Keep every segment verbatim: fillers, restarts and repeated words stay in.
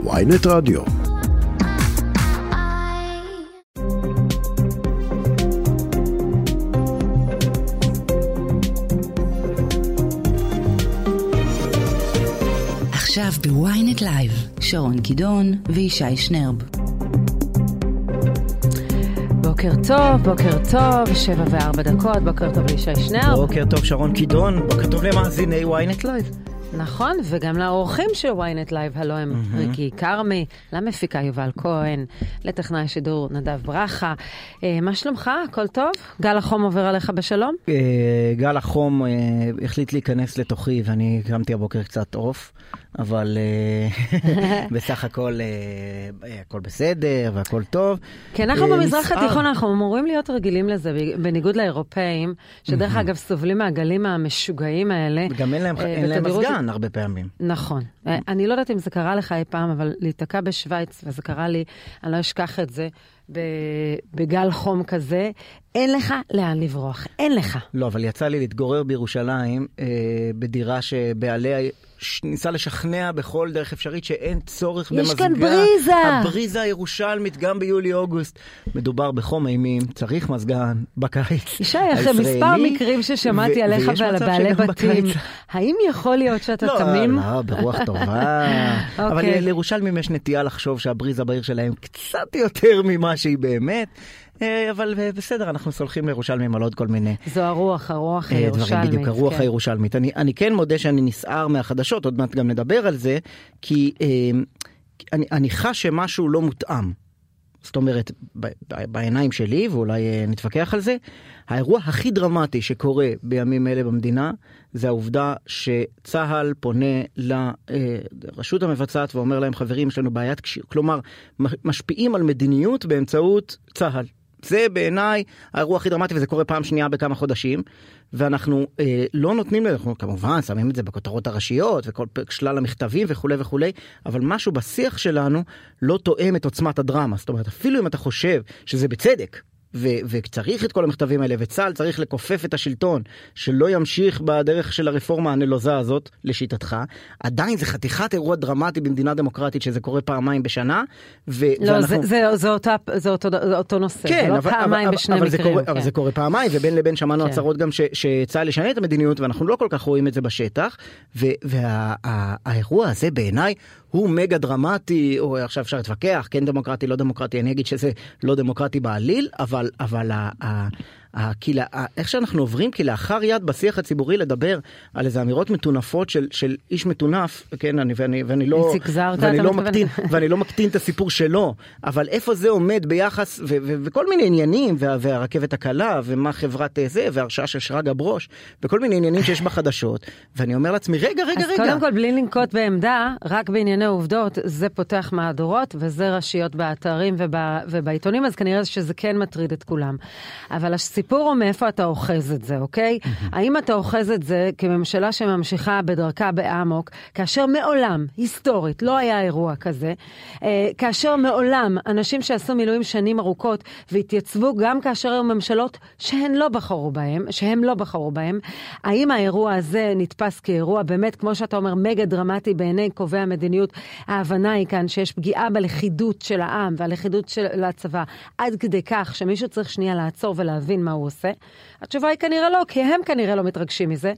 ynet רדיו. עכשיו בוויינט לייב, שרון קידון וישי שנרב. בוקר טוב, בוקר טוב, שבע וארבע דקות, בוקר טוב לישי שנרב. בוקר טוב שרון קידון, בוקר טוב למאזיני וויינט לייב. נכון, וגם לאורחים של וויינט לייב, הלוא הם mm-hmm. ריקי קרמי, למפיקה יובל כהן, לטכנאי שידור נדב ברכה. אה, מה שלומך? הכל טוב? גל החום עובר עליך בשלום? אה, גל החום אה, החליט להיכנס לתוכי, ואני קמתי הבוקר קצת עוף, אבל אה, בסך הכל אה, הכל בסדר והכל טוב. כי אנחנו אה, במזרח נסער. התיכון, אנחנו אמורים להיות רגילים לזה, בניגוד לאירופאים, שדרך אגב סובלים מהגלים המשוגעים האלה. וגם אין להם, אה, אין להם בתדירות- מזגן הרבה פעמים. נכון. אני לא יודעת אם זה קרה לך אי פעם, אבל להתקע בשוויץ, וזה קרה לי, אני לא אשכח את זה, בגל חום כזה, אין לך לאן לברוח. אין לך. לא, אבל יצא לי להתגורר בירושלים, אה, בדירה שבעליה ש- ניסה לשכנע בכל דרך אפשרית שאין צורך יש במזגן. כאן בריזה. הבריזה הירושלמית גם ביולי-אוגוסט. מדובר בחום אימים, צריך מזגן בקיץ. ישי, אחרי מספר מקרים ששמעתי ו- עליך ויש ועל מצב הבעלי שגם בתים, בקיץ. האם יכול להיות שאתה לא, תמים? לא, ברוח טובה. אבל אוקיי. לירושלמים יש נטייה לחשוב שהבריזה בעיר שלהם קצת יותר ממה שהיא באמת. אה, אבל בסדר, אנחנו סולחים לירושלמים על עוד כל מיני זו הרוח, הרוח אה, הירושלמית. דברים, בדיוק, הרוח כן. הירושלמית. אני, אני כן מודה שאני נסער מהחדשות, עוד מעט גם נדבר על זה, כי אה, אני, אני חש שמשהו לא מותאם. זאת אומרת, ב, ב, בעיניים שלי, ואולי אה, נתווכח על זה, האירוע הכי דרמטי שקורה בימים אלה במדינה, זה העובדה שצהל פונה לרשות המבצעת ואומר להם, חברים, יש לנו בעיית קשיר. כלומר, משפיעים על מדיניות באמצעות צהל. זה בעיניי האירוע הכי דרמטי, וזה קורה פעם שנייה בכמה חודשים, ואנחנו אה, לא נותנים לזה, אנחנו כמובן שמים את זה בכותרות הראשיות, וכל שלל המכתבים וכו' וכו', אבל משהו בשיח שלנו לא תואם את עוצמת הדרמה. זאת אומרת, אפילו אם אתה חושב שזה בצדק, ו- וצריך את כל המכתבים האלה, וצה"ל צריך לקופף את השלטון, שלא ימשיך בדרך של הרפורמה הנלוזה הזאת, לשיטתך, עדיין זה חתיכת אירוע דרמטי במדינה דמוקרטית, שזה קורה פעמיים בשנה, ו- לא, ואנחנו... זה, זה, זה, אותה, זה אותו, זה אותו נושא. כן, זה לא אבל, פעמיים אבל, בשני אבל מקרים. זה קורה, כן. אבל זה קורה פעמיים, ובין לבין שמענו כן. הצהרות גם ש, שצה"ל ישנה את המדיניות, ואנחנו לא כל כך רואים את זה בשטח, והאירוע הזה בעיניי הוא מגה דרמטי, או עכשיו אפשר להתווכח, כן דמוקרטי, לא דמוקרטי, אני אגיד שזה לא דמוקרטי בעליל, אבל, אבל ה, ה, ה, כי לה, איך שאנחנו עוברים, כי לאחר יד בשיח הציבורי לדבר על איזה אמירות מטונפות של, של איש מטונף, כן, אני, ואני, ואני לא, ואני לא מקטין, ואני לא מקטין את הסיפור שלו, אבל איפה זה עומד ביחס, ו, ו, וכל מיני עניינים, וה, והרכבת הקלה, ומה חברת זה, והרשעה של שרגא ברוש, וכל מיני עניינים שיש בחדשות, ואני אומר לעצמי, רגע, רגע, אז רגע. אז קודם כל, בלי לנקוט בעמדה, רק בענייני עובדות, זה פותח מהדורות, וזה ראשיות באתרים ובא, ובעיתונים, אז כנראה שזה כן מטריד את כולם. אבל הסיפור הוא מאיפה אתה אוחז את זה, אוקיי? האם אתה אוחז את זה כממשלה שממשיכה בדרכה באמוק, כאשר מעולם, היסטורית, לא היה אירוע כזה, אה, כאשר מעולם אנשים שעשו מילואים שנים ארוכות, והתייצבו גם כאשר היו ממשלות שהן לא בחרו בהם, שהם לא בחרו בהם, האם האירוע הזה נתפס כאירוע באמת, כמו שאתה אומר, מגה דרמטי בעיני קובעי המדיניות? ההבנה היא כאן שיש פגיעה בלכידות של העם והלכידות של הצבא, עד כדי כך שמישהו צריך שנייה לעצור ולהבין מה הוא עושה. התשובה היא כנראה לא, כי הם כנראה לא מתרגשים מזה.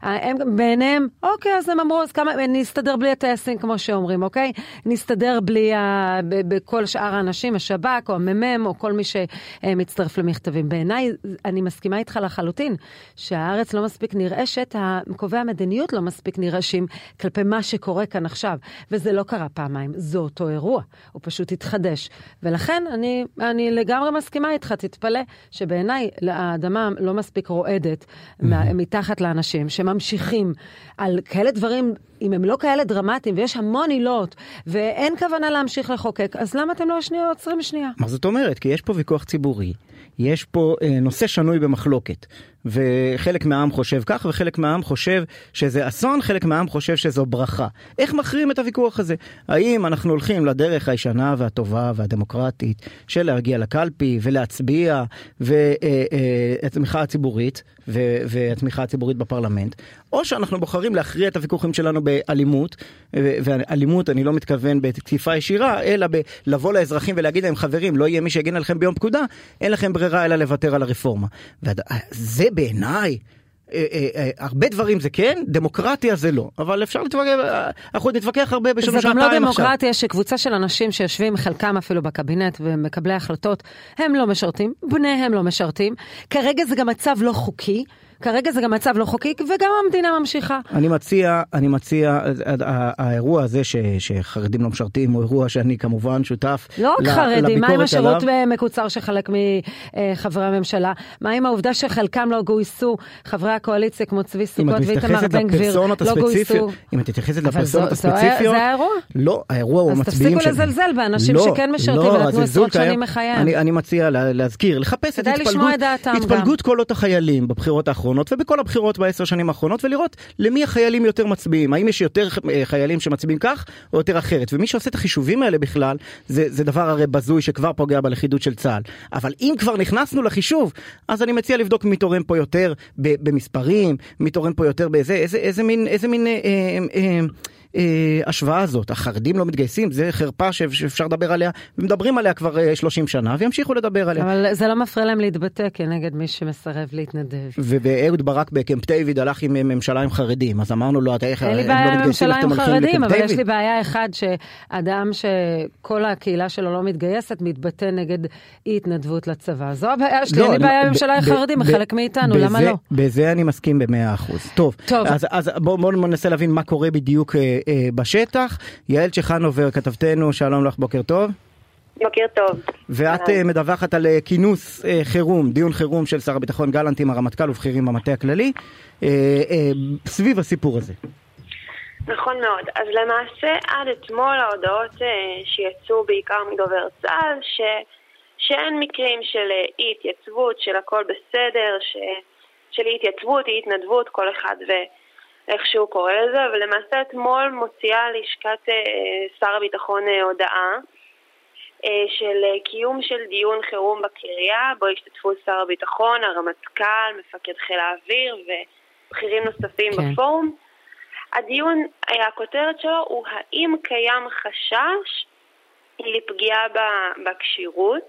הם בעיניהם, אוקיי, אז הם אמרו, אז כמה, נסתדר בלי הטייסים, כמו שאומרים, אוקיי? נסתדר בלי ה, ב, בכל שאר האנשים, השב"כ או הממ"מ או כל מי שמצטרף למכתבים. בעיניי, אני מסכימה איתך לחלוטין, שהארץ לא מספיק נרעשת, קובעי המדיניות לא מספיק נרעשים כלפי מה שקורה כאן עכשיו. וזה לא קרה פעמיים, זה אותו אירוע, הוא פשוט התחדש. ולכן אני, אני לגמרי מסכימה איתך, תתפלא, שבעיניי האדמה לא מספיק רועדת mm-hmm. מתחת לאנשים, שממשיכים על כאלה דברים, אם הם לא כאלה דרמטיים, ויש המון עילות, ואין כוונה להמשיך לחוקק, אז למה אתם לא שנייה עוצרים שנייה? מה זאת אומרת? כי יש פה ויכוח ציבורי, יש פה אה, נושא שנוי במחלוקת, וחלק מהעם חושב כך, וחלק מהעם חושב שזה אסון, חלק מהעם חושב שזו ברכה. איך מכריעים את הוויכוח הזה? האם אנחנו הולכים לדרך הישנה והטובה והדמוקרטית של להגיע לקלפי ולהצביע ואת המחאה הציבורית, והתמיכה הציבורית בפרלמנט, או שאנחנו בוחרים להכריע את הוויכוחים שלנו באלימות, ואלימות אני לא מתכוון בתקיפה ישירה, אלא לבוא לאזרחים ולהגיד להם, חברים, לא יהיה מי שיגן עליכם ביום פקודה, אין לכם ברירה אלא לוותר על הרפורמה. וזה בעיניי, הרבה דברים זה כן, דמוקרטיה זה לא, אבל אפשר להתווכח, אנחנו נתווכח הרבה בשלוש שעתיים עכשיו. זה גם לא דמוקרטיה שקבוצה של אנשים שיושבים, חלקם אפילו בקבינט ומקבלי החלטות, הם לא משרתים, בניהם לא משרתים, כרגע זה גם מצב לא חוקי, כרגע זה גם מצב לא חוקי, וגם המדינה ממשיכה. אני מציע, אני מציע, האירוע הזה ש, שחרדים לא משרתים, הוא אירוע שאני כמובן שותף לביקורת עליו. לא רק חרדים, מה עם השירות מקוצר שחלק מחברי הממשלה? מה עם העובדה שחלקם לא גויסו, חברי הקואליציה כמו צבי סוכות ואיתמר בן גביר לא גויסו? אם את מתייחסת לפרסונות הספציפיות, זה האירוע? לא, האירוע הוא מצביעים אז תפסיקו לזלזל באנשים שכן משרתים ונתנו עשרות שנים מחייהם. אני מציע להזכיר, לחפש את התפלגות קולות החיילים בבחירות האחרונות ובכל הבחירות בעשר שנים האחרונות, ולראות למי החיילים יותר מצביעים, האם יש יותר חיילים שמצביעים כך או יותר אחרת, ומי שעושה את החישובים האלה בכלל, זה, זה דבר הרי בזוי שכבר פוגע בלכידות של צה"ל. אבל אם כבר נכנסנו לחישוב, אז אני מציע לבדוק מי תורם פה יותר במספרים, מי תורם פה יותר באיזה, איזה, איזה מין, איזה מין, אה, אה, אה, השוואה הזאת, החרדים לא מתגייסים, זה חרפה שאפשר לדבר עליה, ומדברים עליה כבר שלושים שנה, וימשיכו לדבר עליה. אבל זה לא מפריע להם להתבטא כנגד מי שמסרב להתנדב. ובאהוד ברק בקמפ דיוויד הלך עם ממשלה עם חרדים, אז אמרנו לו, אתה איך, אין לי בעיה עם ממשלה עם חרדים, אבל יש לי בעיה אחד שאדם שכל הקהילה שלו לא מתגייסת, מתבטא נגד אי התנדבות לצבא. זו הבעיה שלי, אין לי בעיה עם ממשלה עם חרדים, חלק מאיתנו, למה לא? בזה אני מסכים במאה אחוז. טוב, אז בואו ננסה להבין מה קורה בדיוק בשטח. יעל צ'חנובר, כתבתנו, שלום לך, בוקר טוב. בוקר טוב. ואת מדווחת על כינוס חירום, דיון חירום של שר הביטחון גלנט עם הרמטכ"ל ובכירים במטה הכללי, סביב הסיפור הזה. נכון מאוד. אז למעשה עד אתמול ההודעות שיצאו בעיקר מדובר צה"ל, ש... שאין מקרים של אי התייצבות, של הכל בסדר, ש... של אי התייצבות, אי התנדבות, כל אחד ו... איך שהוא קורא לזה, ולמעשה אתמול מוציאה לשכת אה, שר הביטחון אה, הודעה אה, של אה, קיום של דיון חירום בקריה, בו השתתפו שר הביטחון, הרמטכ"ל, מפקד חיל האוויר ובכירים נוספים כן. בפורום. הדיון, היה, הכותרת שלו הוא האם קיים חשש לפגיעה בקשירות,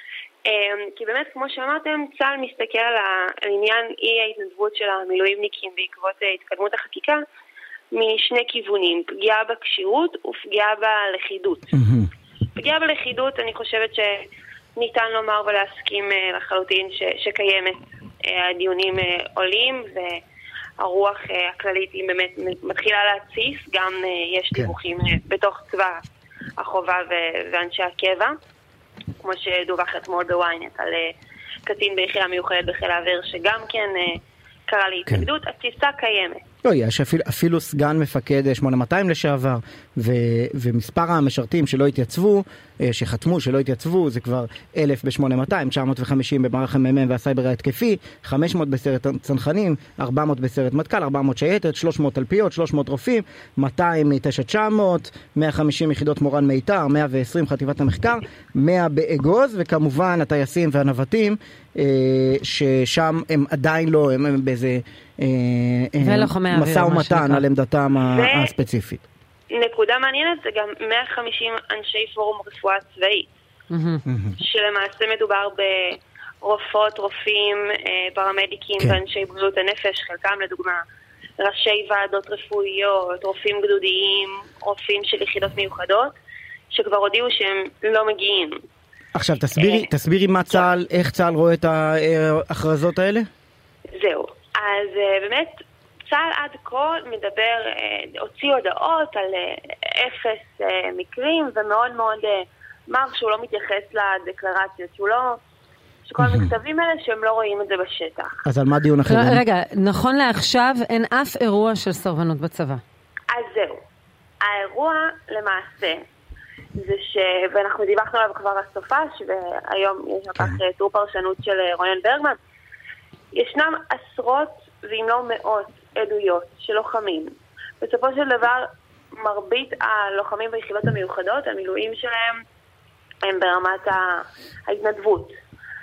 כי באמת, כמו שאמרתם, צה"ל מסתכל על העניין אי ההתנדבות של המילואימניקים בעקבות התקדמות החקיקה משני כיוונים, פגיעה בקשירות ופגיעה בלכידות. פגיעה בלכידות, אני חושבת שניתן לומר ולהסכים לחלוטין ש- שקיימת. הדיונים עולים והרוח הכללית היא באמת מתחילה להציף, גם יש דיווחים בתוך צבא החובה ו- ואנשי הקבע. כמו שדווח אתמול בוויינט על קצין ביחידה מיוחדת בחיל האוויר שגם כן קרא להתנגדות, התפיסה קיימת. לא, יש אפילו, אפילו סגן מפקד שמונה מאתיים לשעבר, ו, ומספר המשרתים שלא התייצבו, שחתמו שלא התייצבו, זה כבר אלף ב-שמונה מאתיים, תשע מאות וחמישים במערך המ"מ והסייבר ההתקפי, חמש מאות בסרט צנחנים, ארבע מאות בסרט מטכ"ל, ארבע מאות שייטת, שלוש מאות תלפיות, שלוש מאות רופאים, מאתיים מתשע תשע מאות, מאה וחמישים יחידות מורן מיתר, מאה ועשרים חטיבת המחקר, מאה באגוז, וכמובן הטייסים והנווטים, ששם הם עדיין לא, הם באיזה משא ומתן על עמדתם הספציפית. נקודה מעניינת זה גם מאה וחמישים אנשי פורום רפואה צבאית, שלמעשה מדובר ברופאות, רופאים, פרמדיקים ואנשי בריאות הנפש, חלקם לדוגמה ראשי ועדות רפואיות, רופאים גדודיים, רופאים של יחידות מיוחדות, שכבר הודיעו שהם לא מגיעים. עכשיו תסבירי, תסבירי מה צה"ל, איך צה"ל רואה את ההכרזות האלה? זהו, אז באמת צה"ל עד כה מדבר, הוציא הודעות על אפס מקרים, ומאוד מאוד מר שהוא לא מתייחס לדקלרציות, שהוא לא, שכל המכתבים האלה שהם לא רואים את זה בשטח. אז על מה דיון אחר? רגע, נכון לעכשיו אין אף אירוע של סרבנות בצבא. אז זהו, האירוע למעשה, זה ש... ואנחנו דיווחנו עליו כבר הסופש, והיום יש לכך טור פרשנות של רונן ברגמן, ישנם עשרות ואם לא מאות עדויות של לוחמים. בסופו של דבר, מרבית הלוחמים ביחידות המיוחדות, המילואים שלהם הם ברמת ההתנדבות.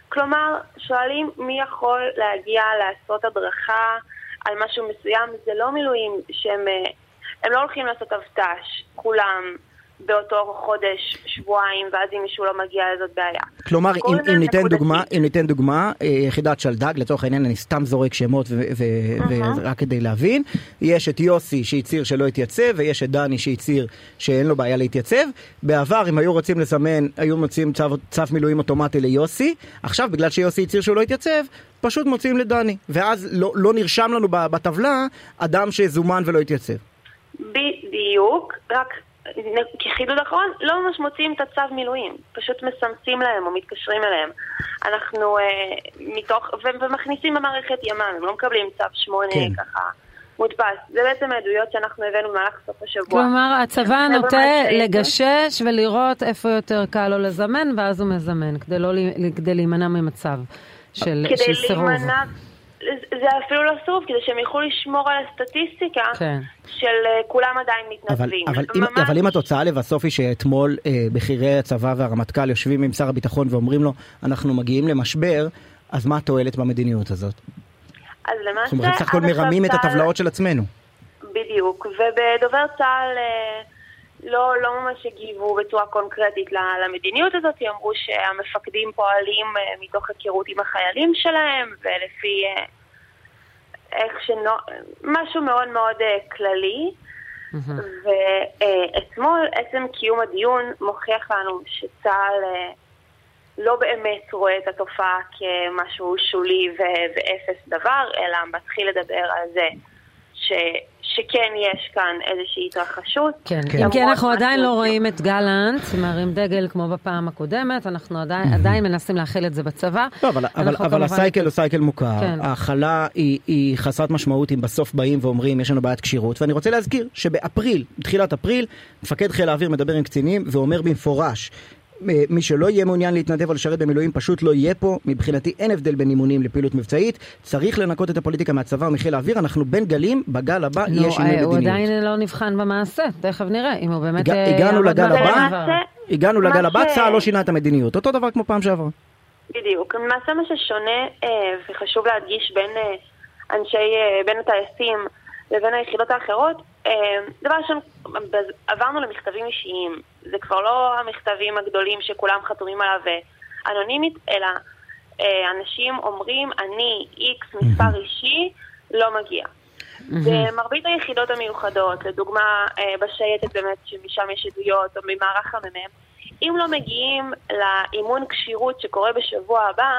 כלומר, שואלים מי יכול להגיע לעשות הדרכה על משהו מסוים. זה לא מילואים שהם הם לא הולכים לעשות אבט"ש, כולם באותו חודש, שבועיים, ואז אם מישהו לא מגיע לזאת בעיה. כלומר, אם, אם, ניתן דוגמה, אם ניתן דוגמה, יחידת שלדג, לצורך העניין אני סתם זורק שמות ו- ו- uh-huh. ורק כדי להבין, יש את יוסי שהציר שלא התייצב, ויש את דני שהציר שאין לו בעיה להתייצב. בעבר, אם היו רוצים לסמן, היו מוצאים צו, צו מילואים אוטומטי ליוסי, עכשיו בגלל שיוסי הציר שהוא לא התייצב, פשוט מוצאים לדני, ואז לא, לא נרשם לנו בטבלה אדם שזומן ולא התייצב. בדיוק, רק כחידוד אחרון, לא ממש מוצאים את הצו מילואים, פשוט מסמסים להם או מתקשרים אליהם. אנחנו אה, מתוך, ומכניסים במערכת ימ"מ, הם לא מקבלים צו שמונה כן. ככה מודפס. זה בעצם העדויות שאנחנו הבאנו במהלך סוף השבוע. כלומר, הצבא נוטה לגשש ולראות איפה יותר קל לו לזמן, ואז הוא מזמן, כדי, לא, כדי להימנע ממצב של, של סירוב. להימנע... זה אפילו לא סוף, כדי שהם יוכלו לשמור על הסטטיסטיקה כן. של uh, כולם עדיין מתנדבים. אבל, אבל, ממש... אם, אבל אם התוצאה לבסוף היא שאתמול uh, בכירי הצבא והרמטכ"ל יושבים עם שר הביטחון ואומרים לו, אנחנו מגיעים למשבר, אז מה התועלת במדיניות הזאת? אז למעשה... זאת אומרת, סך הכל מרמים את הטבלאות של עצמנו. בדיוק, ובדובר צה"ל לא, לא ממש הגיבו בצורה קונקרטית למדיניות הזאת, הם אמרו שהמפקדים פועלים מתוך היכרות עם החיילים שלהם, ולפי איך שנו... משהו מאוד מאוד כללי, ואתמול עצם קיום הדיון מוכיח לנו שצה"ל לא באמת רואה את התופעה כמשהו שולי ואפס דבר, אלא מתחיל לדבר על זה ש... שכן יש כאן איזושהי התרחשות. כן, אם כי אנחנו עדיין לא רואים את גלנט, מרים דגל כמו בפעם הקודמת, אנחנו עדיין מנסים להכיל את זה בצבא. לא, אבל הסייקל הוא סייקל מוכר. ההכלה היא חסרת משמעות אם בסוף באים ואומרים יש לנו בעיית קשירות, ואני רוצה להזכיר שבאפריל, בתחילת אפריל, מפקד חיל האוויר מדבר עם קצינים ואומר במפורש, מי שלא יהיה מעוניין להתנדב או לשרת במילואים פשוט לא יהיה פה. מבחינתי אין הבדל בין אימונים לפעילות מבצעית, צריך לנקות את הפוליטיקה מהצבא ומחיל האוויר, אנחנו בין גלים, בגל הבא יהיה שינוי מדיניות. הוא עדיין לא נבחן במעשה, תכף נראה אם הוא באמת... הגענו לגל הבא, הגענו לגל הבא, צה"ל לא שינה את המדיניות, אותו דבר כמו פעם שעברה. בדיוק, למעשה מה ששונה וחשוב להדגיש בין אנשי, בין הטייסים לבין היחידות האחרות, דבר ראשון, עברנו למכתבים אישיים. זה כבר לא המכתבים הגדולים שכולם חתומים עליו אנונימית, אלא אנשים אומרים, אני איקס מספר אישי, לא מגיע. במרבית היחידות המיוחדות, לדוגמה בשייטת באמת שמשם יש עדויות, או במערך הממ"מ, אם לא מגיעים לאימון קשירות שקורה בשבוע הבא,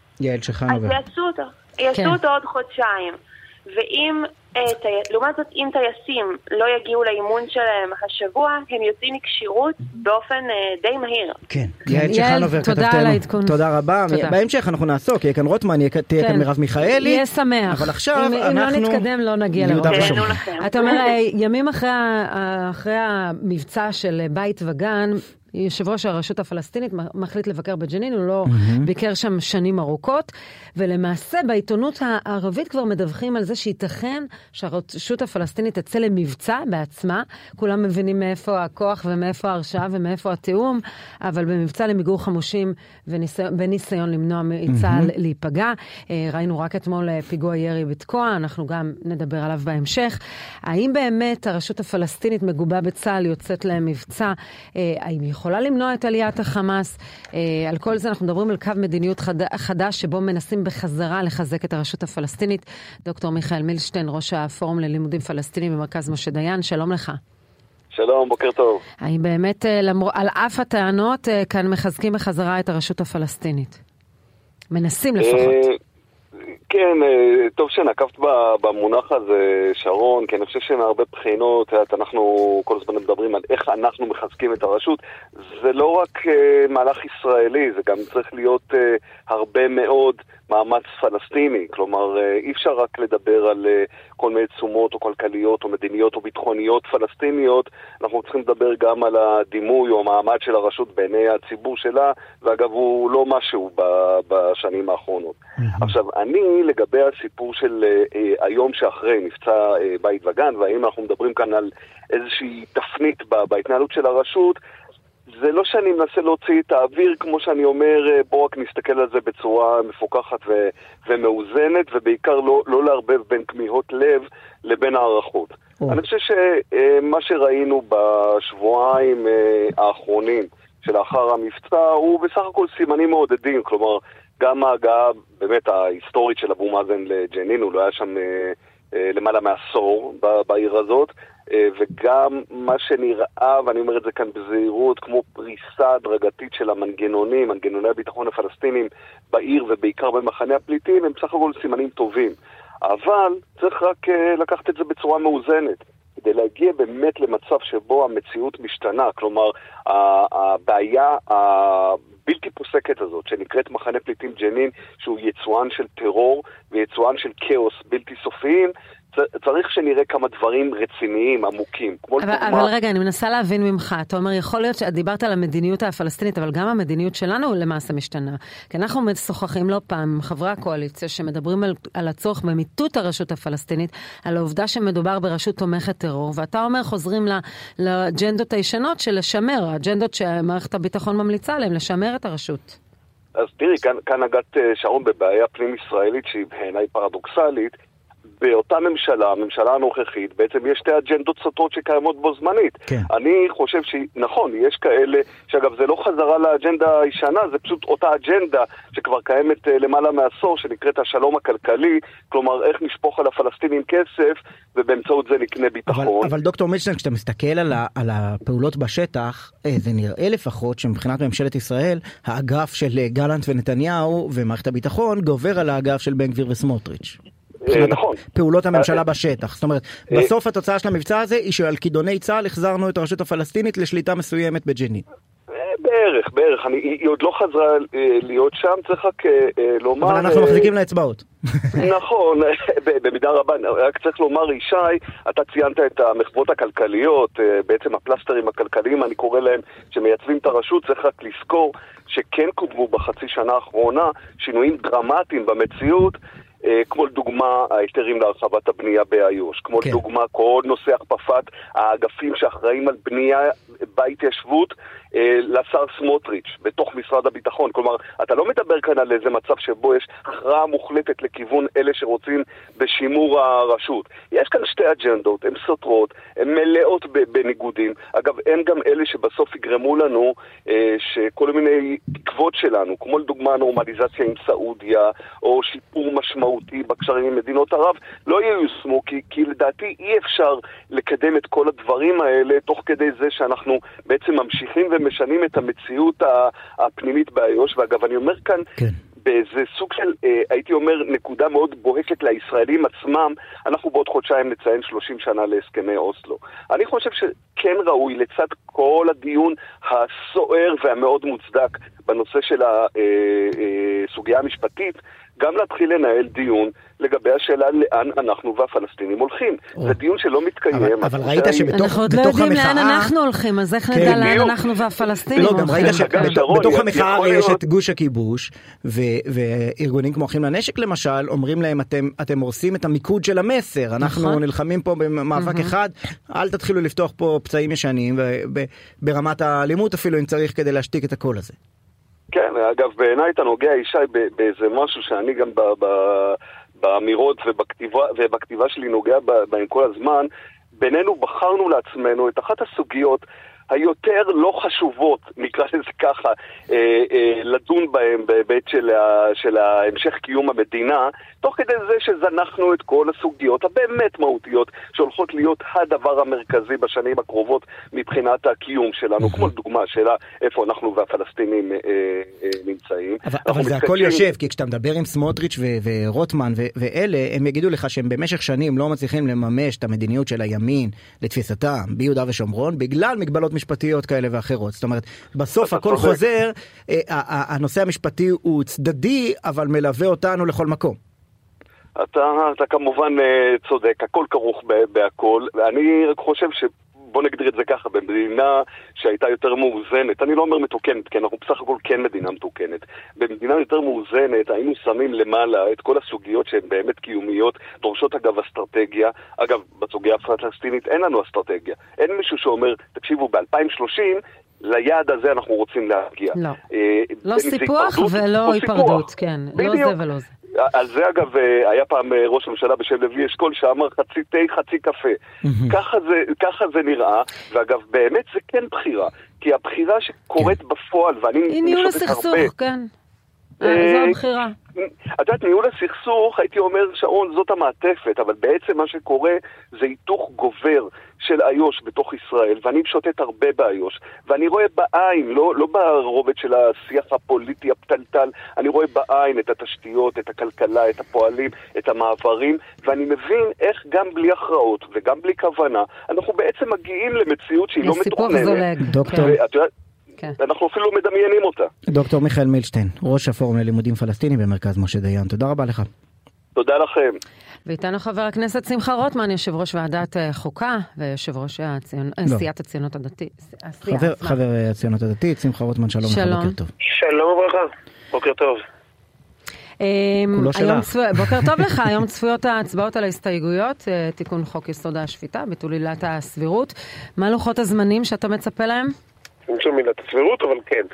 אז יעשו אותו. יעשו אותו עוד חודשיים. ואם, לעומת זאת, אם טייסים לא יגיעו לאימון שלהם השבוע, הם יוצאים מקשירות באופן די מהיר. כן, יעל צ'חנובר, תודה על העדכון. תודה רבה. בהמשך אנחנו נעסוק, יהיה כאן רוטמן, תהיה כאן מרב מיכאלי. יהיה שמח. אבל עכשיו אם לא נתקדם, לא נגיע לרוטמן. אתה אומר, ימים אחרי המבצע של בית וגן, יושב ראש הרשות הפלסטינית מחליט לבקר בג'נין, הוא לא mm-hmm. ביקר שם שנים ארוכות, ולמעשה בעיתונות הערבית כבר מדווחים על זה שייתכן שהרשות הפלסטינית תצא למבצע בעצמה, כולם מבינים מאיפה הכוח ומאיפה ההרשעה ומאיפה התיאום, אבל במבצע למיגור חמושים וניסיון, בניסיון למנוע מצה"ל mm-hmm. להיפגע. ראינו רק אתמול פיגוע ירי בתקוע, אנחנו גם נדבר עליו בהמשך. האם באמת הרשות הפלסטינית מגובה בצה"ל יוצאת למבצע? האם יכולה למנוע את עליית החמאס? על כל זה אנחנו מדברים על קו מדיניות חדש שבו מנסים בחזרה לחזק את הרשות הפלסטינית. דוקטור מיכאל מילשטיין, ראש הפורום ללימודים פלסטינים במרכז משה דיין, שלום לך. שלום, בוקר טוב. האם באמת על אף הטענות כאן מחזקים בחזרה את הרשות הפלסטינית? מנסים לפחות. כן, טוב שנקפת במונח הזה, שרון, כי אני חושב שמהרבה בחינות, אנחנו כל הזמן מדברים על איך אנחנו מחזקים את הרשות. זה לא רק מהלך ישראלי, זה גם צריך להיות הרבה מאוד מאמץ פלסטיני. כלומר, אי אפשר רק לדבר על כל מיני תשומות או כלכליות או מדיניות או ביטחוניות פלסטיניות, אנחנו צריכים לדבר גם על הדימוי או המעמד של הרשות בעיני הציבור שלה, ואגב הוא לא משהו בשנים האחרונות. עכשיו, אני לגבי הסיפור של אה, היום שאחרי מבצע אה, בית וגן, והאם אנחנו מדברים כאן על איזושהי תפנית בהתנהלות של הרשות, זה לא שאני מנסה להוציא את האוויר, כמו שאני אומר, בוא רק נסתכל על זה בצורה מפוקחת ו- ומאוזנת, ובעיקר לא, לא להרבב בין כמיהות לב לבין הערכות. Oh. אני חושב שמה שראינו בשבועיים האחרונים שלאחר המבצע הוא בסך הכל סימנים מעודדים, כלומר, גם ההגעה באמת ההיסטורית של אבו מאזן לג'נין, הוא לא היה שם למעלה מעשור בעיר הזאת, וגם מה שנראה, ואני אומר את זה כאן בזהירות, כמו פריסה הדרגתית של המנגנונים, מנגנוני הביטחון הפלסטינים בעיר ובעיקר במחנה הפליטים, הם בסך הכל סימנים טובים. אבל צריך רק לקחת את זה בצורה מאוזנת, כדי להגיע באמת למצב שבו המציאות משתנה, כלומר, הבעיה הבלתי פוסקת הזאת, שנקראת מחנה פליטים ג'נין, שהוא יצואן של טרור ויצואן של כאוס בלתי סופיים, צריך שנראה כמה דברים רציניים, עמוקים. אבל, אבל רגע, אני מנסה להבין ממך. אתה אומר, יכול להיות שאת דיברת על המדיניות הפלסטינית, אבל גם המדיניות שלנו למעשה משתנה. כי אנחנו משוחחים לא פעם עם חברי הקואליציה שמדברים על, על הצורך במיטוט הרשות הפלסטינית, על העובדה שמדובר ברשות תומכת טרור, ואתה אומר, חוזרים לאג'נדות הישנות של לשמר, האג'נדות שמערכת הביטחון ממליצה עליהם, לשמר את הרשות. אז תראי, כאן, כאן הגעת שרון בבעיה פנים ישראלית שהיא בעיניי פרדוקסלית, באותה ממשלה, הממשלה הנוכחית, בעצם יש שתי אג'נדות סותרות שקיימות בו זמנית. כן. אני חושב שנכון, יש כאלה, שאגב זה לא חזרה לאג'נדה הישנה, זה פשוט אותה אג'נדה שכבר קיימת למעלה מעשור, שנקראת השלום הכלכלי, כלומר איך נשפוך על הפלסטינים כסף, ובאמצעות זה נקנה ביטחון. אבל, אבל דוקטור מילשטיין, כשאתה מסתכל על, ה, על הפעולות בשטח, זה נראה לפחות שמבחינת ממשלת ישראל, האגף של גלנט ונתניהו ומערכת הביטחון גובר על האגף של בן גביר וסמוטריץ'. נכון. פעולות הממשלה בשטח. זאת אומרת, בסוף התוצאה של המבצע הזה היא שעל כידוני צה"ל החזרנו את הרשות הפלסטינית לשליטה מסוימת בג'נין. בערך, בערך. אני, היא עוד לא חזרה להיות שם, צריך רק לומר... אבל אנחנו מחזיקים לאצבעות. נכון, במידה רבה. רק צריך לומר, ישי, אתה ציינת את המחוות הכלכליות, בעצם הפלסטרים הכלכליים, אני קורא להם, שמייצבים את הרשות, צריך רק לזכור שכן קודמו בחצי שנה האחרונה שינויים דרמטיים במציאות, כמו לדוגמה ההיתרים להרחבת הבנייה באיו"ש, כמו כן. לדוגמה כל נושא הכפפת האגפים שאחראים על בנייה בהתיישבות לשר סמוטריץ' בתוך משרד הביטחון. כלומר, אתה לא מדבר כאן על איזה מצב שבו יש הכרעה מוחלטת לכיוון אלה שרוצים בשימור הרשות. יש כאן שתי אג'נדות, הן סותרות, הן מלאות בניגודים. אגב, הן גם אלה שבסוף יגרמו לנו שכל מיני תקוות שלנו, כמו לדוגמה נורמליזציה עם סעודיה, או שיפור משמעותי בקשרים עם מדינות ערב, לא ייושמו, כי, כי לדעתי אי אפשר לקדם את כל הדברים האלה תוך כדי זה שאנחנו בעצם ממשיכים ומשנים את המציאות הפנימית באיו"ש. ואגב, אני אומר כאן, כן. באיזה סוג של, הייתי אומר, נקודה מאוד בוהקת לישראלים עצמם, אנחנו בעוד חודשיים נציין שלושים שנה להסכמי אוסלו. אני חושב שכן ראוי לצד כל הדיון הסוער והמאוד מוצדק בנושא של הסוגיה המשפטית, גם להתחיל לנהל דיון לגבי השאלה לאן אנחנו והפלסטינים הולכים. זה דיון שלא מתקיים. אבל ראית שבתוך המחאה... אנחנו עוד לא יודעים לאן אנחנו הולכים, אז איך נדע לאן אנחנו והפלסטינים הולכים? לא, גם ראית שבתוך המחאה יש את גוש הכיבוש, וארגונים כמו אחים לנשק למשל, אומרים להם, אתם הורסים את המיקוד של המסר, אנחנו נלחמים פה במאבק אחד, אל תתחילו לפתוח פה פצעים ישנים, ברמת האלימות אפילו אם צריך כדי להשתיק את הקול הזה. כן, אגב, בעיניי אתה נוגע ישי באיזה משהו שאני גם באמירות ובכתיבה, ובכתיבה שלי נוגע בהם כל הזמן. בינינו בחרנו לעצמנו את אחת הסוגיות היותר לא חשובות, נקרא לזה ככה, אה, אה, לדון בהם בהיבט של, של ההמשך קיום המדינה, תוך כדי זה שזנחנו את כל הסוגיות הבאמת מהותיות, שהולכות להיות הדבר המרכזי בשנים הקרובות מבחינת הקיום שלנו, כמו לדוגמה, שאלה איפה אנחנו והפלסטינים אה, אה, נמצאים. אבל, אבל זה הכל יושב, כי כשאתה מדבר עם סמוטריץ' ו- ורוטמן ו- ואלה, הם יגידו לך שהם במשך שנים לא מצליחים לממש את המדיניות של הימין לתפיסתם ביהודה ושומרון, בגלל מגבלות משפטיות כאלה ואחרות. זאת אומרת, בסוף הכל צודק. חוזר, הנושא המשפטי הוא צדדי, אבל מלווה אותנו לכל מקום. אתה, אתה כמובן צודק, הכל כרוך בהכל, ואני רק חושב ש... בוא נגדיר את זה ככה, במדינה שהייתה יותר מאוזנת, אני לא אומר מתוקנת, כי אנחנו בסך הכל כן מדינה מתוקנת. במדינה יותר מאוזנת, היינו שמים למעלה את כל הסוגיות שהן באמת קיומיות, דורשות אגב אסטרטגיה. אגב, בסוגיה הפלסטינית אין לנו אסטרטגיה. אין מישהו שאומר, תקשיבו, ב-אלפיים ושלושים ליעד הזה אנחנו רוצים להגיע. לא, לא סיפוח ולא היפרדות, כן, לא זה ולא זה. על זה אגב היה פעם ראש הממשלה בשם לוי אשכול שאמר חצי תה חצי קפה. ככה זה, ככה זה נראה, ואגב באמת זה כן בחירה, כי הבחירה שקורית בפועל, ואני ניהול הסכסוך, כן. זו הבחירה. את יודעת, ניהול הסכסוך, הייתי אומר, שרון, זאת המעטפת, אבל בעצם מה שקורה זה היתוך גובר של איו"ש בתוך ישראל, ואני משוטט הרבה באיו"ש, ואני רואה בעין, לא, לא ברובד של השיח הפוליטי הפטלטל, אני רואה בעין את התשתיות, את הכלכלה, את הפועלים, את המעברים, ואני מבין איך גם בלי הכרעות וגם בלי כוונה, אנחנו בעצם מגיעים למציאות שהיא לא מתוכננת. דוקטור. ואת יודעת, אנחנו אפילו מדמיינים אותה. דוקטור מיכאל מילשטיין, ראש הפורום ללימודים פלסטינים במרכז משה דיין. תודה רבה לך. תודה לכם. ואיתנו חבר הכנסת שמחה רוטמן, יושב ראש ועדת חוקה ויושב ראש סיעת הציונות הדתית. חבר הציונות הדתית, שמחה רוטמן, שלום לך, בוקר טוב. שלום וברכה, בוקר טוב. בוקר טוב לך, היום צפויות ההצבעות על ההסתייגויות, תיקון חוק יסוד השפיטה, ביטול עילת הסבירות. מה לוחות הזמנים שאתה מצפה להם? אין שום עילת הסבירות, אבל כן.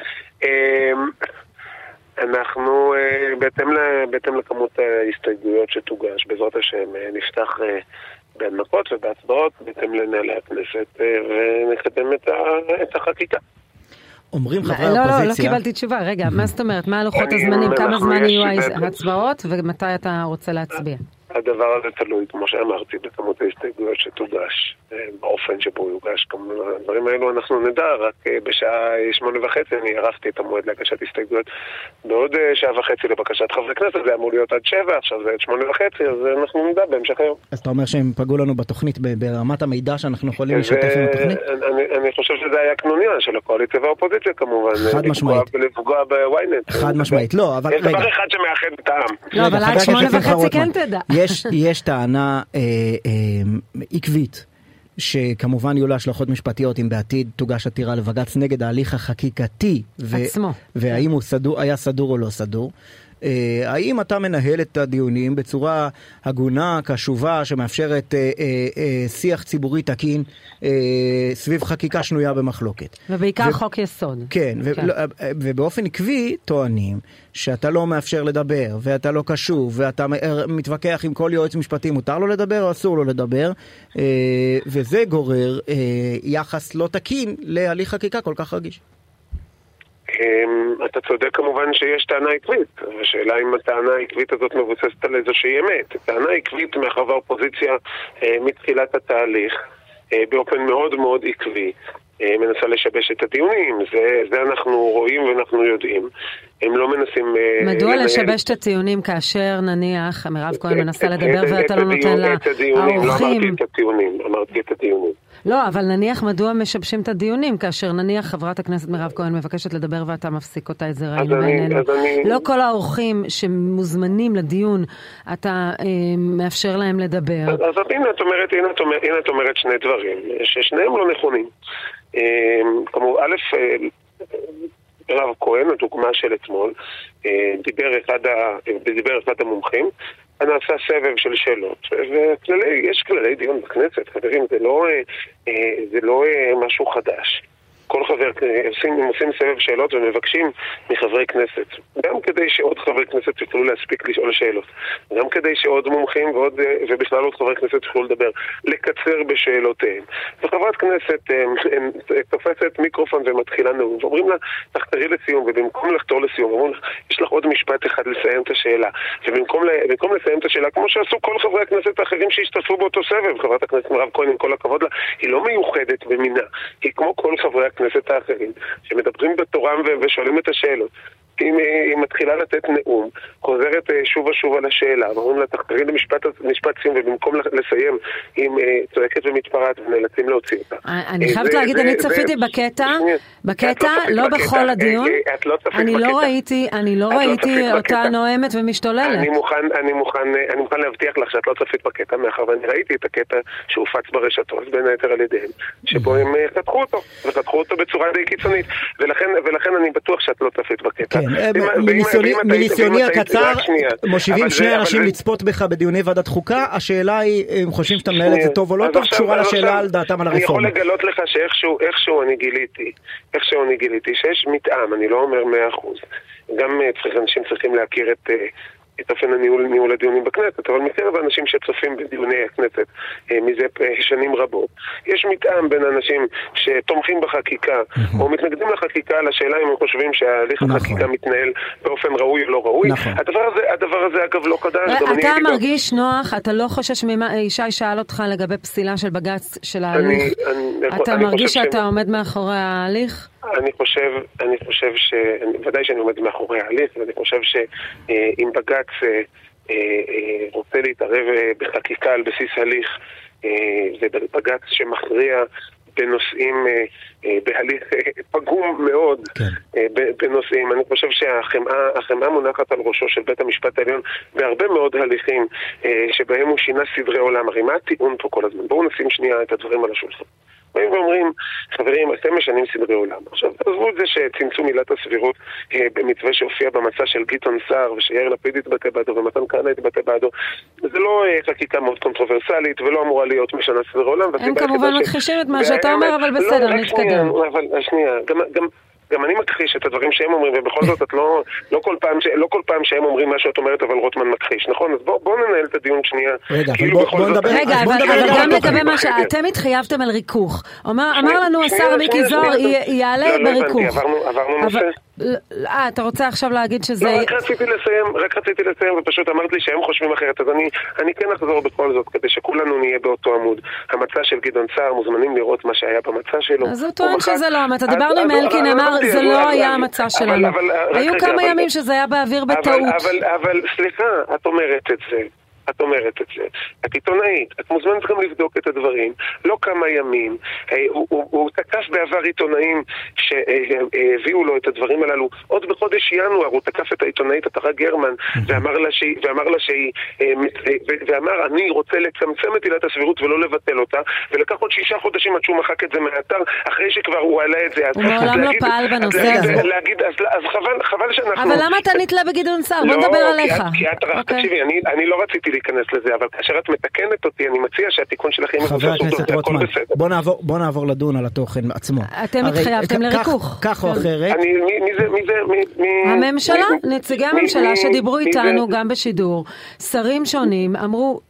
אנחנו, בהתאם לכמות ההסתייגויות שתוגש, בעזרת השם, נפתח בהנמקות ובהצבעות, בהתאם לנהלי הכנסת, ונקדם את החקיקה. אומרים חברי האופוזיציה... לא, לא קיבלתי תשובה. רגע, מה זאת אומרת? מה לוחות הזמנים? כמה זמן יהיו ההצבעות ומתי אתה רוצה להצביע? הדבר הזה תלוי, כמו שאמרתי, בכמות ההסתייגויות שתוגש, באופן שבו יוגש. כמובן, הדברים האלו אנחנו נדע, רק בשעה שמונה וחצי אני ערכתי את המועד להגשת הסתייגויות. בעוד שעה וחצי לבקשת חברי כנסת, זה אמור להיות עד שבע, עכשיו זה עד שמונה וחצי, אז אנחנו נדע בהמשך היום. אז אתה אומר שהם פגעו לנו בתוכנית, ברמת המידע שאנחנו יכולים לשתף עם התוכנית? אני חושב שזה היה קנוניה של הקואליציה והאופוזיציה כמובן. חד משמעית. לפגוע בוויינט. חד משמעית, לא, אבל רגע. יש דבר אחד שמאחד את העם. לא, אבל עד שמונה וחצי כן תדע. יש, יש טענה אה, אה, עקבית, שכמובן יהיו לה השלכות משפטיות אם בעתיד תוגש עתירה לבג"ץ נגד ההליך החקיקתי, עצמו. והאם הוא סדור, היה סדור או לא סדור. אה, האם אתה מנהל את הדיונים בצורה הגונה, קשובה, שמאפשרת אה, אה, אה, שיח ציבורי תקין אה, סביב חקיקה שנויה במחלוקת. ובעיקר ו- חוק יסוד. כן, ו- כן. ובאופן עקבי טוענים שאתה לא מאפשר לדבר, ואתה לא קשוב, ואתה מתווכח עם כל יועץ משפטי, מותר לו לדבר או אסור לו לדבר, אה, וזה גורר אה, יחס לא תקין להליך חקיקה כל כך רגיש. אתה צודק כמובן שיש טענה עקבית, השאלה אם הטענה העקבית הזאת מבוססת על איזושהי אמת. טענה עקבית מאחר והאופוזיציה מתחילת התהליך באופן מאוד מאוד עקבי מנסה לשבש את הדיונים, זה, זה אנחנו רואים ואנחנו יודעים. הם לא מנסים... מדוע לשבש את הטיעונים כאשר נניח מירב כהן מנסה לדבר ואתה לא נותן לה האורחים? לא אמרתי את הטיעונים, אמרתי את הטיעונים. לא, אבל נניח מדוע משבשים את הדיונים כאשר נניח חברת הכנסת מירב כהן מבקשת לדבר ואתה מפסיק אותה, את זה ראינו בעינינו. לא כל האורחים שמוזמנים לדיון אתה מאפשר להם לדבר. אז הנה את אומרת, הנה את אומרת שני דברים, ששניהם לא נכונים. כמובן, א', מירב כהן, הדוגמה של אתמול, דיבר אחד, דיבר אחד המומחים, נעשה סבב של שאלות, ויש כללי דיון בכנסת, חברים, זה לא, זה לא משהו חדש. כל חבר, עושים, עושים סבב שאלות ומבקשים מחברי כנסת, גם כדי שעוד חברי כנסת יוכלו להספיק לשאול שאלות, גם כדי שעוד מומחים ועוד, ובכלל עוד חברי כנסת יוכלו לדבר, לקצר בשאלותיהם. וחברת כנסת תופסת מיקרופון ומתחילה נאום, ואומרים לה, תחתרי לסיום, ובמקום לחתור לסיום, אומרים לה, יש לך עוד משפט אחד לסיים את השאלה, ובמקום במקום לסיים את השאלה, כמו שעשו כל חברי הכנסת האחרים שהשתתפו באותו סבב, חברת הכנסת מירב כהן, עם כל הכבוד לה, היא לא מיוחדת במינה, היא כמו כל חברי הכנסת האחרים, שמדברים בתורם ושואלים את השאלות. אם היא מתחילה לתת נאום, חוזרת שוב ושוב על השאלה, ואומרים לה, תחתרי למשפט סיום, ובמקום לסיים, היא צועקת ומתפרעת, ונאלצים להוציא אותה. אני חייבת להגיד, אני צפיתי בקטע, בקטע, לא בכל הדיון, אני לא ראיתי, אני לא ראיתי אותה נואמת ומשתוללת. אני מוכן, אני מוכן, אני מוכן להבטיח לך שאת לא צפית בקטע, מאחר ואני ראיתי את הקטע שהופץ ברשתות, בין היתר על ידיהם, שבו הם חתכו אותו, וחתכו אותו בצורה די קיצונית, ולכן, ולכן אני בטוח שאת לא צפית בקטע. מניסיוני הקצר, מושיבים שני אנשים לצפות בך בדיוני ועדת חוקה, השאלה היא, הם חושבים שאתה מנהל את זה טוב או לא טוב, קשורה לשאלה על דעתם על הרפורמה. אני יכול לגלות לך שאיכשהו אני גיליתי, איכשהו אני גיליתי, שיש מתאם, אני לא אומר מאה אחוז. גם אנשים צריכים להכיר את... את אופן הניהול, ניהול הדיונים בכנסת, אבל מקרב האנשים שצופים בדיוני הכנסת מזה שנים רבות, יש מתאם בין אנשים שתומכים בחקיקה, או מתנגדים לחקיקה, לשאלה אם הם חושבים שההליך החקיקה מתנהל באופן ראוי או לא ראוי. הדבר הזה, הדבר הזה אגב לא חדש. אתה מרגיש נוח, אתה לא חושש ממה, ישי שאל אותך לגבי פסילה של בג"ץ של ההליך, אתה מרגיש שאתה עומד מאחורי ההליך? אני חושב, אני חושב ש... ודאי שאני עומד מאחורי ההליך, ואני חושב שאם בג"ץ רוצה להתערב בחקיקה על בסיס הליך, ובג"ץ שמכריע בנושאים, בהליך פגום מאוד, בנושאים, אני חושב שהחמאה מונחת על ראשו של בית המשפט העליון בהרבה מאוד הליכים שבהם הוא שינה סדרי עולם. הרי מה הטיעון פה כל הזמן? בואו נשים שנייה את הדברים על השולחן. באים ואומרים, חברים, אתם משנים סדרי עולם. עכשיו, תעזבו את זה שצמצום עילת הסבירות במתווה שהופיע במצע של גדעון סער, ושיאיר לפיד התבטא בעדו, ומתן כהנא התבטא בעדו. זה לא חקיקה מאוד קונטרוברסלית, ולא אמורה להיות משנה סדרי עולם. הם כמובן מכחישים את מה שאתה אומר, אבל בסדר, נתקדם. אבל שנייה, גם... גם אני מכחיש את הדברים שהם אומרים, ובכל זאת את לא, לא כל פעם, לא כל פעם שהם אומרים מה שאת אומרת, אבל רוטמן מכחיש, נכון? אז בואו, בואו ננהל את הדיון שנייה. רגע, כאילו בואו בוא נדבר. רגע, אבל, אבל גם לגבי מה שאתם התחייבתם על ריכוך. אומר, אמר לנו השר מיקי זוהר, יעלה בריכוך. עברנו, עברנו נושא. אה, אתה רוצה עכשיו להגיד שזה... לא, רק רציתי לסיים, רק רציתי לסיים, ופשוט אמרת לי שהם חושבים אחרת, אז אני, אני כן אחזור בכל זאת, כדי שכולנו נהיה באותו עמוד. המצע של גדעון סער, מוזמנים לראות מה שהיה במצע שלו. אז הוא טוען שזה לא המצע. דיברנו עם אלקין, אמר, זה לא היה המצע שלנו. היו כמה ימים שזה היה באוויר בטעות. אבל, סליחה, את אומרת את זה. את אומרת את זה. את עיתונאית, את מוזמנת גם לבדוק את הדברים. לא כמה ימים. הוא, הוא, הוא תקף בעבר עיתונאים שהביאו לו את הדברים הללו. עוד בחודש ינואר הוא תקף את העיתונאית התרה גרמן ואמר לה שהיא, ואמר לה שהיא, ואמר אני רוצה לצמצם את עילת הסבירות ולא לבטל אותה, ולקח עוד שישה חודשים עד שהוא מחק את זה מהאתר, אחרי שכבר הוא העלה את זה. הוא מעולם לא פעל בנושא הזה. אז חבל שאנחנו... אבל למה אתה נתלה בגדעון סער? בוא נדבר עליך. תקשיבי, אני לא רציתי להיכנס לזה, אבל כאשר את מתקנת אותי, אני מציע שהתיקון שלכם חבר הכנסת רוטמן, בוא נעבור, בוא נעבור לדון על התוכן עצמו. אתם התחייבתם לריכוך. כך או אחרת. אני, מי זה, מי זה, מי... הממשלה, נציגי הממשלה שדיברו איתנו גם בשידור, שרים שונים, אמרו,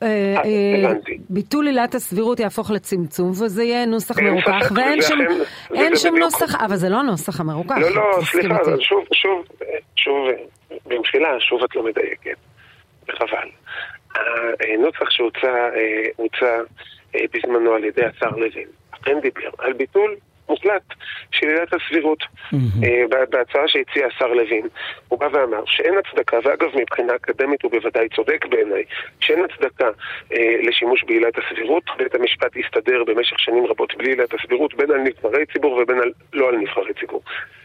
ביטול עילת הסבירות יהפוך לצמצום, וזה יהיה נוסח מרוכך, ואין שום נוסח, אבל זה לא נוסח המרוכך. לא, לא, סליחה, שוב, שוב, שוב, במחילה, שוב את לא מדייקת. וחבל. הנוסח שהוצא הוצא בזמנו על ידי השר לוין, אכן דיבר על ביטול מוחלט של עילת הסבירות. בהצעה שהציע השר לוין, הוא בא ואמר שאין הצדקה, ואגב מבחינה אקדמית הוא בוודאי צודק בעיניי, שאין הצדקה לשימוש בעילת הסבירות. בית המשפט יסתדר במשך שנים רבות בלי עילת הסבירות, בין על נבחרי ציבור ובין על לא על נבחרי ציבור.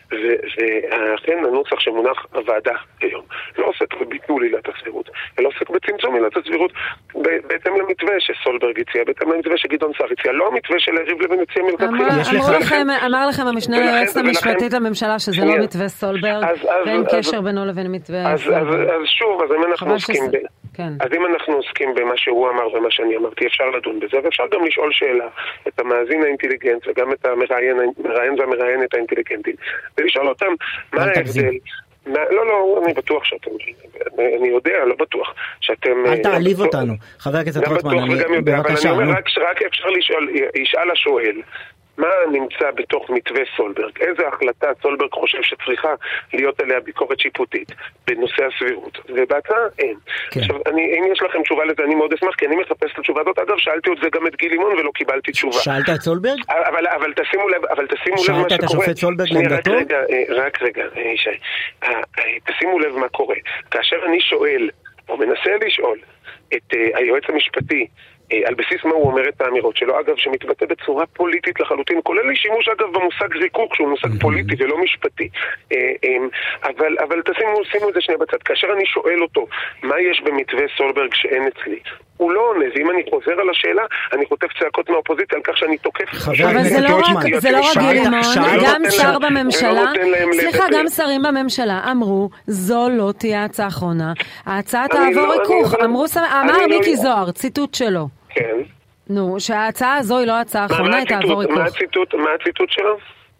ואכן הנוסח שמונח הוועדה היום לא עוסק בביטול עילת הסבירות, אלא עוסק בצמצום עילת הסבירות בהתאם למתווה שסולברג הציע, בהתאם למתווה שגדעון סער הציע, לא המתווה של יריב לוין הציע מלכתחילה. אמר לכם המשנה ליועצת המשפטית לממשלה שזה לא מתווה סולברג, ואין קשר בינו לבין מתווה. אז שוב, אז אם אנחנו עוסקים ב... כן. אז אם אנחנו עוסקים במה שהוא אמר ומה שאני אמרתי, אפשר לדון בזה, ואפשר גם לשאול שאלה את המאזין האינטליגנט וגם את המראיין והמראיינת האינטליגנטית, ולשאול אותם מה ההבדל. לא, לא, אני בטוח שאתם, אני יודע, לא בטוח שאתם... אל תעליב אותנו, חבר הכנסת רוטמן, בבקשה. אבל אני אומר, רק אפשר לשאול, ישאל השואל, מה נמצא בתוך מתווה סולברג? איזה החלטה סולברג חושב שצריכה להיות עליה ביקורת שיפוטית בנושא הסבירות? ובהצעה אין. כן. עכשיו, אני, אם יש לכם תשובה לזה, אני מאוד אשמח, כי אני מחפש את התשובה הזאת. אגב, שאלתי את זה גם את גיל לימון ולא קיבלתי תשובה. שאלת את סולברג? אבל, אבל תשימו לב, אבל תשימו לב מה שקורה. שאלת את השופט סולברג לעמדתו? רק רגע, רק רגע, ישי. תשימו לב מה קורה. כאשר אני שואל, או מנסה לשאול, את היועץ המשפטי, על בסיס מה הוא אומר את האמירות שלו, אגב, שמתבטא בצורה פוליטית לחלוטין, כולל לי שימוש אגב במושג זיקוק, שהוא מושג פוליטי ולא משפטי. אבל, אבל תשימו, שימו את זה שנייה בצד. כאשר אני שואל אותו, מה יש במתווה סולברג שאין אצלי? הוא לא עונה, ואם אני חוזר על השאלה, אני חוטף צעקות מהאופוזיציה על כך שאני תוקף. אבל זה לא רק, זה לא רק גיל לימון, גם שר בממשלה, סליחה, גם שרים בממשלה אמרו, זו לא תהיה הצעה האחרונה, ההצעה תעבור ריכוך, אמר מיקי זוהר, ציטוט שלו. כן. נו, שההצעה הזו היא לא הצעה האחרונה, היא תעבור ריכוך. מה הציטוט שלו?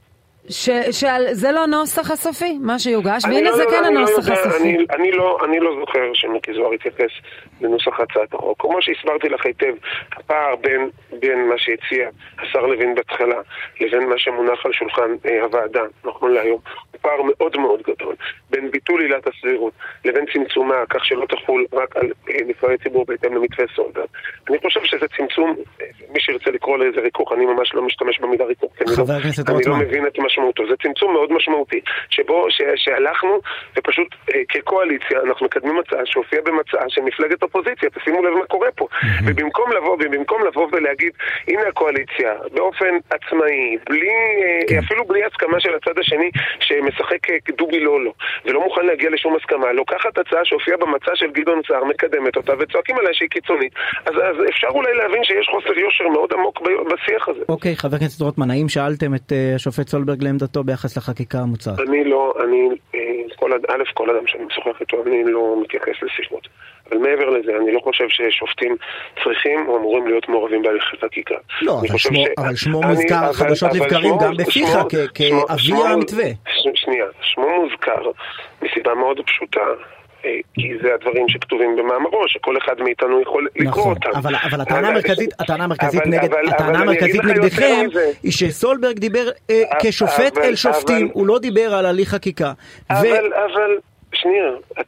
שזה לא נוסח הסופי, מה שיוגש, והנה זה כן הנוסח הסופי. אני לא זוכר שמיקי זוהר התייחס לנוסח הצעת החוק. כמו שהסברתי לך היטב, הפער בין מה שהציע השר לוין בהתחלה לבין מה שמונח על שולחן הוועדה, נכון להיום, הוא פער מאוד מאוד גדול. בין ביטול עילת הסבירות לבין צמצומה, כך שלא תחול רק על נבחרי ציבור בהתאם למתווה סולברג. אני חושב שזה צמצום, מי שירצה לקרוא לאיזה ריכוך, אני ממש לא משתמש במילה ריכוך, אני לא מבין את משמעותו. זה צמצום מאוד משמעותי, שבו, ש, שהלכנו, ופשוט אה, כקואליציה, אנחנו מקדמים הצעה שהופיע במצעה של מפלגת אופוזיציה, תשימו לב מה קורה פה. Mm-hmm. ובמקום לבוא, ובמקום לבוא ולהגיד, הנה הקואליציה, באופן עצמאי, בלי, אה, אפילו בלי הסכמה של הצד השני, שמשחק אה, דובי לולו, ולא מוכן להגיע לשום הסכמה, לוקחת הצעה שהופיע במצעה של גדעון סער, מקדמת אותה, וצועקים עליה שהיא קיצונית. אז, אז אפשר אולי להבין שיש חוסר יושר מאוד עמוק בשיח הזה. אוקיי, חבר הכנסת רוטמן, האם שאלתם את uh, השופט סולברג לעמדתו ביחס לחקיקה המוצעת? אני לא, אני, כל, א', כל אדם שאני משוחח איתו, אני לא מתייחס לשיחות. אבל מעבר לזה, אני לא חושב ששופטים צריכים או אמורים להיות מעורבים בהליכי חקיקה. לא, אבל שמו, ש... אבל שמו אני, מוזכר אבל, חדשות אבל לבקרים שמו, גם בפיך כאבי המתווה. שנייה, שמו מוזכר מסיבה מאוד פשוטה. כי זה הדברים שכתובים במאמרו, שכל אחד מאיתנו יכול לקרוא אותם. אבל, אבל הטענה המרכזית, הטענה המרכזית נגד, הטענה המרכזית נגדכם, היא שסולברג דיבר כשופט אל שופטים, הוא לא דיבר על הליך חקיקה. אבל, אבל, שנייה,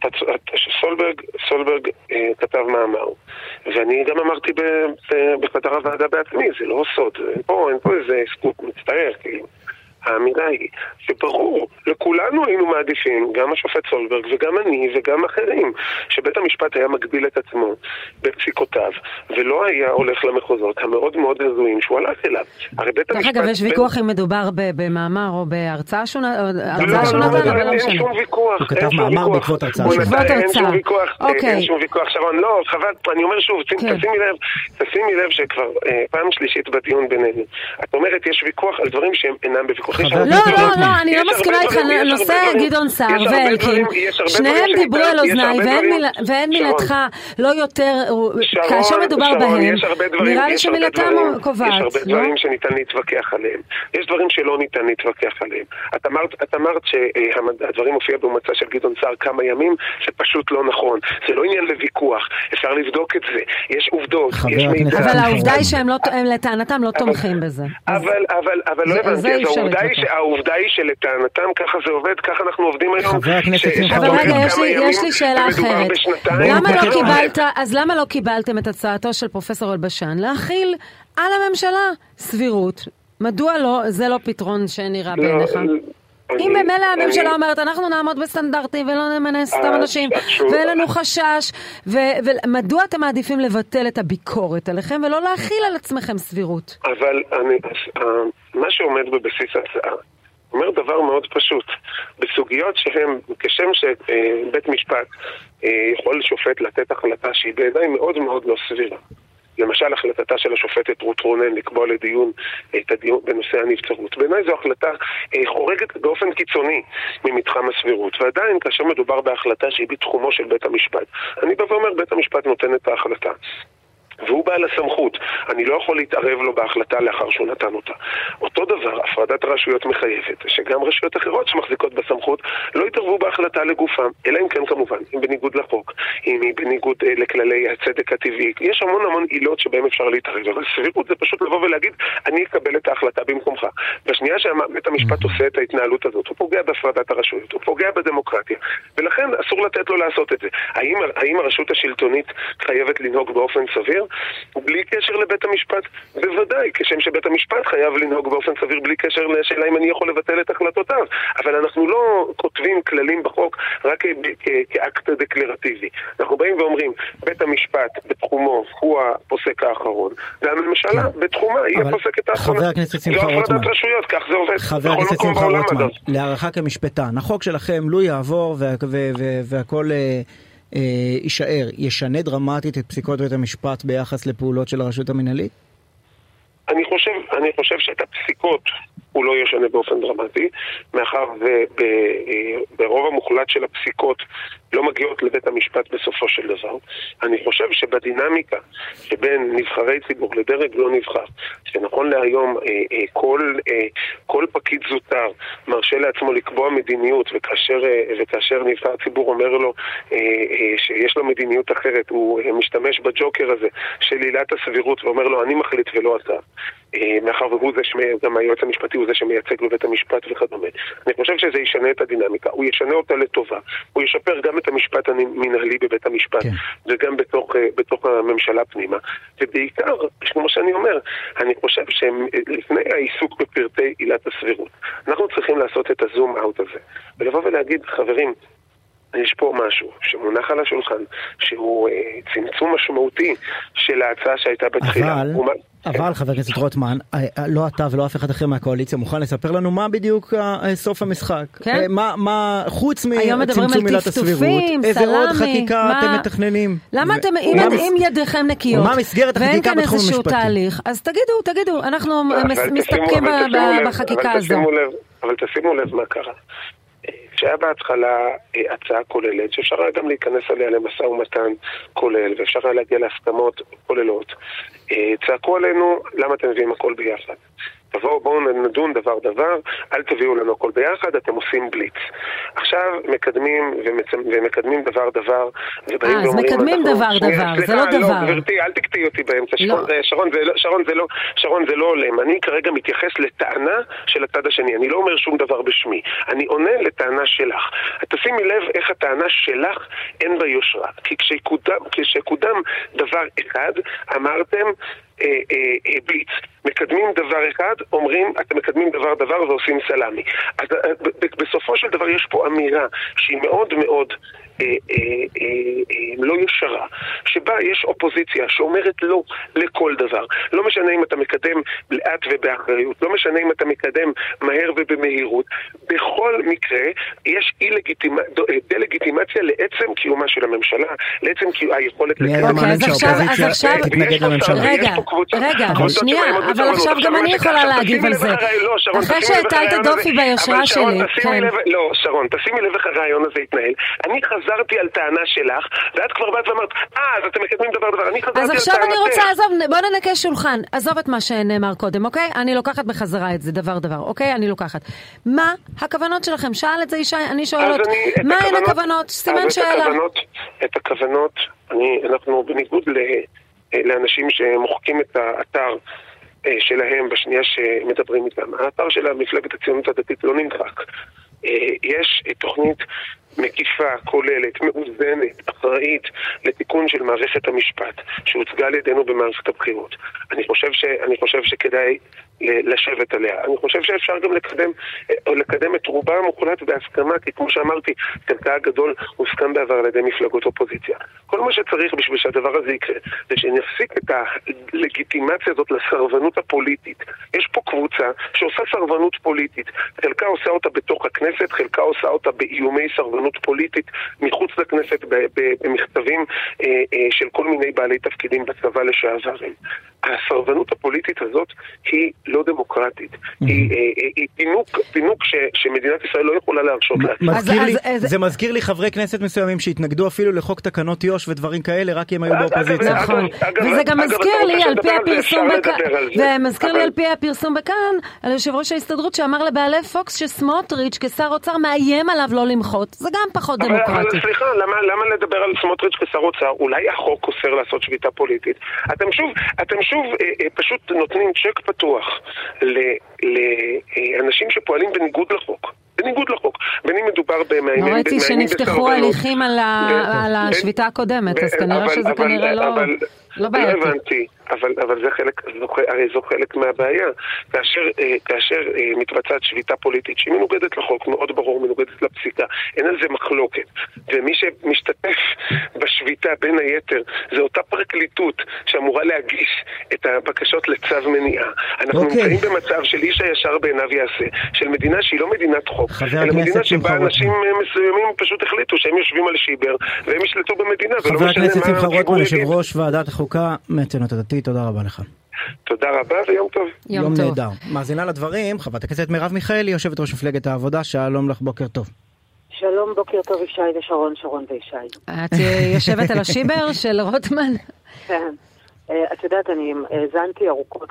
סולברג, סולברג כתב מאמר, ואני גם אמרתי בחדר הוועדה בעצמי, זה לא סוד, אין פה איזה סקופ מצטער, כאילו. האמירה היא שברור, לכולנו היינו מעדיפים, גם השופט סולברג וגם אני וגם אחרים, שבית המשפט היה מגביל את עצמו בפסיקותיו, ולא היה הולך למחוזות המאוד מאוד הזויים שהוא הלך אליו. הרי בית המשפט... אגב, יש ויכוח אם מדובר במאמר או בהרצאה שונה, הרצאה שונה, אין שום ויכוח. הוא כתב מאמר בעקבות הרצאה. אין שום ויכוח, אין שום ויכוח, שרון. לא, חבל, אני אומר שוב, תשימי לב, תשימי לב שכבר פעם שלישית בדיון בינינו. את אומרת, יש ויכוח על דברים שהם אינם בוויכוח. לא, לא, לא, אני לא מסכימה איתך, נושא גדעון סער ואלקין, שניהם דיברו על אוזניי, ואין מילתך לא יותר, כאשר מדובר בהם, נראה לי שמילתם קובעת. יש הרבה דברים שניתן להתווכח עליהם, יש דברים שלא ניתן להתווכח עליהם. את אמרת שהדברים מופיע במצע של גדעון סער כמה ימים, זה פשוט לא נכון, זה לא עניין לוויכוח, אפשר לבדוק את זה, יש עובדות, יש מידע. אבל העובדה היא שהם לטענתם לא תומכים בזה. אבל, אבל, אבל לא הבנתי, העובדה היא שלטענתם ככה זה עובד, ככה אנחנו עובדים היום. אבל רגע, יש לי שאלה אחרת. למה לא קיבלת, אז למה לא קיבלתם את הצעתו של פרופסור אלבשן להכיל על הממשלה סבירות? מדוע לא, זה לא פתרון שנראה בעיניך? אם במילא הממשלה אומרת, אנחנו נעמוד בסטנדרטים ולא נמנה סתם אנשים, ואין לנו חשש, ומדוע אתם מעדיפים לבטל את הביקורת עליכם ולא להכיל על עצמכם סבירות? אבל מה שעומד בבסיס ההצעה אומר דבר מאוד פשוט. בסוגיות שהן, כשם שבית משפט יכול שופט לתת החלטה שהיא בעיניי מאוד מאוד לא סבירה. למשל החלטתה של השופטת רות רונן לקבוע לדיון את הדיון בנושא הנבצרות. בעיניי זו החלטה חורגת באופן קיצוני ממתחם הסבירות, ועדיין כאשר מדובר בהחלטה שהיא בתחומו של בית המשפט, אני בא ואומר בית המשפט נותן את ההחלטה. והוא בעל הסמכות, אני לא יכול להתערב לו בהחלטה לאחר שהוא נתן אותה. אותו דבר, הפרדת הרשויות מחייבת, שגם רשויות אחרות שמחזיקות בסמכות לא יתערבו בהחלטה לגופם, אלא אם כן כמובן, אם בניגוד לחוק, אם היא בניגוד אה, לכללי הצדק הטבעי, יש המון המון עילות שבהם אפשר להתערב, אבל סבירות זה פשוט לבוא ולהגיד, אני אקבל את ההחלטה במקומך. בשנייה שבית המשפט עושה את ההתנהלות הזאת, הוא פוגע בהפרדת הרשויות, הוא פוגע בדמוקרטיה, ולכן אסור לתת לו לעשות את זה. האם, האם הרשות השלטונית חייבת לנהוג באופן סביר? בלי קשר לבית המשפט, בוודאי, כשם שבית המשפט חייב לנהוג באופן סביר בלי קשר לשאלה אם אני יכול לבטל את החלטותיו. אבל אנחנו לא כותבים כללים בחוק רק כאקט דקלרטיבי. אנחנו באים ואומרים, בית המשפט בתחומו הוא הפוסק האחרון, והממשלה בתחומה היא הפוסקת האחרונה. חבר הכנסת שמחה רוטמן, כך זה עובד. חבר הכנסת שמחה רוטמן, להערכה כמשפטן, החוק שלכם לא יעבור והכל אה, יישאר, ישנה דרמטית את פסיקות בית המשפט ביחס לפעולות של הרשות המנהלית? אני חושב, אני חושב שאת הפסיקות הוא לא ישנה באופן דרמטי, מאחר וברוב המוחלט של הפסיקות לא מגיעות לבית המשפט בסופו של דבר. אני חושב שבדינמיקה שבין נבחרי ציבור לדרג לא נבחר, שנכון להיום כל, כל פקיד זוטר מרשה לעצמו לקבוע מדיניות, וכאשר, וכאשר נבחר ציבור אומר לו שיש לו מדיניות אחרת, הוא משתמש בג'וקר הזה של עילת הסבירות ואומר לו אני מחליט ולא אתה. מאחר והוא זה שגם היועץ המשפטי הוא זה שמייצג בבית המשפט וכדומה. אני חושב שזה ישנה את הדינמיקה, הוא ישנה אותה לטובה, הוא ישפר גם את המשפט המנהלי בבית המשפט, כן. וגם בתוך, בתוך הממשלה פנימה. ובעיקר, כמו שאני אומר, אני חושב שלפני העיסוק בפרטי עילת הסבירות, אנחנו צריכים לעשות את הזום אאוט הזה, ולבוא ולהגיד, חברים, יש פה משהו שמונח על השולחן, שהוא אה, צמצום משמעותי של ההצעה שהייתה בתחילה. אבל, ומה... אבל חבר הכנסת רוטמן, לא אתה ולא אף אחד אחר מהקואליציה מוכן לספר לנו מה בדיוק סוף המשחק. כן? מה, מה, חוץ מצמצום עילת הסבירות, איזה עוד חקיקה מה... אתם מתכננים? למה ו... אתם, אם, מס... אם ידיכם נקיות, מה מסגרת החקיקה בתחום המשפטי? תהליך, אז תגידו, תגידו, אנחנו מסתפקים בחקיקה הזו. אבל תשימו לב מה קרה. כשהיה בהתחלה הצעה כוללת, שאפשר היה גם להיכנס עליה למשא ומתן כולל, ואפשר היה להגיע להסכמות כוללות, צעקו עלינו, למה אתם מביאים הכל ביחד? תבואו, בואו נדון דבר דבר, אל תביאו לנו הכל ביחד, אתם עושים בליץ. עכשיו מקדמים ומקדמים דבר דבר, אה, אז מקדמים דבר דבר, זה לא דבר. לא, גברתי, אל תקטעי אותי באמצע, שרון, זה לא עולם. אני כרגע מתייחס לטענה של הצד השני, אני לא אומר שום דבר בשמי, אני עונה לטענה שלך. תשימי לב איך הטענה שלך אין בה יושרה, כי כשקודם דבר אחד, אמרתם, אה, אה, אה, בליץ. מקדמים דבר אחד, אומרים, אתם מקדמים דבר דבר ועושים סלמי. אז בסופו של דבר יש פה אמירה שהיא מאוד מאוד אה, אה, אה, אה, לא ישרה, שבה יש אופוזיציה שאומרת לא לכל דבר. לא משנה אם אתה מקדם לאט ובאחריות, לא משנה אם אתה מקדם מהר ובמהירות. בכל מקרה יש דה-לגיטימציה לעצם קיומה של הממשלה, לעצם היכולת לקדם. אוקיי, אז עכשיו, רגע, רגע, שנייה, אבל עכשיו גם אני יכולה להגיב על זה. אחרי שהטלת דופי ביושרה שלי. לא, שרון, תשימי לב איך הרעיון הזה יתנהל. אני חזרתי על טענה שלך, ואת כבר באת ואמרת, אה, אז אתם מקדמים דבר דבר. אז עכשיו אני רוצה, עזוב, בוא ננקה שולחן. עזוב את מה שנאמר קודם, אוקיי? אני לוקחת בחזרה את זה, דבר דבר, אוקיי? אני לוקחת. מה הכוונות שלכם? שאל את זה ישי, אני שואלת, מה הן הכוונות? סימן שאלה. את הכוונות, אנחנו בניגוד לאנשים שמוחקים את האתר שלהם בשנייה שמדברים איתם. האתר של המפלגת הציונות הדתית לא נמחק. יש תוכנית מקיפה, כוללת, מאוזנת, אחראית לתיקון של מערכת המשפט שהוצגה על ידינו במערכת הבחירות. אני חושב ש, אני חושב שכדאי לשבת עליה. אני חושב שאפשר גם לקדם, או לקדם את רובה המוחלט בהסכמה, כי כמו שאמרתי, חלקה הגדול הוסכם בעבר על ידי מפלגות אופוזיציה. כל מה שצריך בשביל שהדבר הזה יקרה, זה שנפסיק את הלגיטימציה הזאת לסרבנות הפוליטית. יש פה קבוצה שעושה סרבנות פוליטית. חלקה עושה אותה בתוך הכנסת, חלקה עושה אותה באיומי סרבנות פוליטית מחוץ לכנסת, במכתבים של כל מיני בעלי תפקידים בצבא לשעברים. הסרבנות הפוליטית הזאת היא לא דמוקרטית. היא פינוק שמדינת ישראל לא יכולה להרשות לעצמה. זה מזכיר לי חברי כנסת מסוימים שהתנגדו אפילו לחוק תקנות יו"ש ודברים כאלה, רק אם היו באופוזיציה. נכון. וזה גם מזכיר לי על פי הפרסום בכאן, ומזכיר לי על פי הפרסום בכאן, על יושב ראש ההסתדרות שאמר לבעלי פוקס שסמוטריץ' כשר אוצר מאיים עליו לא למחות. זה גם פחות דמוקרטי. אבל סליחה, למה לדבר על סמוטריץ' כשר אוצר? אולי החוק אוסר לעשות שביתה פוליטית. אתם שוב, אתם שוב פשוט נותנים צ'ק פתוח לאנשים שפועלים בניגוד לחוק. בניגוד לחוק. בין אם מדובר במאיימים... ראיתי שנפתחו הליכים על השביתה הקודמת, אז כנראה שזה כנראה לא בעייתי. לא הבנתי, אבל זה חלק, הרי זו חלק מהבעיה. כאשר מתבצעת שביתה פוליטית שהיא מנוגדת לחוק, מאוד ברור, מנוגדת לפסיקה, אין על זה מחלוקת. ומי שמשתתף השביתה בין היתר זה אותה פרקליטות שאמורה להגיש את הבקשות לצו מניעה. אנחנו נמצאים במצב של איש הישר בעיניו יעשה, של מדינה שהיא לא מדינת חוק, אלא מדינה שבה אנשים מסוימים פשוט החליטו שהם יושבים על שיבר והם ישלטו במדינה. חבר הכנסת שמחה רוטמן, יושב ראש ועדת החוקה מהציונות הדתית, תודה רבה לך. תודה רבה ויום טוב. יום נהדר. מאזינה לדברים, חברת הכנסת מרב מיכאלי, יושבת ראש מפלגת העבודה, שלום לך, בוקר טוב. שלום, בוקר טוב ישי ושרון, שרון וישי. את יושבת על השיבר של רוטמן? כן. את יודעת, אני האזנתי ארוכות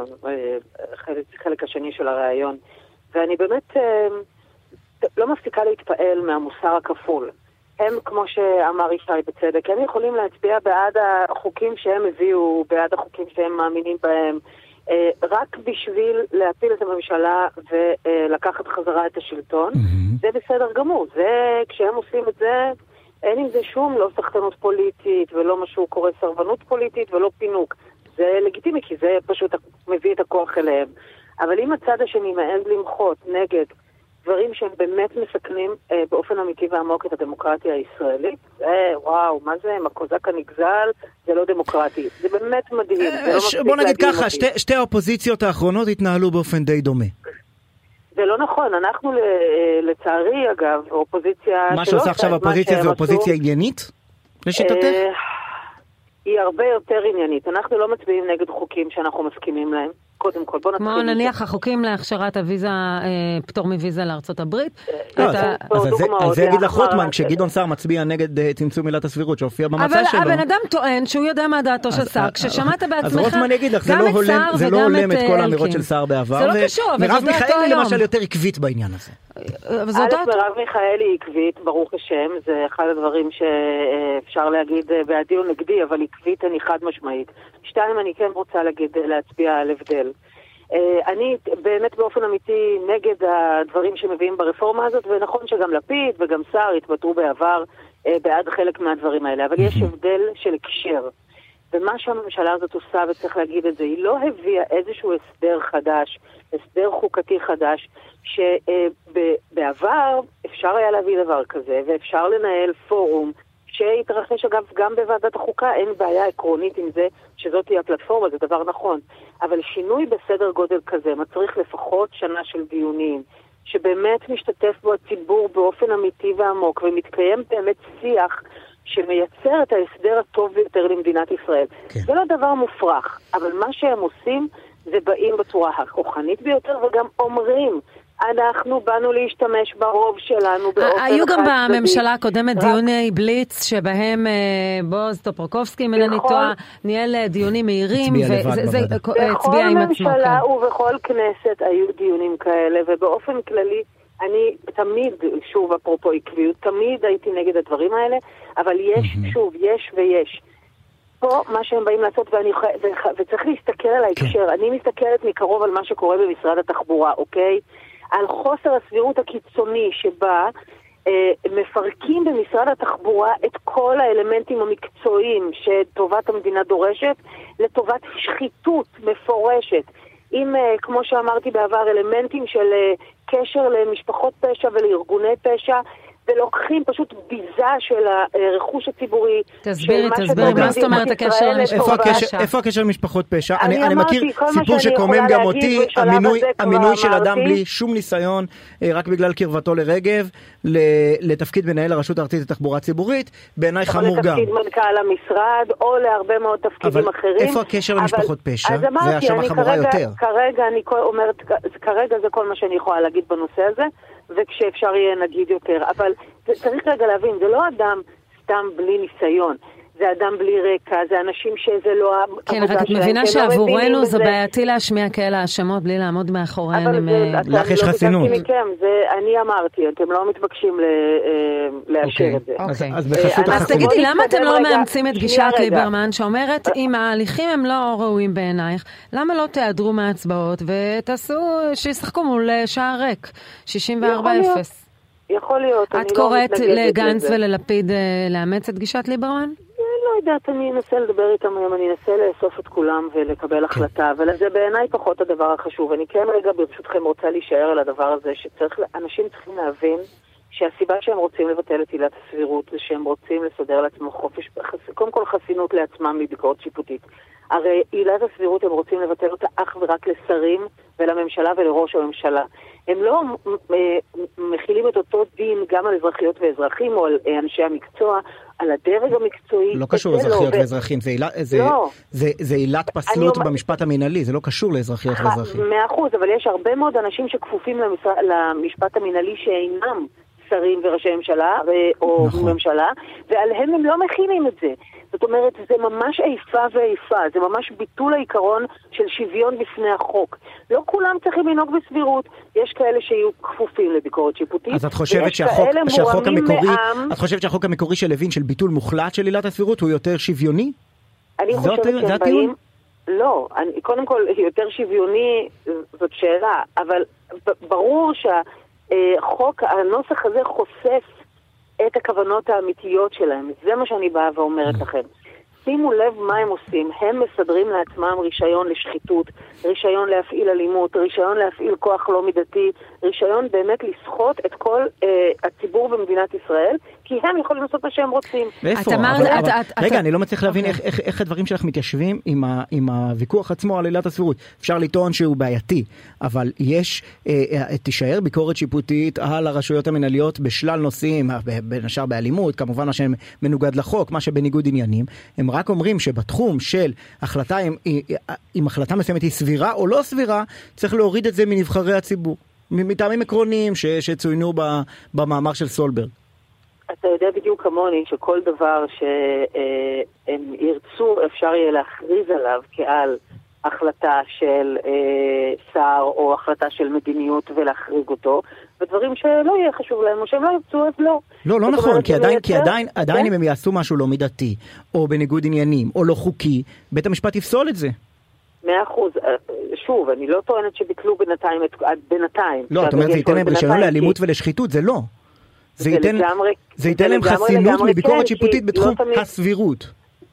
לחלק השני של הרעיון, ואני באמת לא מפסיקה להתפעל מהמוסר הכפול. הם, כמו שאמר ישי בצדק, הם יכולים להצביע בעד החוקים שהם הביאו, בעד החוקים שהם מאמינים בהם, רק בשביל להפיל את הממשלה ולקחת חזרה את השלטון. Mm-hmm. זה בסדר גמור. זה, כשהם עושים את זה, אין עם זה שום לא סחטנות פוליטית ולא משהו קורא סרבנות פוליטית ולא פינוק. זה לגיטימי, כי זה פשוט מביא את הכוח אליהם. אבל אם הצד השני מעז למחות נגד דברים שהם באמת מסכנים אה, באופן אמיתי ועמוק את הדמוקרטיה הישראלית, אה, וואו, מה זה? מקוזק הנגזל, זה לא דמוקרטי. זה באמת מדהים. זה לא ש... בוא נגיד ככה, שתי, שתי האופוזיציות האחרונות התנהלו באופן די דומה. זה לא נכון, אנחנו לצערי אגב, אופוזיציה... מה שעושה עכשיו האופוזיציה זה אופוזיציה עניינית? לשיטתך? אה, היא הרבה יותר עניינית. אנחנו לא מצביעים נגד חוקים שאנחנו מסכימים להם. קודם כל, בוא נתחיל. כמו נניח החוקים להכשרת הוויזה, פטור מוויזה לארצות הברית. על זה יגיד לך רוטמן, כשגדעון סער מצביע נגד צמצום עילת הסבירות שהופיע במצע שלו. אבל הבן אדם טוען שהוא יודע מה דעתו של סער, כששמעת בעצמך אז רוטמן יגיד לך, זה לא הולם את כל האמירות של סער בעבר. זה לא קשור, אבל מרב מיכאלי למשל יותר עקבית בעניין הזה. א', מרב מיכאלי עקבית, ברוך השם, זה אחד הדברים שאפשר להגיד בעדי או נגדי, אבל עקבית אני חד משמעית. שתיים, אני כן רוצה להגיד, להצביע על הבדל. אני באמת באופן אמיתי נגד הדברים שמביאים ברפורמה הזאת, ונכון שגם לפיד וגם סער התבטאו בעבר בעד חלק מהדברים האלה, אבל יש הבדל של הקשר. ומה שהממשלה הזאת עושה, וצריך להגיד את זה, היא לא הביאה איזשהו הסדר חדש, הסדר חוקתי חדש, שבעבר אפשר היה להביא דבר כזה, ואפשר לנהל פורום, שהתרחש אגב גם בוועדת החוקה, אין בעיה עקרונית עם זה שזאת תהיה הפלטפורמה, זה דבר נכון. אבל שינוי בסדר גודל כזה מצריך לפחות שנה של דיונים, שבאמת משתתף בו הציבור באופן אמיתי ועמוק, ומתקיים באמת שיח שמייצר את ההסדר הטוב ביותר למדינת ישראל. כן. זה לא דבר מופרך, אבל מה שהם עושים זה באים בצורה הכוחנית ביותר, וגם אומרים, אנחנו באנו להשתמש ברוב שלנו באופן חד צדדי. היו גם בממשלה הקודמת דיוני בליץ, שבהם בועז טופורקובסקי, אם אני טועה, ניהל דיונים מהירים, בכל ממשלה ובכל כנסת היו דיונים כאלה, ובאופן כללי, אני תמיד, שוב אפרופו עקביות, תמיד הייתי נגד הדברים האלה, אבל יש, שוב, יש ויש. פה מה שהם באים לעשות, ואני, וצריך להסתכל על ההקשר. אני מסתכלת מקרוב על מה שקורה במשרד התחבורה, אוקיי? על חוסר הסבירות הקיצוני שבה אה, מפרקים במשרד התחבורה את כל האלמנטים המקצועיים שטובת המדינה דורשת לטובת שחיתות מפורשת. עם, אה, כמו שאמרתי בעבר, אלמנטים של אה, קשר למשפחות פשע ולארגוני פשע, ולוקחים פשוט ביזה של הרכוש הציבורי. תסבירי, תסבירי, מה זאת אומרת הקשר למשפחות פשע? איפה הקשר למשפחות פשע? אני מכיר סיפור שקומם גם אותי, המינוי של אדם בלי שום ניסיון, רק בגלל קרבתו לרגב, לתפקיד מנהל הרשות הארצית לתחבורה ציבורית, בעיניי חמור גם. לתפקיד מנכ"ל המשרד, או להרבה מאוד תפקידים אחרים. אבל איפה הקשר למשפחות פשע? זה האשמה חמורה יותר. כרגע אני אומרת, כרגע זה כל מה שאני יכולה להגיד בנושא הזה, וכשאפשר יהיה נגיד יותר. אבל צריך רגע להבין, זה לא אדם סתם בלי ניסיון. זה אדם בלי רקע, זה אנשים שזה לא... כן, רק את מבינה שעבורנו זה בעייתי להשמיע כאלה האשמות בלי לעמוד מאחוריהן. לך יש חסינות. אני אמרתי, אתם לא מתבקשים לאשר את זה. אז תגידי, למה אתם לא מאמצים את גישת ליברמן שאומרת, אם ההליכים הם לא ראויים בעינייך, למה לא תיעדרו מההצבעות ותעשו, שישחקו מול שער ריק, שישים וארבע אפס? יכול להיות. את קוראת לגנץ וללפיד לאמץ את גישת ליברמן? לא יודעת, אני אנסה לדבר איתם היום, אני אנסה לאסוף את כולם ולקבל החלטה, אבל זה בעיניי פחות הדבר החשוב. אני כן רגע ברשותכם רוצה להישאר על הדבר הזה, שאנשים צריכים להבין שהסיבה שהם רוצים לבטל את עילת הסבירות זה שהם רוצים לסדר לעצמם חופש, קודם כל חסינות לעצמם מביקורת שיפוטית. הרי עילת הסבירות הם רוצים לבטל אותה אך ורק לשרים ולממשלה ולראש הממשלה. הם לא מכילים את אותו דין גם על אזרחיות ואזרחים או על אנשי המקצוע, על הדרג המקצועי. לא קשור לאזרחיות ואזרחים, זה עילת פסלות במשפט המנהלי, זה לא קשור לאזרחיות ואזרחים. מאה אחוז, אבל יש הרבה מאוד אנשים שכפופים למשפט המנהלי שאינם שרים וראשי ממשלה או ממשלה, ועליהם הם לא מכילים את זה. זאת אומרת, זה ממש איפה ואיפה, זה ממש ביטול העיקרון של שוויון בפני החוק. לא כולם צריכים לנהוג בסבירות, יש כאלה שיהיו כפופים לביקורת שיפוטית. אז את חושבת שהחוק, שהחוק המקורי, מעם, את חושבת שהחוק המקורי של לוין של ביטול מוחלט של עילת הסבירות הוא יותר שוויוני? אני חושבת שהם באים, לא, אני, קודם כל יותר שוויוני זאת שאלה, אבל ברור שהחוק, הנוסח הזה חושף את הכוונות האמיתיות שלהם. זה מה שאני באה ואומרת לכם. שימו לב מה הם עושים. הם מסדרים לעצמם רישיון לשחיתות, רישיון להפעיל אלימות, רישיון להפעיל כוח לא מידתי, רישיון באמת לסחוט את כל אה, הציבור במדינת ישראל, כי הם יכולים לעשות מה שהם רוצים. איפה? רגע, אני לא מצליח להבין איך הדברים שלך מתיישבים עם הוויכוח עצמו על עילת הסבירות. אפשר לטעון שהוא בעייתי, אבל יש, תישאר ביקורת שיפוטית על הרשויות המנהליות בשלל נושאים, בין השאר באלימות, כמובן מה שמנוגד לחוק, מה שבניגוד עניינים. הם רק אומרים שבתחום של החלטה, אם החלטה מסוימת היא סבירה או לא סבירה, צריך להוריד את זה מנבחרי הציבור, מטעמים עקרוניים שצוינו במאמר של סולברג. אתה יודע בדיוק כמוני שכל דבר שהם ירצו אפשר יהיה להכריז עליו כעל החלטה של שר או החלטה של מדיניות ולהחריג אותו, ודברים שלא יהיה חשוב להם או שהם לא ירצו אז לא. לא, לא נכון, כי עדיין, כי עדיין, עדיין אם הם יעשו משהו לא מידתי או בניגוד עניינים או לא חוקי, בית המשפט יפסול את זה. מאה אחוז. שוב, אני לא טוענת שביטלו בינתיים, בינתיים. לא, זאת אומרת, זה ייתן להם רישיון לאלימות ולשחיתות, זה לא. זה ייתן, זה ייתן להם חסינות מביקורת שיפוטית בתחום הסבירות.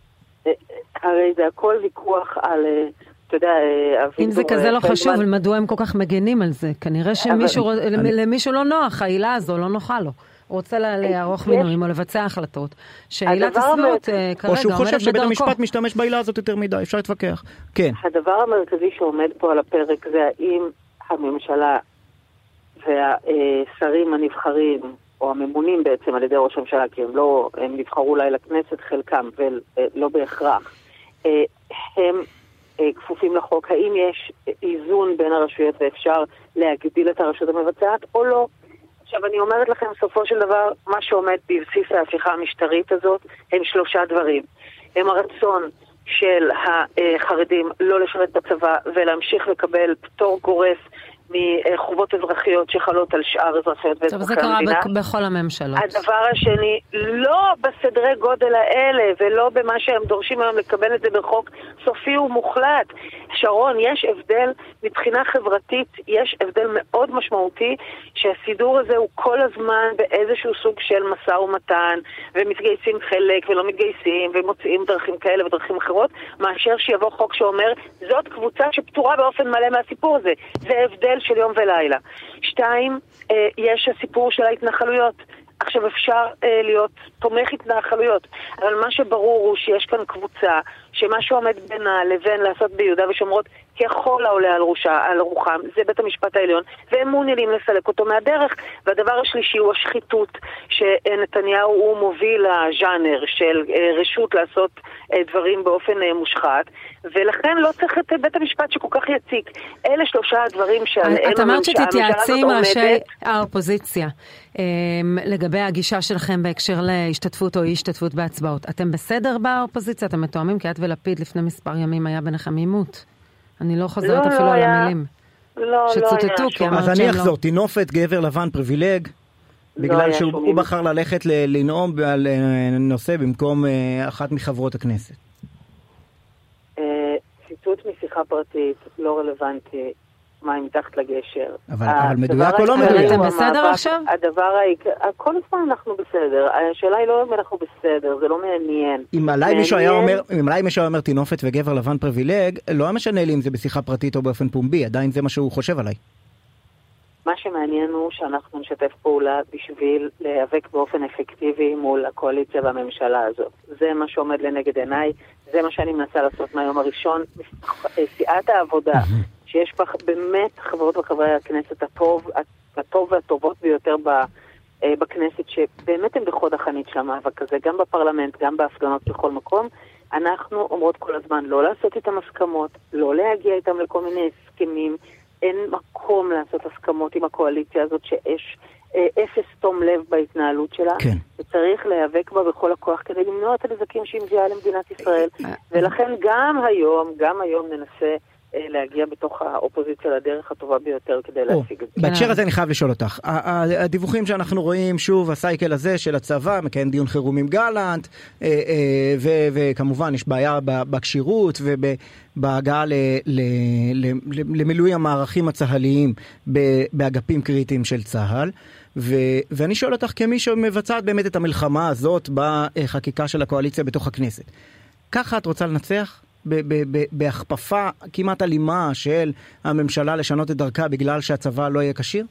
הרי זה הכל ויכוח על, אתה יודע, אם זה כזה לא חשוב, מדוע הם כל כך מגנים על זה? כנראה שלמישהו לא נוח, העילה הזו לא נוחה לו. הוא רוצה לערוך מינויים או לבצע החלטות שעילת הסבירות כרגע עומדת בדרכו. או שהוא חושב שבית המשפט משתמש בעילה הזאת יותר מדי, אפשר להתווכח. כן. הדבר המרכזי שעומד פה על הפרק זה האם הממשלה והשרים הנבחרים או הממונים בעצם על ידי ראש הממשלה, כי הם לא, הם נבחרו אולי לכנסת חלקם ולא בהכרח, הם כפופים לחוק. האם יש איזון בין הרשויות ואפשר להגביל את הרשות המבצעת או לא? עכשיו אני אומרת לכם, בסופו של דבר, מה שעומד בבסיס ההפיכה המשטרית הזאת, הם שלושה דברים. הם הרצון של החרדים לא לשרת בצבא ולהמשיך לקבל פטור גורף מחובות אזרחיות שחלות על שאר אזרחיות ואזרחי המדינה. טוב, זה קרה בכל הממשלות. הדבר השני, לא בסדרי גודל האלה ולא במה שהם דורשים היום לקבל את זה בחוק סופי ומוחלט. שרון, יש הבדל מבחינה חברתית, יש הבדל מאוד משמעותי שהסידור הזה הוא כל הזמן באיזשהו סוג של משא ומתן ומתגייסים חלק ולא מתגייסים ומוצאים דרכים כאלה ודרכים אחרות, מאשר שיבוא חוק שאומר זאת קבוצה שפטורה באופן מלא מהסיפור הזה. זה הבדל של יום ולילה. שתיים, אה, יש הסיפור של ההתנחלויות. עכשיו אפשר אה, להיות תומך התנחלויות, אבל מה שברור הוא שיש כאן קבוצה שמה שעומד בינה לבין לעשות ביהודה ושומרות ככל העולה על, ראשה, על רוחם, זה בית המשפט העליון, והם מעוניינים לסלק אותו מהדרך. והדבר השלישי הוא השחיתות, שנתניהו הוא מוביל הז'אנר של רשות לעשות דברים באופן מושחת, ולכן לא צריך את בית המשפט שכל כך יציק. אלה שלושה הדברים שעליהם את אמרת שתתייעצי עם ראשי האופוזיציה לגבי הגישה שלכם בהקשר להשתתפות או אי השתתפות בהצבעות. אתם בסדר באופוזיציה? אתם מתואמים? כי את ולפיד לפני מספר ימים היה ביניכם עימות. אני לא חוזרת אפילו על המילים שצוטטו, כי אמרת שהם לא. אז אני אחזור, תינופת גבר לבן פריבילג, בגלל שהוא בחר ללכת לנאום על נושא במקום אחת מחברות הכנסת. ציטוט משיחה פרטית, לא רלוונטי, מים מתחת לגשר. אבל מדויק או לא מדויק? אתם בסדר עכשיו? הדבר, כל הזמן אנחנו בסדר. השאלה היא לא אם אנחנו בסדר, זה לא מעניין. אם עליי מישהו היה אומר, אם עליי מישהו היה אומר תינופת וגבר לבן פריבילג, לא משנה לי אם זה בשיחה פרטית או באופן פומבי, עדיין זה מה שהוא חושב עליי. מה שמעניין הוא שאנחנו נשתף פעולה בשביל להיאבק באופן אפקטיבי מול הקואליציה והממשלה הזאת. זה מה שעומד לנגד עיניי, זה מה שאני מנסה לעשות מהיום הראשון. סיעת העבודה, שיש בה באמת חברות וחברי הכנסת הטוב, הטוב והטובות ביותר בכנסת, שבאמת הם בחוד החנית של המאבק הזה, גם בפרלמנט, גם בהפגנות בכל מקום. אנחנו אומרות כל הזמן לא לעשות איתם הסכמות, לא להגיע איתם לכל מיני הסכמים, אין מקום לעשות הסכמות עם הקואליציה הזאת שיש אה, אפס תום לב בהתנהלות שלה, כן. וצריך להיאבק בה בכל הכוח כדי למנוע את הנזקים שהיא מביאה למדינת ישראל, ולכן גם היום, גם היום ננסה אה, להגיע בתוך האופוזיציה לדרך הטובה ביותר כדי להשיג את זה. בהקשר הזה אני חייב לשאול אותך, הדיווחים שאנחנו רואים, שוב, הסייקל הזה של הצבא, מקיים דיון חירום עם גלנט, וכמובן יש בעיה בקשירות ובהגעה למילוי המערכים הצהליים באגפים קריטיים של צה"ל, ואני שואל אותך כמי שמבצעת באמת את המלחמה הזאת בחקיקה של הקואליציה בתוך הכנסת. ככה את רוצה לנצח? בהכפפה כמעט אלימה של הממשלה לשנות את דרכה בגלל שהצבא לא יהיה כשיר?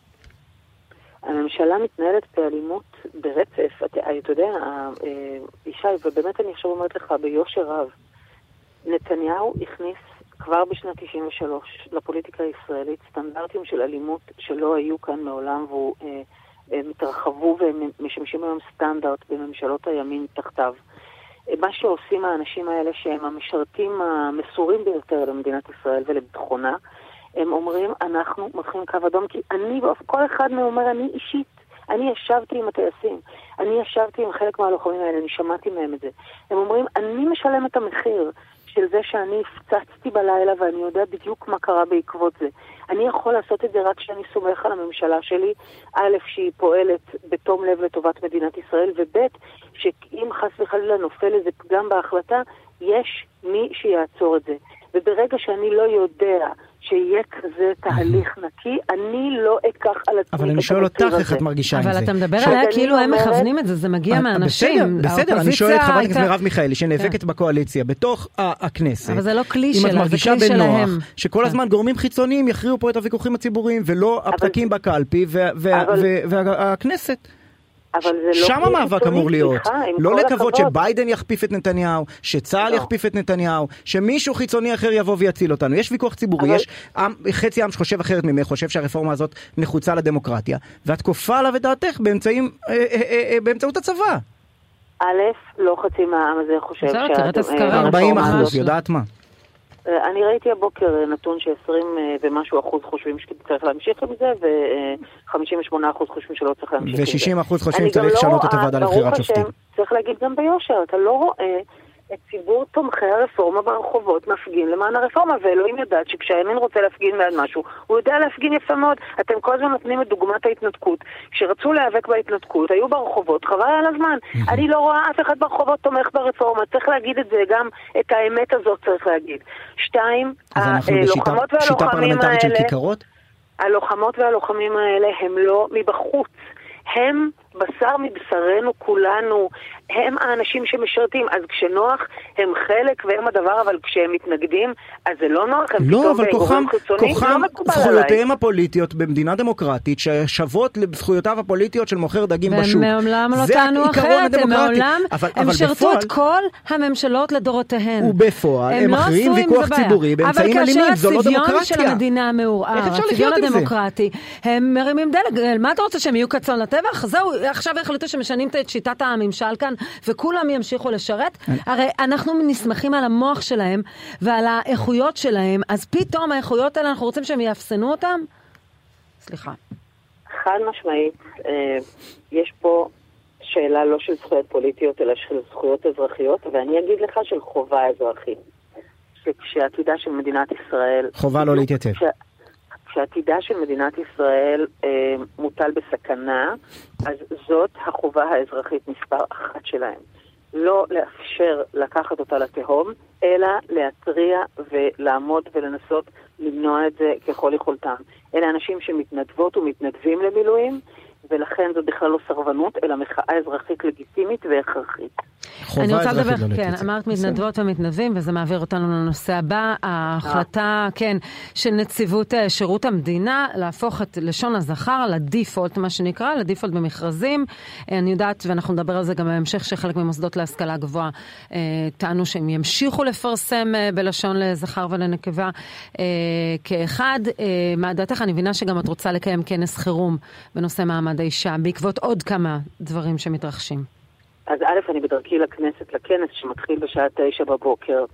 הממשלה מתנהלת באלימות ברצף. אתה יודע, ישי, ובאמת אני עכשיו אומרת לך ביושר רב, נתניהו הכניס כבר בשנת תשעים ושלוש לפוליטיקה הישראלית סטנדרטים של אלימות שלא היו כאן מעולם, והוא מתרחבו ומשמשים היום סטנדרט בממשלות הימין תחתיו. מה שעושים האנשים האלה שהם המשרתים המסורים ביותר למדינת ישראל ולביטחונה, הם אומרים, אנחנו מתחילים קו אדום, כי אני, כל אחד מהם אומר, אני אישית, אני ישבתי עם הטייסים, אני ישבתי עם חלק מהלוחמים האלה, אני שמעתי מהם את זה. הם אומרים, אני משלם את המחיר של זה שאני הפצצתי בלילה ואני יודע בדיוק מה קרה בעקבות זה. אני יכול לעשות את זה רק כשאני סומך על הממשלה שלי, א', שהיא פועלת בתום לב לטובת מדינת ישראל, וב', שאם חס וחלילה נופל איזה פגם בהחלטה, יש מי שיעצור את זה. וברגע שאני לא יודע שיהיה כזה תהליך נקי, אני לא אקח על עצמי. אבל אני שואל אותך איך את מרגישה עם זה. אבל אתה מדבר עליה כאילו הם מכוונים את זה, זה מגיע מהאנשים. בסדר, בסדר, אני שואל את חברת הכנסת מרב מיכאלי, שנאבקת בקואליציה, בתוך הכנסת. אבל זה לא כלי שלה, אם את מרגישה בנוח, שכל הזמן גורמים חיצוניים יכריעו פה את הוויכוחים הציבוריים, ולא הפתקים בקלפי והכנסת. שם המאבק אמור להיות. לא לקוות שביידן יכפיף את נתניהו, שצה"ל יכפיף את נתניהו, שמישהו חיצוני אחר יבוא ויציל אותנו. יש ויכוח ציבורי, יש חצי עם שחושב אחרת ממך, חושב שהרפורמה הזאת נחוצה לדמוקרטיה, ואת כופה עליו את דעתך באמצעות הצבא. א', לא חצי מהעם הזה חושב ארבעים אחוז, יודעת מה? אני ראיתי הבוקר נתון ש-עשרים ומשהו אחוז חושבים שצריך להמשיך עם זה, ו-חמישים ושמונה אחוז חושבים שלא צריך להמשיך עם זה. ו-שישים אחוז חושבים שצריך לשנות את הוועדה לבחירת שופטים. צריך להגיד גם ביושר, אתה לא רואה את ציבור תומכי הרפורמה ברחובות מפגין למען הרפורמה, ואלוהים יודעת שכשהימין רוצה להפגין מעד משהו, הוא יודע להפגין יפה מאוד. אתם כל הזמן נותנים את דוגמת ההתנתקות. כשרצו להיאבק בהתנתקות, היו ברחובות, חבל על הזמן. אני לא רואה אף אחד ברחובות תומך ברפורמה. צריך להגיד את זה, גם את האמת הזאת צריך להגיד. שתיים, הלוחמות והלוחמים האלה, הלוחמות והלוחמים האלה הם לא מבחוץ. הם בשר מבשרנו כולנו, הם האנשים שמשרתים, אז כשנוח הם חלק והם הדבר, אבל כשהם מתנגדים, אז זה לא נוח, הם לא, אבל כוחם, כוחם זכויותיהם הפוליטיות במדינה דמוקרטית, ששוות לזכויותיו הפוליטיות של מוכר דגים בשוק. ומעולם לא טענו אחרת, הם מעולם, הם שרתו את כל הממשלות לדורותיהן. ובפועל, הם מכריעים ויכוח ציבורי, באמצעים אלימים, זו לא דמוקרטיה. אבל כאשר הצביון של המדינה מעורער, הצביון הדמוקרטי, הם מרימים דלג, מה אתה רוצה שהם יהיו כצאן לטבח? זהו, עכשיו החליטו שמשנים את שיטת הממשל כאן, וכולם ימשיכו לשרת. הרי אנחנו נסמכים על המוח שלהם, ועל האיכויות שלהם, אז פתאום האיכויות האלה, אנחנו רוצים שהם יאפסנו אותם? סליחה. חד משמעית, יש פה שאלה לא של זכויות פוליטיות, אלא של זכויות אזרחיות, ואני אגיד לך של חובה אזרחית. שכשעתידה של מדינת ישראל... חובה לא להתייצב. כשעתידה של מדינת ישראל אה, מוטל בסכנה, אז זאת החובה האזרחית מספר אחת שלהם. לא לאפשר לקחת אותה לתהום, אלא להטריע ולעמוד ולנסות למנוע את זה ככל יכולתם. אלה אנשים שמתנדבות ומתנדבים למילואים, ולכן זו בכלל לא סרבנות, אלא מחאה אזרחית לגיטימית והכרחית. אני רוצה לדבר, כן, אמרת מתנדבות ומתנדבים, וזה מעביר אותנו לנושא הבא, ההחלטה, כן, של נציבות שירות המדינה, להפוך את לשון הזכר לדיפולט, מה שנקרא, לדיפולט במכרזים. אני יודעת, ואנחנו נדבר על זה גם בהמשך, שחלק ממוסדות להשכלה גבוהה טענו שהם ימשיכו לפרסם בלשון לזכר ולנקבה כאחד. מה דעתך? אני מבינה שגם את רוצה לקיים כנס חירום בנושא מעמד האישה, בעקבות עוד כמה דברים שמתרחשים. אז א', אני בדרכי לכנסת, לכנס שמתחיל בשעה תשע בבוקר.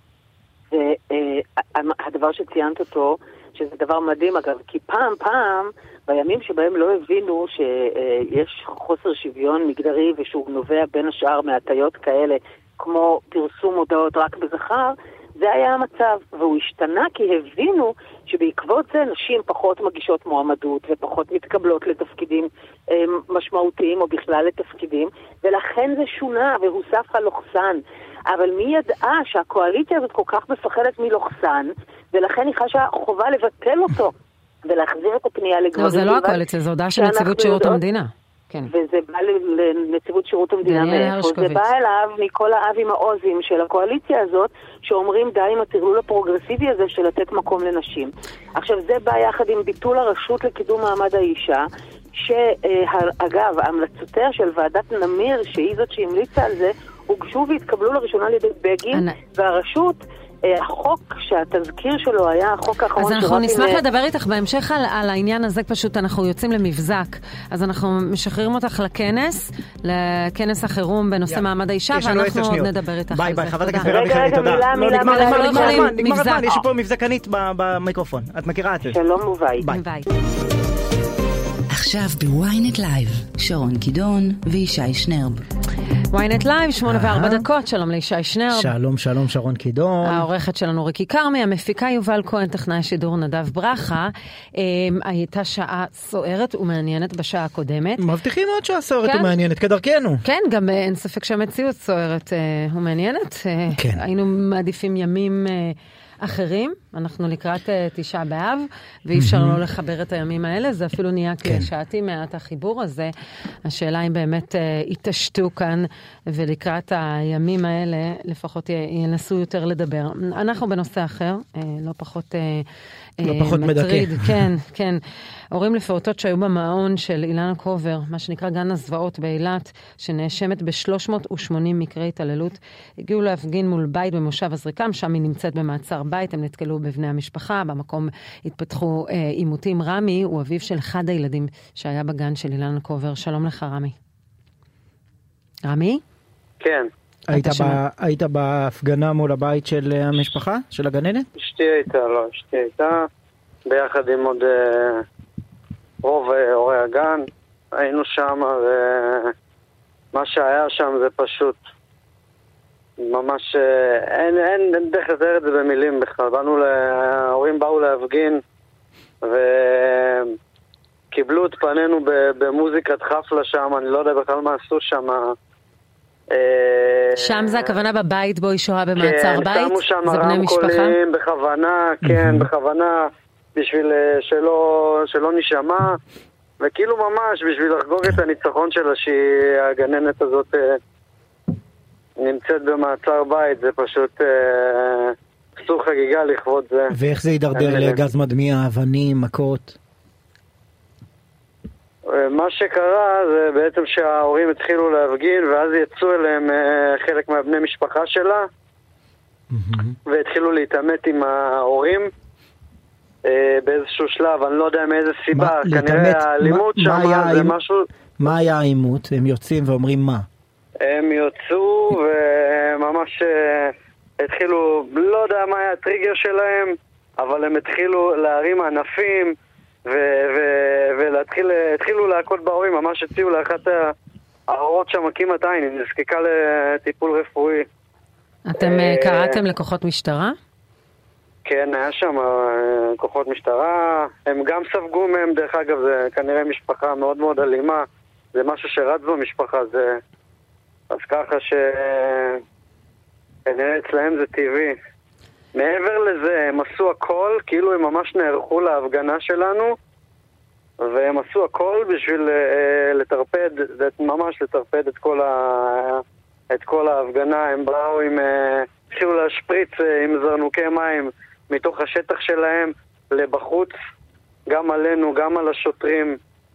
והדבר שציינת אותו, שזה דבר מדהים אגב, כי פעם פעם, בימים שבהם לא הבינו שיש חוסר שוויון מגדרי ושהוא נובע בין השאר מהטיות כאלה, כמו פרסום הודעות רק בזכר, זה היה המצב, והוא השתנה כי הבינו שבעקבות זה נשים פחות מגישות מועמדות ופחות מתקבלות לתפקידים אה, משמעותיים או בכלל לתפקידים, ולכן זה שונה והוסף הלוחסן. אבל מי ידעה שהקואליציה הזאת כל כך מפחדת מלוחסן, ולכן היא חשה חובה לבטל אותו ולהחזיר את הפנייה לגברים. לא, זה לא הקואליציה, זה הודעה של נציבות שירות המדינה. כן. וזה בא לנציבות שירות המדינה מאיפה, זה בא אליו מכל האבים העוזים של הקואליציה הזאת, שאומרים די עם הטרלול הפרוגרסיבי הזה של לתת מקום לנשים. עכשיו זה בא יחד עם ביטול הרשות לקידום מעמד האישה, שאגב, ההמלצותיה של ועדת נמיר, שהיא זאת שהמליצה על זה, הוגשו והתקבלו לראשונה על ידי בגין, והרשות... החוק שהתזכיר שלו היה החוק האחרון. אז אנחנו נשמח עם... לדבר איתך בהמשך על, על העניין הזה, פשוט אנחנו יוצאים למבזק, אז אנחנו משחררים אותך לכנס, לכנס החירום בנושא yeah. מעמד האישה, ואנחנו עוד נדבר איתך. ביי ביי, חברת הכנסת מרב מיכאלי, תודה. מילה, לא, מילה, נגמר מילה, הזמן, מילה, נגמר הזמן, מילה, נגמר הזמן, יש פה מבזקנית במיקרופון, את מכירה את זה? שלום וביי. ביי. ביי. עכשיו בוויינט לייב, שרון קידון וישי שנרב. וויינט לייב, שמונה וארבע דקות, שלום לישי שנרב. שלום, שלום, שרון קידון. העורכת שלנו ריקי קרמי, המפיקה יובל כהן, טכנאי שידור נדב ברכה. הייתה שעה סוערת ומעניינת בשעה הקודמת. מבטיחים עוד שעה סוערת ומעניינת, כדרכנו. כן, גם אין ספק שהמציאות סוערת ומעניינת. כן. היינו מעדיפים ימים... אחרים, אנחנו לקראת תשעה באב, ואי אפשר לא לחבר את הימים האלה, זה אפילו נהיה כשעתי מעט החיבור הזה. השאלה אם באמת יתעשתו כאן, ולקראת הימים האלה, לפחות ינסו יותר לדבר. אנחנו בנושא אחר, לא פחות... לא פחות מדכא. כן, כן. הורים לפעוטות שהיו במעון של אילנה קובר, מה שנקרא גן הזוועות באילת, שנאשמת ב-שלוש מאות ושמונים מקרי התעללות, הגיעו להפגין מול בית במושב הזריקם, שם היא נמצאת במעצר בית, הם נתקלו בבני המשפחה, במקום התפתחו עימותים. רמי הוא אביו של אחד הילדים שהיה בגן של אילנה קובר. שלום לך רמי. רמי? כן. היית, ב... היית בהפגנה מול הבית של המשפחה, של הגננת? אשתי הייתה, לא, אשתי הייתה, ביחד עם עוד uh, רוב uh, הורי הגן, היינו שם, ומה שהיה שם זה פשוט ממש, uh, אין, אין, אין דרך לתאר את זה במילים בכלל. באנו, לה... ההורים באו להפגין, וקיבלו את פנינו במוזיקת חפלה שם, אני לא יודע בכלל מה עשו שם, שם זה הכוונה בבית בו היא שוהה במעצר בית? כן, שמו שם זה בני משפחה? רמקולים בכוונה, כן, בכוונה, בשביל שלא, שלא נשמע, וכאילו ממש בשביל לחגוג את הניצחון שלה, שהגננת הזאת נמצאת במעצר בית, זה פשוט עשו חגיגה לכבוד זה. ואיך זה יידרדר לגז מדמיע, אבנים, מכות? מה שקרה זה בעצם שההורים התחילו להפגין, ואז יצאו אליהם חלק מהבני משפחה שלה, והתחילו להתעמת עם ההורים באיזשהו שלב, אני לא יודע מאיזה סיבה, כנראה האלימות שם זה משהו... מה היה האימות? הם יוצאים ואומרים מה? הם יוצאו וממש התחילו, לא יודע מה היה הטריגר שלהם, אבל הם התחילו להרים ענפים, והתחילו להכות בהורים, ממש הציעו לאחת ההורות שם כמעט עין, היא נזקקה לטיפול רפואי. אתם קראתם לכוחות משטרה? כן, היה שם כוחות משטרה, הם גם ספגו מהם, דרך אגב, זה כנראה משפחה מאוד מאוד אלימה, זה משהו שרץ במשפחה, זה... אז ככה שכנראה אצלהם זה טבעי. מעבר לזה, הם עשו הכל, כאילו הם ממש נערכו להפגנה שלנו, והם עשו הכל בשביל uh, לטרפד, ממש לטרפד את כל, ה, את כל ההפגנה. הם באו עם, התחילו uh, להשפריץ uh, עם זרנוקי מים מתוך השטח שלהם לבחוץ, גם עלינו, גם על השוטרים.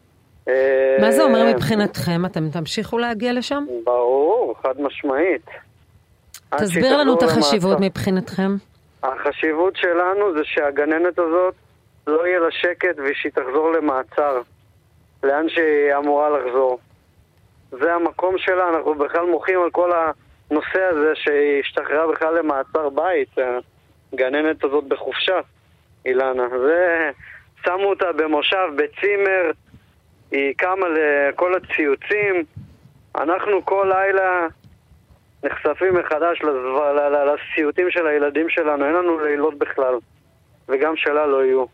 מה זה אומר מבחינתכם? אתם תמשיכו להגיע לשם? ברור, חד משמעית. תסביר לנו את החשיבות מבחינתכם. החשיבות שלנו זה שהגננת הזאת לא יהיה לה שקט ושהיא תחזור למעצר, לאן שהיא אמורה לחזור. זה המקום שלה, אנחנו בכלל מוחים על כל הנושא הזה שהיא השתחררה בכלל למעצר בית. הגננת הזאת בחופשה, אילנה. זה, שמו אותה במושב, בצימר, היא קמה לכל הציוצים. אנחנו כל לילה נחשפים מחדש לסיוטים של הילדים שלנו, אין לנו לילות בכלל, וגם שלה לא יהיו.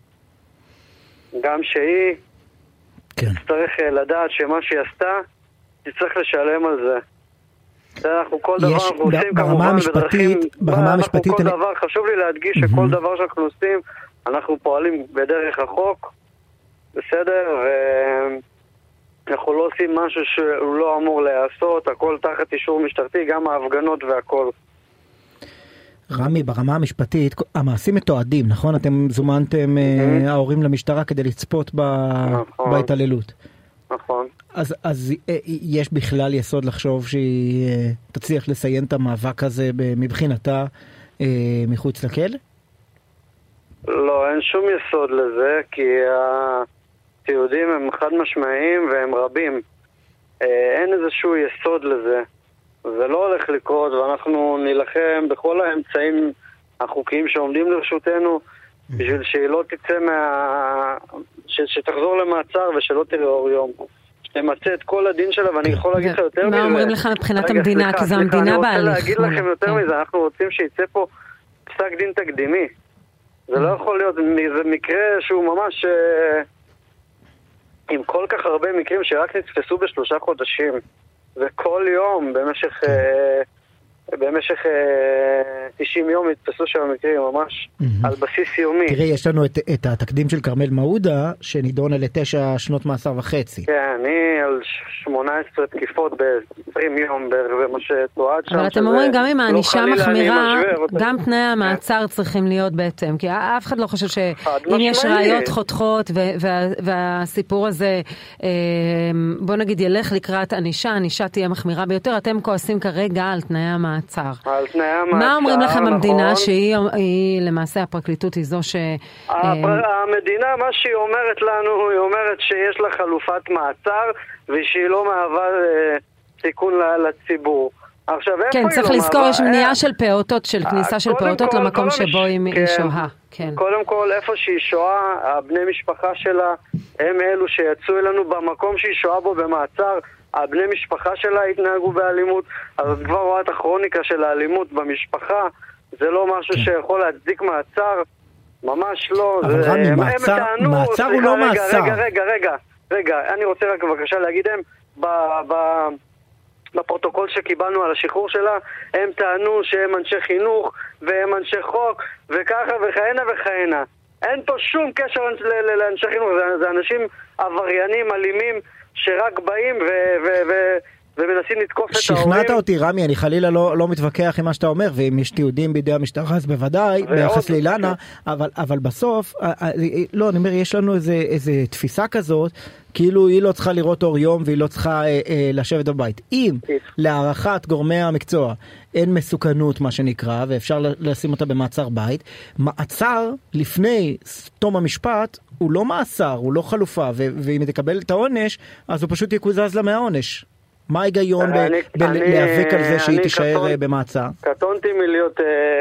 גם שהיא כן. תצטרך לדעת שמה שהיא עשתה, תצטרך לשלם על זה. אנחנו כל דבר יש, אנחנו עושים כמובן בדרכים, ברמה המשפטית כל אני... דבר, חשוב לי להדגיש mm-hmm. שכל דבר שאנחנו עושים, אנחנו פועלים בדרך החוק, בסדר, ואנחנו לא עושים משהו שהוא לא אמור לעשות, הכל תחת אישור משטרתי, גם ההפגנות והכל. רמי, ברמה המשפטית, המעשים מתועדים, נכון? אתם זומנתם mm-hmm. ההורים למשטרה כדי לצפות ב... נכון. בהתעללות. נכון. אז, אז יש בכלל יסוד לחשוב שהיא תצליח לסיים את המאבק הזה מבחינתה מחוץ לכלא? לא, אין שום יסוד לזה, כי התיעודים הם חד משמעיים והם רבים. אין איזשהו יסוד לזה. זה לא הולך לקרות, ואנחנו נלחם בכל האמצעים החוקיים שעומדים לרשותנו, בשביל שהיא לא תצא מה... ש... שתחזור למעצר ושלא תראה אור יום. שתמצא את כל הדין שלה, ואני יכול להגיד לך יותר מזה. מה אומרים לך מבחינת המדינה? כי זו המדינה בהליך. אני רוצה להגיד לכם יותר מזה, אנחנו רוצים שיצא פה פסק דין תקדימי. זה לא יכול להיות, זה מקרה שהוא ממש... עם כל כך הרבה מקרים שרק נתפסו בשלושה חודשים. וכל יום במשך במשך תשעים יום התפסו שם מקרים ממש על בסיס יומי. תראה, יש לנו את, את התקדים של כרמל מעודה שנידון על תשע שנות מאסר וחצי. כן, אני על שמונה עשרה תקיפות ב-עשרים יום במה שתועד שם. אבל אתם אומרים גם אם הענישה מחמירה, גם תנאי המעצר צריכים להיות בהתאם, כי אף אחד לא חושב שאם יש ראיות חותכות והסיפור הזה בוא נגיד ילך לקראת ענישה, ענישה תהיה מחמירה ביותר, אתם כועסים כרגע על תנאי המעצר. על תנאי המעצר, מה אומרים לכם המדינה שהיא למעשה הפרקליטות היא זו ש... המדינה, מה שהיא אומרת לנו, היא אומרת שיש לה חלופת מעצר ושהיא לא מהווה סיכון לציבור. עכשיו, איפה כן, היא צריך לא לזכור, מהווה? יש מניעה של פעוטות, של כניסה של פעוטות למקום שבו היא שוהה. כן. קודם כל, איפה שהיא שוהה, הבני משפחה שלה הם אלו שיצאו אלינו במקום שהיא שוהה בו במעצר. הבני משפחה שלה התנהגו באלימות, אז את כבר רואה את הכרוניקה של האלימות במשפחה, זה לא משהו שיכול להצדיק מעצר, ממש לא. אבל רמי, מעצר הוא לא מעצר. רגע, רגע, רגע, רגע, אני רוצה רק בבקשה להגיד הם, בפרוטוקול שקיבלנו על השחרור שלה, הם טענו שהם אנשי חינוך, והם אנשי חוק, וככה וכהנה וכהנה. אין פה שום קשר לאנשי חינוך, זה אנשים עבריינים, אלימים, שרק באים ו- ו- ו- ומנסים לתקוף את ההורים. שכנעת אותי, רמי, אני חלילה לא, לא מתווכח עם מה שאתה אומר, ואם יש תיעודים בידי המשטרה אז בוודאי, ביחס לאילנה, אבל, אבל בסוף, לא, אני אומר, יש לנו איזה, איזה תפיסה כזאת, כאילו היא לא צריכה לראות אור יום, והיא לא צריכה אה, אה, לשבת בבית. אם להערכת גורמי המקצוע אין מסוכנות, מה שנקרא, ואפשר לשים אותה במעצר בית, מעצר לפני תום המשפט, הוא לא מאסר, הוא לא חלופה, ואם היא תקבל את העונש, אז הוא פשוט יקוזז לה מהעונש. מה ההיגיון להיאבק על זה שהיא תישאר במעצר? קטונתי מלהיות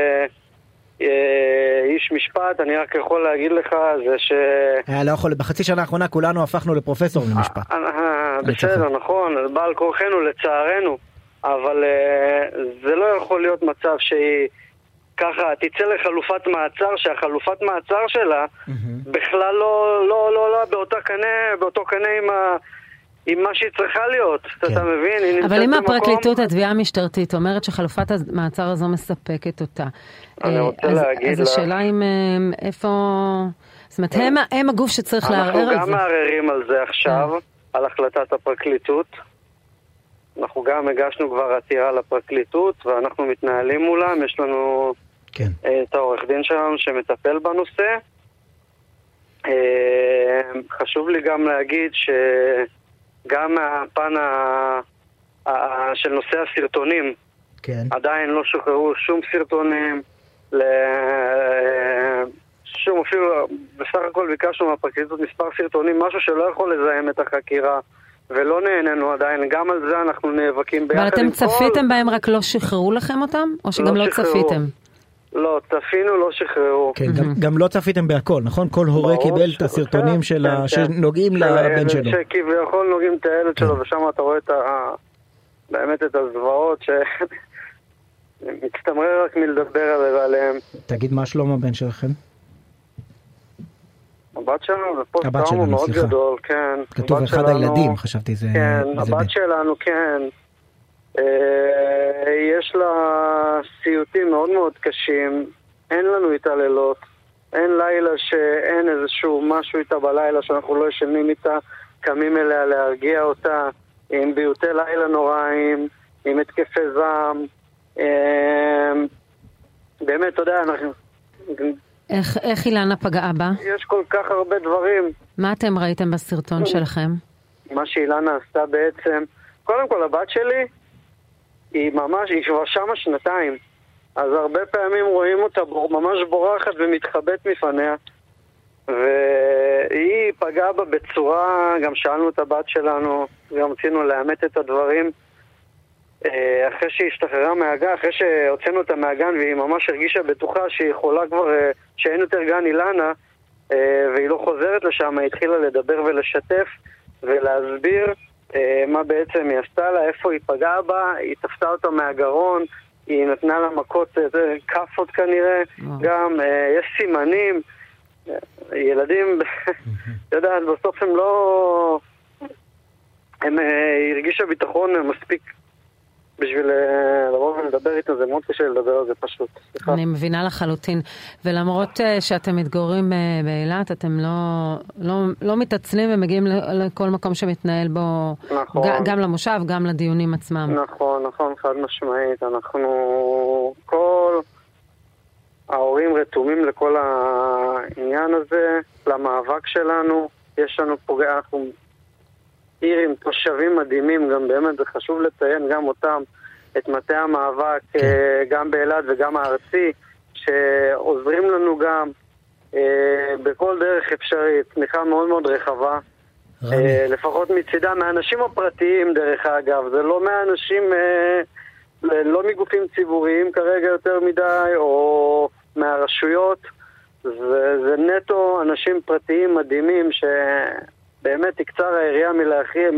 איש משפט, אני רק יכול להגיד לך זה ש... לא יכול, בחצי שנה האחרונה כולנו הפכנו לפרופסור למשפט. בסדר, נכון, בעל כורחנו לצערנו, אבל זה לא יכול להיות מצב שהיא ככה תצא לחלופת מעצר, שהחלופת מעצר שלה בכלל לא, לא, לא, לא, באותה קנה, באותו קנה עם ה... עם מה שהיא צריכה להיות, אתה מבין? אבל אם הפרקליטות, התביעה המשטרתית, אומרת שחלופת המעצר הזו מספקת אותה, אני רוצה להגיד לך... אז השאלה אם איפה... זאת אומרת, הם, הם הגוף שצריך לערער על זה. אנחנו גם מערערים על זה עכשיו, על החלטת הפרקליטות. אנחנו גם הגשנו כבר עתירה לפרקליטות, ואנחנו מתנהלים מולם. יש לנו כן. את העורך דין שלנו שמטפל בנושא. חשוב לי גם להגיד שגם מהפן של נושא הסרטונים, כן. עדיין לא שוחררו שום סרטונים, שום אפילו, בסך הכל ביקשנו מהפרקליטות מספר סרטונים, משהו שלא יכול לזהם את החקירה, ולא נהנינו עדיין, גם על זה אנחנו נאבקים ביחד. אבל אתם צפיתם בהם, רק לא שחררו לכם אותם? או שגם לא צפיתם? לא, צפינו, לא שחררו. כן, גם לא צפיתם בהכל, נכון? כל הורה קיבל את הסרטונים שנוגעים לבן שלו. שכביכול נוגעים את הילד שלו, ושם אתה רואה באמת את הזוועות שמצטמרר רק מלדבר עליהם. תגיד, מה שלום הבן שלכם? הבת שלנו זה פוסט טראומה מאוד גדול, כן. כתוב אחד הילדים, חשבתי זה... כן, הבת שלנו, כן. יש לה סיוטים מאוד מאוד קשים, אין לנו התעללות, אין לילה שאין איזשהו משהו איתה בלילה שאנחנו לא ישנים איתה, קמים אליה להרגיע אותה, עם ביוטי לילה נוראים, עם התקפי זעם. באמת, אתה יודע, אנחנו... איך, איך אילנה פגעה בה? יש כל כך הרבה דברים. מה אתם ראיתם בסרטון שלכם? מה שאילנה עשתה בעצם, קודם כל הבת שלי, היא ממש, היא כבר שמה שנתיים, אז הרבה פעמים רואים אותה ממש בורחת ומתחבאת מפניה, והיא פגעה בה בצורה, גם שאלנו את הבת שלנו, גם רצינו לאמת את הדברים, אחרי שהיא השתחררה מהגן, אחרי שהוצאנו אותה מהגן, והיא ממש הרגישה בטוחה שהיא יכולה כבר, שאין יותר גן אילנה, והיא לא חוזרת לשם, היא התחילה לדבר ולשתף ולהסביר מה בעצם היא עשתה לה, איפה היא פגעה בה, היא תפסה אותה מהגרון, היא נתנה לה מכות, כפות כנראה, גם יש סימנים, ילדים, אתה יודע, בסוף הם לא, הם הרגישה ביטחון מספיק בשביל לבוא ולדבר איתו, זה מאוד קשה לדבר על זה פשוט. אני מבינה לחלוטין, ולמרות שאתם מתגוררים באילת, אתם לא, לא, לא מתעצלים ומגיעים לכל מקום שמתנהל בו, נכון. גם למושב, גם לדיונים עצמם. נכון, נכון, חד משמעית. אנחנו, כל ההורים רתומים לכל העניין הזה, למאבק שלנו, יש לנו פוגע, אנחנו עיר עם תושבים מדהימים, גם באמת זה חשוב לציין גם אותם, את מטה המאבק, כן. גם באילת וגם הארצי, שעוזרים לנו גם אה, בכל דרך אפשרית, תמיכה מאוד מאוד רחבה, אה, לפחות מצידה, מהאנשים הפרטיים דרך אגב, זה לא מהאנשים, אה, לא מגופים ציבוריים כרגע יותר מדי, או מהרשויות, זה, זה נטו אנשים פרטיים מדהימים, ש... באמת תקצר העירייה מלהכריע,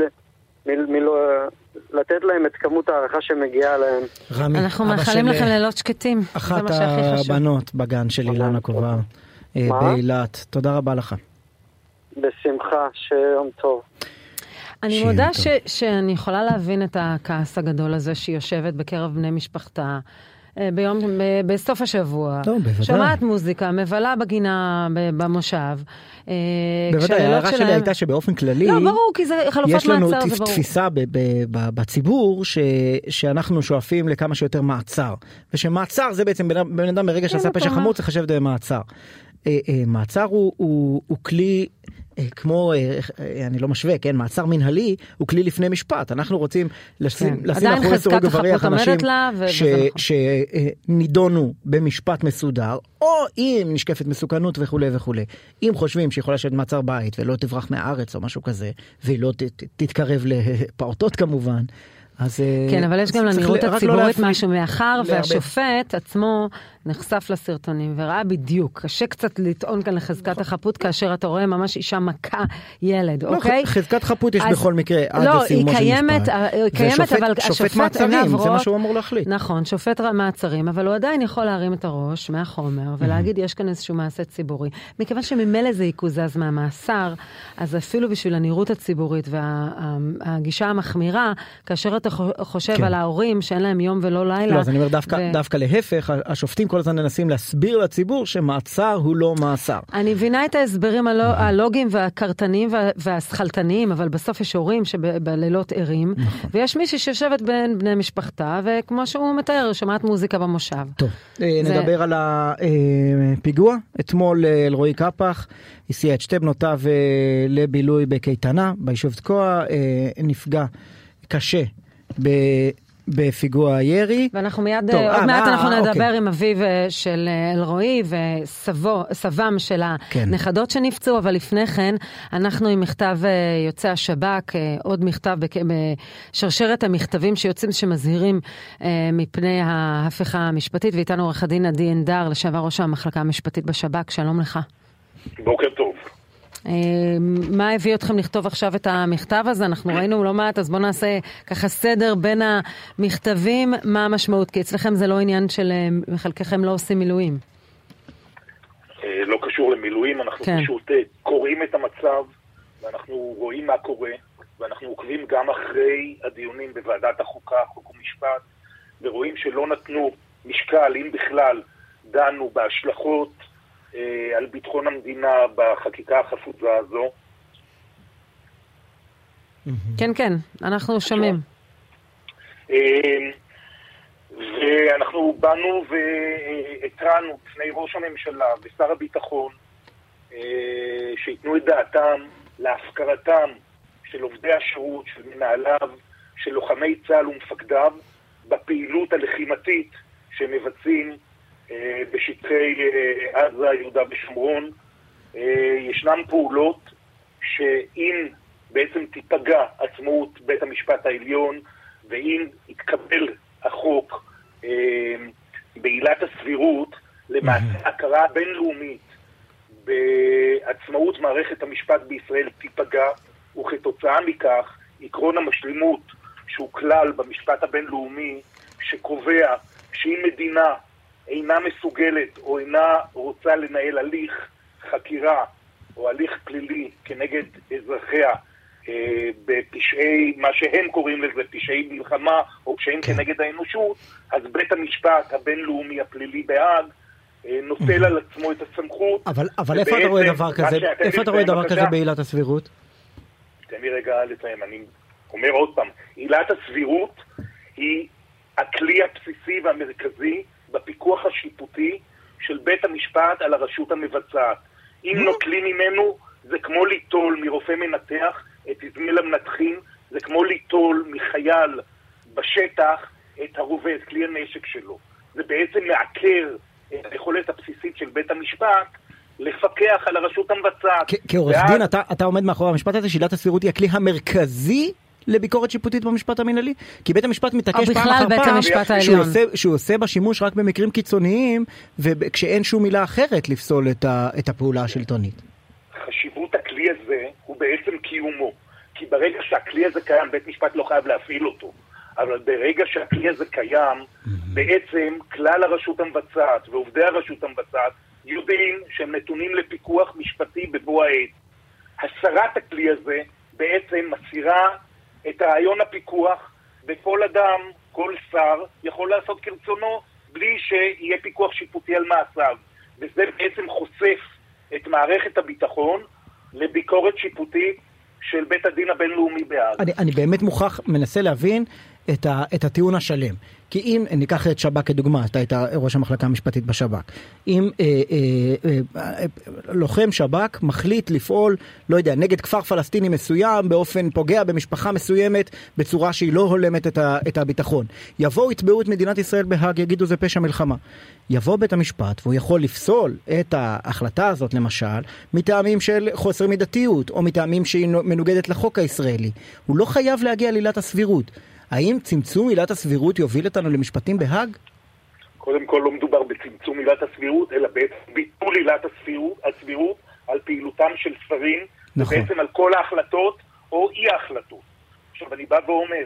לתת להם את כמות הערכה שמגיעה להם. רמי, אנחנו מאחלים לכם לילות שקטים. אחת הבנות בגן של אילנה קובר באילת. תודה רבה לך. בשמחה, שיום טוב. אני מודה שאני יכולה להבין את הכעס הגדול הזה שהיא יושבת בקרב בני משפחתה, ביום, בסוף השבוע, שומעת מוזיקה, מבלה בגינה במושב. בוודאי, ההערה שלי הייתה שבאופן כללי, לא, ברור, כי זה חלופת מעצר, זה ברור. יש לנו תפיסה בציבור שאנחנו שואפים לכמה שיותר מעצר, ושמעצר זה בעצם בן אדם ברגע שעשה פשע חמור, צריך לחשב זה מעצר. מעצר הוא כלי, כמו, אני לא משווה, כן, מעצר מנהלי הוא כלי לפני משפט. אנחנו רוצים לשים אחורי סורג ובריח אנשים שנידונו במשפט מסודר, או אם נשקפת מסוכנות וכו' וכו'. אם חושבים שיכולה לשבת מעצר בית ולא תברח מהארץ או משהו כזה, והיא לא תתקרב לפעוטות כמובן, אז כן, אבל יש גם לנראות הציבורית משהו מאחר, והשופט עצמו נחשף לסרטונים וראה בדיוק. קשה קצת לטעון כאן לחזקת החפות, כאשר אתה רואה ממש אישה מכה ילד, אוקיי? חזקת חפות יש בכל מקרה עד לסיומו של משפט. לא, היא קיימת, אבל שופט מעצרים, זה מה שהוא אמור להחליט. נכון, שופט מעצרים, אבל הוא עדיין יכול להרים את הראש מהחומר, ולהגיד יש כאן איזשהו מעשה ציבורי. מכיוון שממילא זה יקוזז מהמאסר, אז אפילו בשביל הנראות הציבורית והגישה המחמירה, כאשר אתה חושב על ההורים שאין להם יום ולא לילה. לא, אז אני אומר דווקא להפך, השופטים כל הזמן מנסים להסביר לציבור שמעצר הוא לא מאסר. אני מבינה את ההסברים הלוגיים והקרטניים והסחלטניים, אבל בסוף יש הורים שבלילות ערים, ויש מישהי שיושבת בין בני משפחתה, וכמו שהוא מתאר, שומעת מוזיקה במושב. טוב, נדבר על הפיגוע. אתמול אלרועי קפח הסיע את שתי בנותיו לבילוי בקייטנה, ביישוב תקוע, נפגע קשה בפיגוע הירי. ואנחנו מיד, טוב, עוד אה, מעט אה, אנחנו אה, נדבר אוקיי. עם אביו של אלרועי וסבם של הנכדות כן. שנפצעו, אבל לפני כן אנחנו עם מכתב יוצא השב"כ, עוד מכתב בשרשרת המכתבים שיוצאים שמזהירים מפני ההפיכה המשפטית, ואיתנו עורך הדין עדי אנדר, לשעבר ראש המחלקה המשפטית בשב"כ. שלום לך. בוקר טוב. מה הביא אתכם לכתוב עכשיו את המכתב הזה? אנחנו ראינו לא מעט, אז בואו נעשה ככה סדר בין המכתבים, מה המשמעות? כי אצלכם זה לא עניין של חלקכם לא עושים מילואים. לא קשור למילואים, אנחנו פשוט קוראים את המצב, ואנחנו רואים מה קורה, ואנחנו עוקבים גם אחרי הדיונים בוועדת החוקה, חוק ומשפט, ורואים שלא נתנו משקל, אם בכלל דנו בהשלכות על ביטחון המדינה בחקיקה החפוזה הזו. כן, כן, אנחנו שומעים. ואנחנו באנו והתרענו בפני ראש הממשלה ושר הביטחון שיתנו את דעתם להפקרתם של עובדי השירות, של מנהליו, של לוחמי צה"ל ומפקדיו בפעילות הלחימתית שמבצעים בשטחי עזה, יהודה ושומרון. ישנם פעולות שאם בעצם תיפגע עצמאות בית המשפט העליון, ואם יתקבל החוק בעילת הסבירות, למעשה הכרה בינלאומית בעצמאות מערכת המשפט בישראל תיפגע, וכתוצאה מכך עקרון המשלימות שהוא כלל במשפט הבינלאומי שקובע שאם מדינה אינה מסוגלת או אינה רוצה לנהל הליך חקירה או הליך פלילי כנגד אזרחיה אה, בפשעי, מה שהם קוראים לזה פשעי מלחמה או פשעים כן. כנגד האנושות, אז בית המשפט הבינלאומי הפלילי בהאג אה, נוטל על עצמו את הסמכות. אבל, אבל איפה אתה רואה דבר כזה? איפה אתה רואה דבר כזה בעילת הסבירות? תן לי רגע לסיים, אני אומר עוד פעם, עילת הסבירות היא הכלי הבסיסי והמרכזי בפיקוח השיפוטי של בית המשפט על הרשות המבצעת. אם נוטלים ממנו, זה כמו ליטול מרופא מנתח את אזמל המנתחים, זה כמו ליטול מחייל בשטח את הרובה, את כלי הנשק שלו. זה בעצם מעקר את היכולת הבסיסית של בית המשפט לפקח על הרשות המבצעת. כעורך דין, אתה עומד מאחורי המשפט הזה, שעילת הסבירות היא הכלי המרכזי לביקורת שיפוטית במשפט המנהלי? כי בית המשפט מתעקש פעם אחר פעם שהוא עושה, שהוא עושה בשימוש רק במקרים קיצוניים, וכשאין שום מילה אחרת לפסול את, ה, את הפעולה השלטונית. חשיבות הכלי הזה הוא בעצם קיומו. כי ברגע שהכלי הזה קיים, בית משפט לא חייב להפעיל אותו. אבל ברגע שהכלי הזה קיים, בעצם כלל הרשות המבצעת ועובדי הרשות המבצעת יודעים שהם נתונים לפיקוח משפטי בבוא העת. הסרת הכלי הזה בעצם מסירה את רעיון הפיקוח, וכל אדם, כל שר, יכול לעשות כרצונו בלי שיהיה פיקוח שיפוטי על מעשיו. וזה בעצם חושף את מערכת הביטחון לביקורת שיפוטית של בית הדין הבינלאומי בהאג. אני, אני באמת מוכרח, מנסה להבין את, ה, את הטיעון השלם. כי אם, ניקח את שב"כ כדוגמה, אתה היית ראש המחלקה המשפטית בשב"כ, אם אה, אה, אה, לוחם שב"כ מחליט לפעול, לא יודע, נגד כפר פלסטיני מסוים, באופן פוגע במשפחה מסוימת, בצורה שהיא לא הולמת את, ה, את הביטחון. יבואו, יתבעו את מדינת ישראל בהאג, יגידו זה פשע מלחמה. יבוא בית המשפט, והוא יכול לפסול את ההחלטה הזאת, למשל, מטעמים של חוסר מידתיות, או מטעמים שהיא מנוגדת לחוק הישראלי. הוא לא חייב להגיע לעילת הסבירות. האם צמצום עילת הסבירות יוביל אותנו למשפטים בהאג? קודם כל לא מדובר בצמצום עילת הסבירות, אלא ביטול עילת הסבירות, הסבירות על פעילותם של שרים, נכון. ובעצם על כל ההחלטות או אי ההחלטות. עכשיו אני בא ואומר,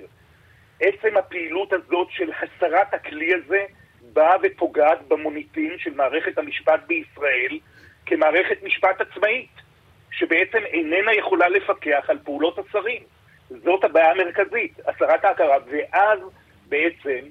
עצם הפעילות הזאת של הסרת הכלי הזה, באה ופוגעת במוניטין של מערכת המשפט בישראל, כמערכת משפט עצמאית, שבעצם איננה יכולה לפקח על פעולות השרים. זאת הבעיה המרכזית, הסרת ההכרה, ואז בעצם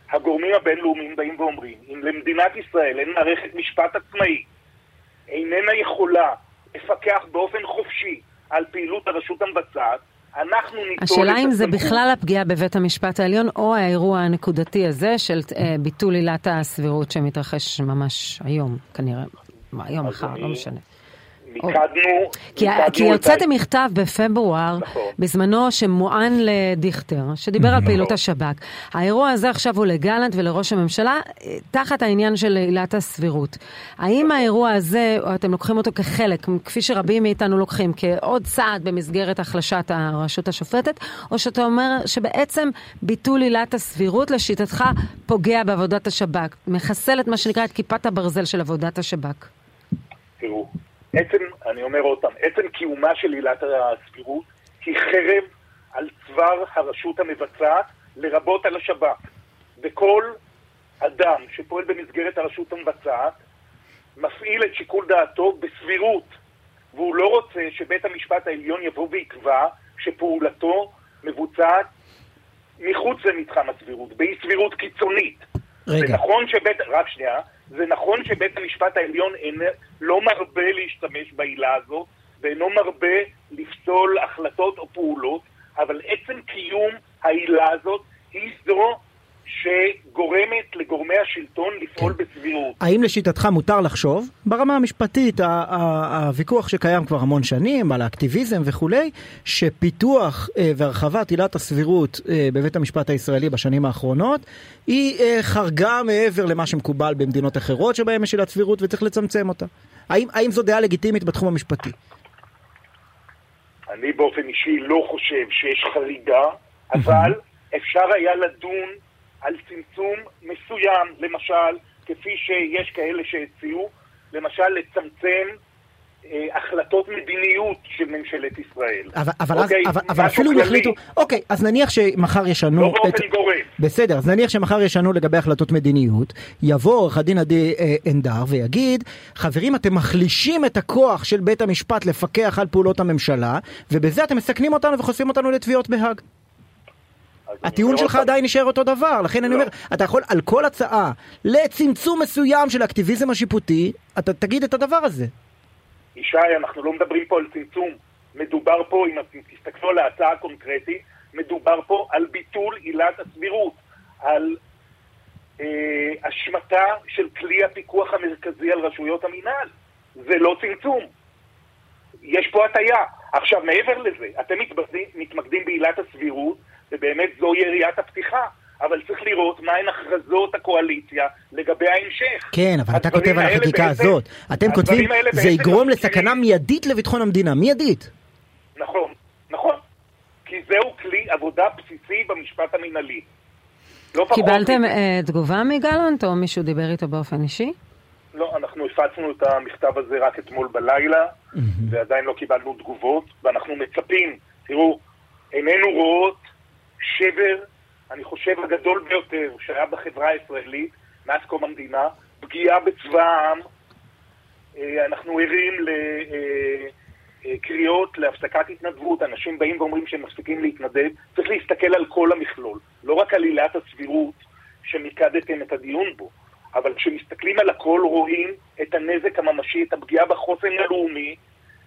הגורמים הבינלאומיים באים ואומרים, אם למדינת ישראל אין מערכת משפט עצמאי, איננה יכולה לפקח באופן חופשי על פעילות הרשות המבצעת, אנחנו ניטול... השאלה אם זה בכלל הפגיעה בבית המשפט העליון, או האירוע הנקודתי הזה של ביטול עילת הסבירות שמתרחש ממש היום, כנראה. היום, מחר, לא משנה. מיקדנו... כי יוצאתם מכתב בפברואר, בזמנו שמוען לדיכטר, שדיבר על פעילות השב"כ. האירוע הזה עכשיו הוא לגלנט ולראש הממשלה, תחת העניין של עילת הסבירות. האם האירוע הזה, או אתם לוקחים אותו כחלק, כפי שרבים מאיתנו לוקחים, כעוד צעד במסגרת החלשת הרשות השופטת, או שאתה אומר שבעצם ביטול עילת הסבירות לשיטתך פוגע בעבודת השב"כ, מחסל את מה שנקרא את כיפת הברזל של עבודת השב"כ? תראו, עצם, אני אומר עוד פעם, עצם קיומה של עילת הסבירות היא חרב על צוואר הרשות המבצעת, לרבות על השב"כ. וכל אדם שפועל במסגרת הרשות המבצעת מפעיל את שיקול דעתו בסבירות, והוא לא רוצה שבית המשפט העליון יבוא ויקבע שפעולתו מבוצעת מחוץ למתחם הסבירות, באי סבירות קיצונית. רגע. זה נכון שבית... רק שנייה. זה נכון שבית המשפט העליון אין, לא מרבה להשתמש בעילה הזאת, ואינו מרבה לפסול החלטות או פעולות, אבל עצם קיום העילה הזאת היא זו שגורמת לגורמי השלטון לפעול כן. בסבירות. האם לשיטתך מותר לחשוב, ברמה המשפטית, הוויכוח שקיים כבר המון שנים, על האקטיביזם וכולי, שפיתוח והרחבת עילת הסבירות בבית המשפט הישראלי בשנים האחרונות, היא חרגה מעבר למה שמקובל במדינות אחרות שבהם יש עילת סבירות וצריך לצמצם אותה? האם, האם זו דעה לגיטימית בתחום המשפטי? אני באופן אישי לא חושב שיש חריגה, אבל אפשר היה לדון על צמצום מסוים, למשל, כפי שיש כאלה שהציעו, למשל לצמצם אה, החלטות מדיניות של ממשלת ישראל. אבל, אבל, אוקיי, אז, אבל, אבל אפילו אם יחליטו, אוקיי, אז נניח שמחר ישנו... לא באופן את... גורם. בסדר, אז נניח שמחר ישנו לגבי החלטות מדיניות, יבוא עורך הדין עדי אה, אנדר ויגיד, חברים, אתם מחלישים את הכוח של בית המשפט לפקח על פעולות הממשלה, ובזה אתם מסכנים אותנו וחושפים אותנו לתביעות בהאג. הטיעון שלך עדיין נשאר אותו דבר, לכן אני אומר, אתה יכול על כל הצעה לצמצום מסוים של האקטיביזם השיפוטי, אתה תגיד את הדבר הזה. ישי, אנחנו לא מדברים פה על צמצום, מדובר פה, אם אתם תסתכלו על ההצעה הקונקרטית, מדובר פה על ביטול עילת הסבירות, על אה, השמטה של כלי הפיקוח המרכזי על רשויות המינהל. זה לא צמצום. יש פה הטיה. עכשיו, מעבר לזה, אתם מתמקדים, מתמקדים בעילת הסבירות, ובאמת זו יריית הפתיחה, אבל צריך לראות מהן הכרזות הקואליציה לגבי ההמשך. כן, אבל אתה כותב על החקיקה הזאת. אתם כותבים, זה יגרום לסכנה מיידית לביטחון המדינה, מיידית. נכון, נכון. כי זהו כלי עבודה בסיסי במשפט המנהלי. קיבלתם תגובה מגלנט, או מישהו דיבר איתו באופן אישי? לא, אנחנו הפצנו את המכתב הזה רק אתמול בלילה, ועדיין לא קיבלנו תגובות, ואנחנו מצפים, תראו, איננו רואות שבר, אני חושב הגדול ביותר שהיה בחברה הישראלית מאז קום המדינה, פגיעה בצבא העם. אנחנו ערים לקריאות להפסקת התנדבות, אנשים באים ואומרים שהם מפסיקים להתנדב. צריך להסתכל על כל המכלול, לא רק על עילת הסבירות שמיקדתם את הדיון בו, אבל כשמסתכלים על הכל רואים את הנזק הממשי, את הפגיעה בחוסן הלאומי,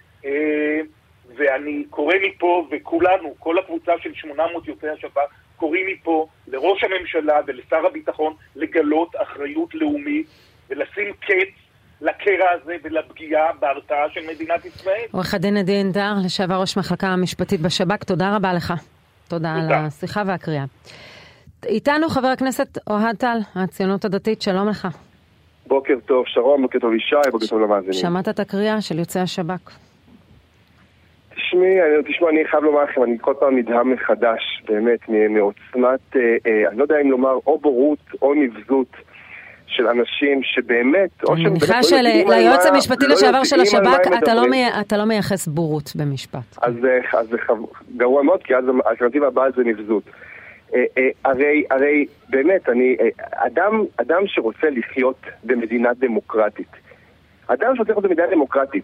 ואני קורא מפה, וכולנו, כל הקבוצה של שמונה מאות יוצאי השב"כ, קוראים מפה לראש הממשלה ולשר הביטחון לגלות אחריות לאומית ולשים קץ לקרע הזה ולפגיעה בהרתעה של מדינת ישראל. עורך הדין עדי אנדר, לשעבר ראש מחלקה המשפטית בשב"כ, תודה רבה לך. תודה, תודה. על השיחה והקריאה. איתנו חבר הכנסת אוהד טל, הציונות הדתית, שלום לך. בוקר טוב, שרון, בוקר טוב ישי, בוקר טוב למאזינים. שמעת את הקריאה של יוצאי השב"כ? תשמעי, תשמע, אני חייב לומר לכם, אני כל פעם נדהם מחדש, באמת, מעוצמת, אה, אה, אני לא יודע אם לומר, או בורות או נבזות של אנשים שבאמת, או שהם... אני מניחה שליועץ המשפטי לשעבר של השב"כ, אתה לא מייחס בורות במשפט. אז זה גרוע מאוד, כי אז האלטרנטיבה הבאה זה נבזות. הרי, הרי, באמת, אני, אדם, אדם שרוצה לחיות במדינה דמוקרטית, אדם שרוצה לחיות במדינה דמוקרטית,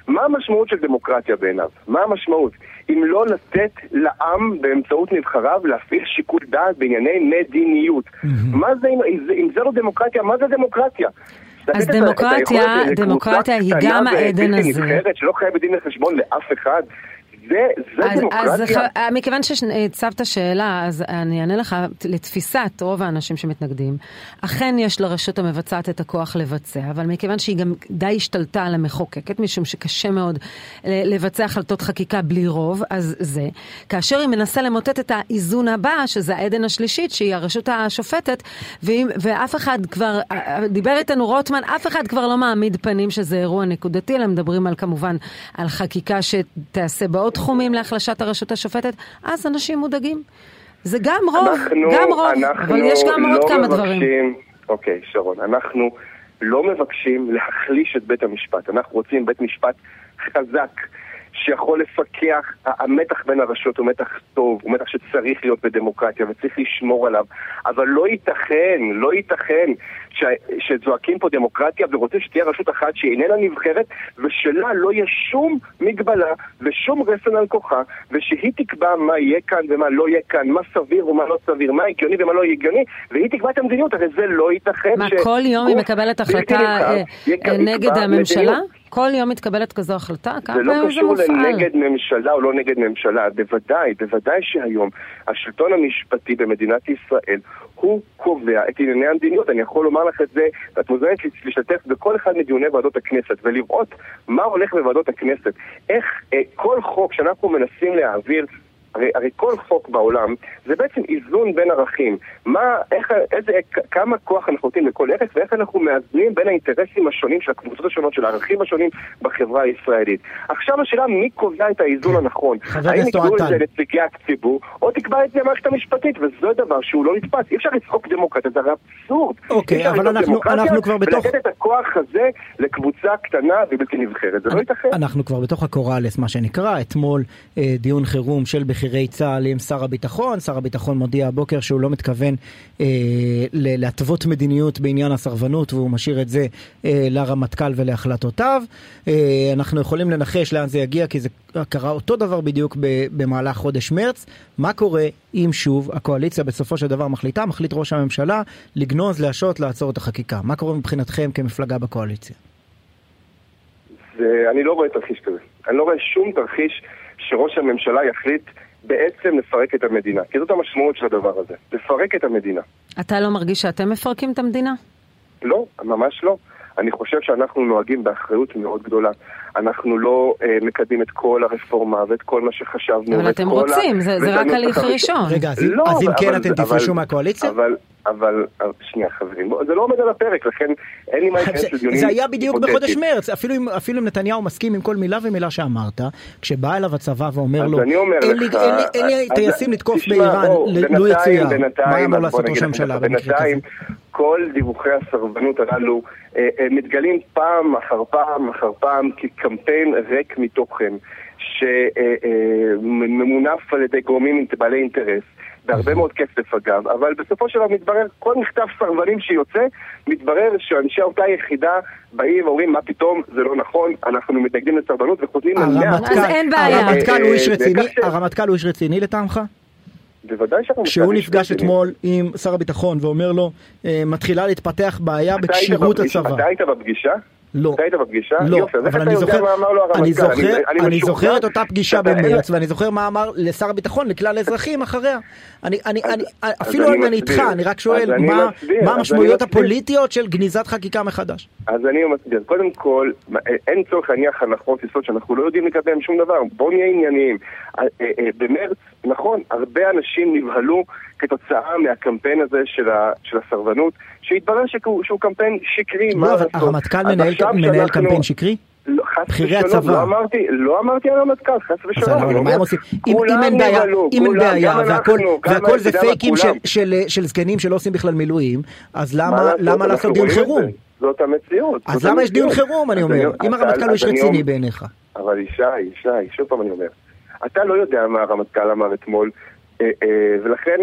מה המשמעות של דמוקרטיה בעיניו? מה המשמעות? אם לא לתת לעם באמצעות נבחריו להפעיל שיקול דעת בענייני מדיניות. מה זה, אם זה לא דמוקרטיה, מה זה דמוקרטיה? אז דמוקרטיה, דמוקרטיה היא גם העדן הזה. שלא חייב בדין לחשבון לאף אחד. זה, זה אז, דמוקרטיה. אז מכיוון שהצבת שאלה, אז אני אענה לך, לתפיסת רוב האנשים שמתנגדים, אכן יש לרשות המבצעת את הכוח לבצע, אבל מכיוון שהיא גם די השתלטה על המחוקקת, משום שקשה מאוד לבצע החלטות חקיקה בלי רוב, אז זה. כאשר היא מנסה למוטט את האיזון הבא, שזה העדן השלישית, שהיא הרשות השופטת, ואם, ואף אחד כבר, דיבר איתנו רוטמן, אף אחד כבר לא מעמיד פנים שזה אירוע נקודתי, אלא מדברים על כמובן על חקיקה שתעשה בעוד תחומים להחלשת הרשות השופטת, אז אנשים מודאגים. זה גם רוב, אנחנו, גם רוב, אבל יש גם לא עוד כמה מבקשים, דברים. אוקיי, שרון, אנחנו לא מבקשים להחליש את בית המשפט. אנחנו רוצים בית משפט חזק, שיכול לפקח. המתח בין הרשויות הוא מתח טוב, הוא מתח שצריך להיות בדמוקרטיה וצריך לשמור עליו, אבל לא ייתכן, לא ייתכן ש... שזועקים פה דמוקרטיה ורוצה שתהיה רשות אחת שהיא איננה נבחרת ושלה לא יהיה שום מגבלה ושום רסן על כוחה, ושהיא תקבע מה יהיה כאן ומה לא יהיה כאן, מה סביר ומה לא סביר, מה הגיוני ומה לא הגיוני, והיא תקבע את המדיניות. הרי זה לא ייתכן. מה, ש... כל יום היא מקבלת החלטה נגד הממשלה? כל יום מתקבלת כזו החלטה? זה לא קשור לנגד ממשלה או לא נגד ממשלה. בוודאי, בוודאי שהיום השלטון המשפטי במדינת ישראל הוא קובע את ענייני המדיניות. אני יכול לומר לך את זה, ואת מוזמנת להשתתף בכל אחד מדיוני ועדות הכנסת ולראות מה הולך בוועדות הכנסת. איך אה, כל חוק שאנחנו מנסים להעביר, הרי, הרי כל חוק בעולם זה בעצם איזון בין ערכים. מה, איך, איזה, כמה כוח אנחנו נותנים לכל ערך, ואיך אנחנו מאזנים בין האינטרסים השונים של הקבוצות השונות, של הערכים השונים בחברה הישראלית. עכשיו השאלה, מי קובע את האיזון הנכון? האם יקבעו את זה לנציגי הציבור, או תקבע את זה המערכת המשפטית, וזה דבר שהוא לא נתפס. אי אפשר לצחוק דמוקרטיה, זה הרי אבסורד. אוקיי, אבל אנחנו, אנחנו כבר בתוך... ולתת את הכוח הזה לקבוצה קטנה ובלתי נבחרת. זה לא ייתכן. אנחנו כבר בתוך הקוראלס, מה שנקרא, אתמול דיון חירום של בכירי צה"ל עם שר הביטחון. שר הביטחון מודיע הבוקר שהוא לא מתכוון אה, להתוות מדיניות בעניין הסרבנות, והוא משאיר את זה אה, לרמטכ"ל ולהחלטותיו. אה, אנחנו יכולים לנחש לאן זה יגיע, כי זה קרה אותו דבר בדיוק במהלך חודש מרץ. מה קורה אם שוב הקואליציה בסופו של דבר מחליטה, מחליט ראש הממשלה לגנוז, להשעות, לעצור את החקיקה? מה קורה מבחינתכם כמפלגה בקואליציה? זה, אני לא רואה תרחיש כזה. אני לא רואה שום תרחיש שראש הממשלה יחליט בעצם לפרק את המדינה. כי זאת המשמעות של הדבר הזה. לפרק את המדינה. אתה לא מרגיש שאתם מפרקים את המדינה? לא, ממש לא. אני חושב שאנחנו נוהגים באחריות מאוד גדולה. אנחנו לא אה, מקדים את כל הרפורמה ואת כל מה שחשבנו. אבל אתם רוצים, ה... זה, זה רק הליך ראשון. רגע, אז, לא, אז אם אבל, כן אבל, אתם תפרשו מהקואליציה? אבל, אבל, אבל, שנייה חברים, זה לא עומד על הפרק, לכן אין לי מה להיכנס לדיונים. זה היה בדיוק בחודש מרץ, אפילו אם, אפילו אם נתניהו מסכים עם כל מילה ומילה שאמרת, כשבא אליו הצבא ואומר לו, אין לי, אין לי, אין לי טייסים לתקוף באיראן, לא יציאה, מה אמור לעשות ראש הממשלה במקרה כזה? כל דיווחי הסרבנות הללו אה, אה, מתגלים פעם אחר פעם אחר פעם כקמפיין ריק מתוכן שממונף על ידי גורמים בעלי אינטרס בהרבה מאוד כסף אגב, אבל בסופו של דבר מתברר, כל מכתב סרבנים שיוצא, מתברר שאנשי אותה יחידה באים ואומרים מה פתאום, זה לא נכון, אנחנו מתנגדים לסרבנות וחוזרים למאה. אז אין בעיה. הרמטכ"ל הוא איש רציני, הרמטכ"ל הוא איש רציני לטעמך? בוודאי שאנחנו... שהוא נפגש אתמול עם שר הביטחון ואומר לו, מתחילה להתפתח בעיה בכשירות הצבא. אתה היית בפגישה? לא. אתה היית בפגישה? לא, אבל אני זוכר, אני זוכר את אותה פגישה במרץ, ואני זוכר מה אמר לשר הביטחון, לכלל האזרחים אחריה. אפילו אם אני איתך, אני רק שואל, מה המשמעויות הפוליטיות של גניזת חקיקה מחדש? אז אני מסביר, קודם כל, אין צורך להניח הנחות יסוד שאנחנו לא יודעים לקדם שום דבר, בואו נהיה ענייניים. במרץ, נכון, הרבה אנשים נבהלו כתוצאה מהקמפיין הזה של הסרבנות, שהתברר שהוא קמפיין שקרי. לא, אבל הרמטכ"ל מנהל קמפיין שקרי? בחירי הצבא. לא אמרתי, לא אמרתי על הרמטכ"ל, חס ושלום. מה הם עושים? אם אין בעיה, אם אין בעיה, והכל זה פייקים של זקנים שלא עושים בכלל מילואים, אז למה לעשות דיון חירום? זאת המציאות. אז למה יש דיון חירום, אני אומר? אם הרמטכ"ל הוא איש רציני בעיניך. אבל ישי, ישי, שוב פעם אני אומר, אתה לא יודע מה הרמטכ"ל אמר אתמול, ולכן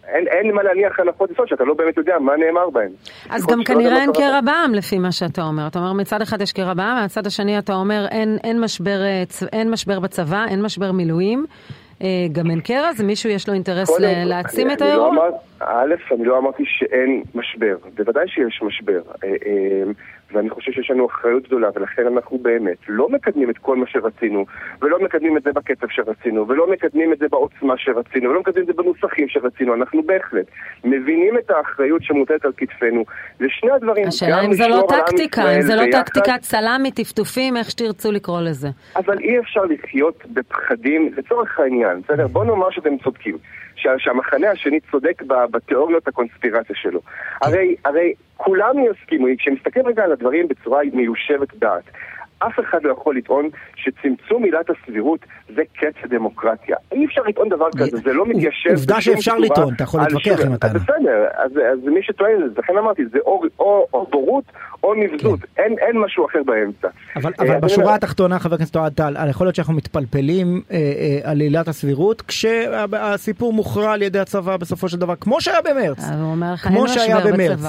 אין, אין מה להניח הנחות יסוד שאתה לא באמת יודע מה נאמר בהם. אז גם כנראה אין קרע בעם לפי מה שאתה אומר. אתה אומר מצד אחד יש קרע בעם, מהצד השני אתה אומר אין, אין, משבר, אין משבר בצבא, אין משבר מילואים, גם אין קרע, זה מישהו יש לו אינטרס להעצים את האירוע? א', אני לא אמרתי שאין משבר, בוודאי שיש משבר. ואני חושב שיש לנו אחריות גדולה, ולכן אנחנו באמת לא מקדמים את כל מה שרצינו, ולא מקדמים את זה בקצב שרצינו, ולא מקדמים את זה בעוצמה שרצינו, ולא מקדמים את זה בנוסחים שרצינו. אנחנו בהחלט מבינים את האחריות שמוטלת על כתפנו. זה שני הדברים. השאלה אם זה לא טקטיקה, אם זה לא טקטיקת סלמי, טפטופים, איך שתרצו לקרוא לזה. אבל אי אפשר לחיות בפחדים, לצורך העניין, בסדר? בוא נאמר שאתם צודקים. שהמחנה השני צודק בתיאוריות הקונספירציה שלו. הרי, הרי כולם יסכימו, כשמסתכל רגע על הדברים בצורה מיושבת דעת, אף אחד לא יכול לטעון שצמצום עילת הסבירות זה קץ הדמוקרטיה. אי אפשר לטעון דבר כזה, זה לא מתיישב. עובדה שאפשר לטעון, אתה יכול להתווכח עם הטענה. בסדר, אז מי שטוען את זה, לכן אמרתי, זה או בורות או נבזות, אין משהו אחר באמצע. אבל בשורה התחתונה, חבר הכנסת אוהד טל, יכול להיות שאנחנו מתפלפלים על עילת הסבירות, כשהסיפור מוכרע על ידי הצבא בסופו של דבר, כמו שהיה במרץ. כמו שהיה במרץ.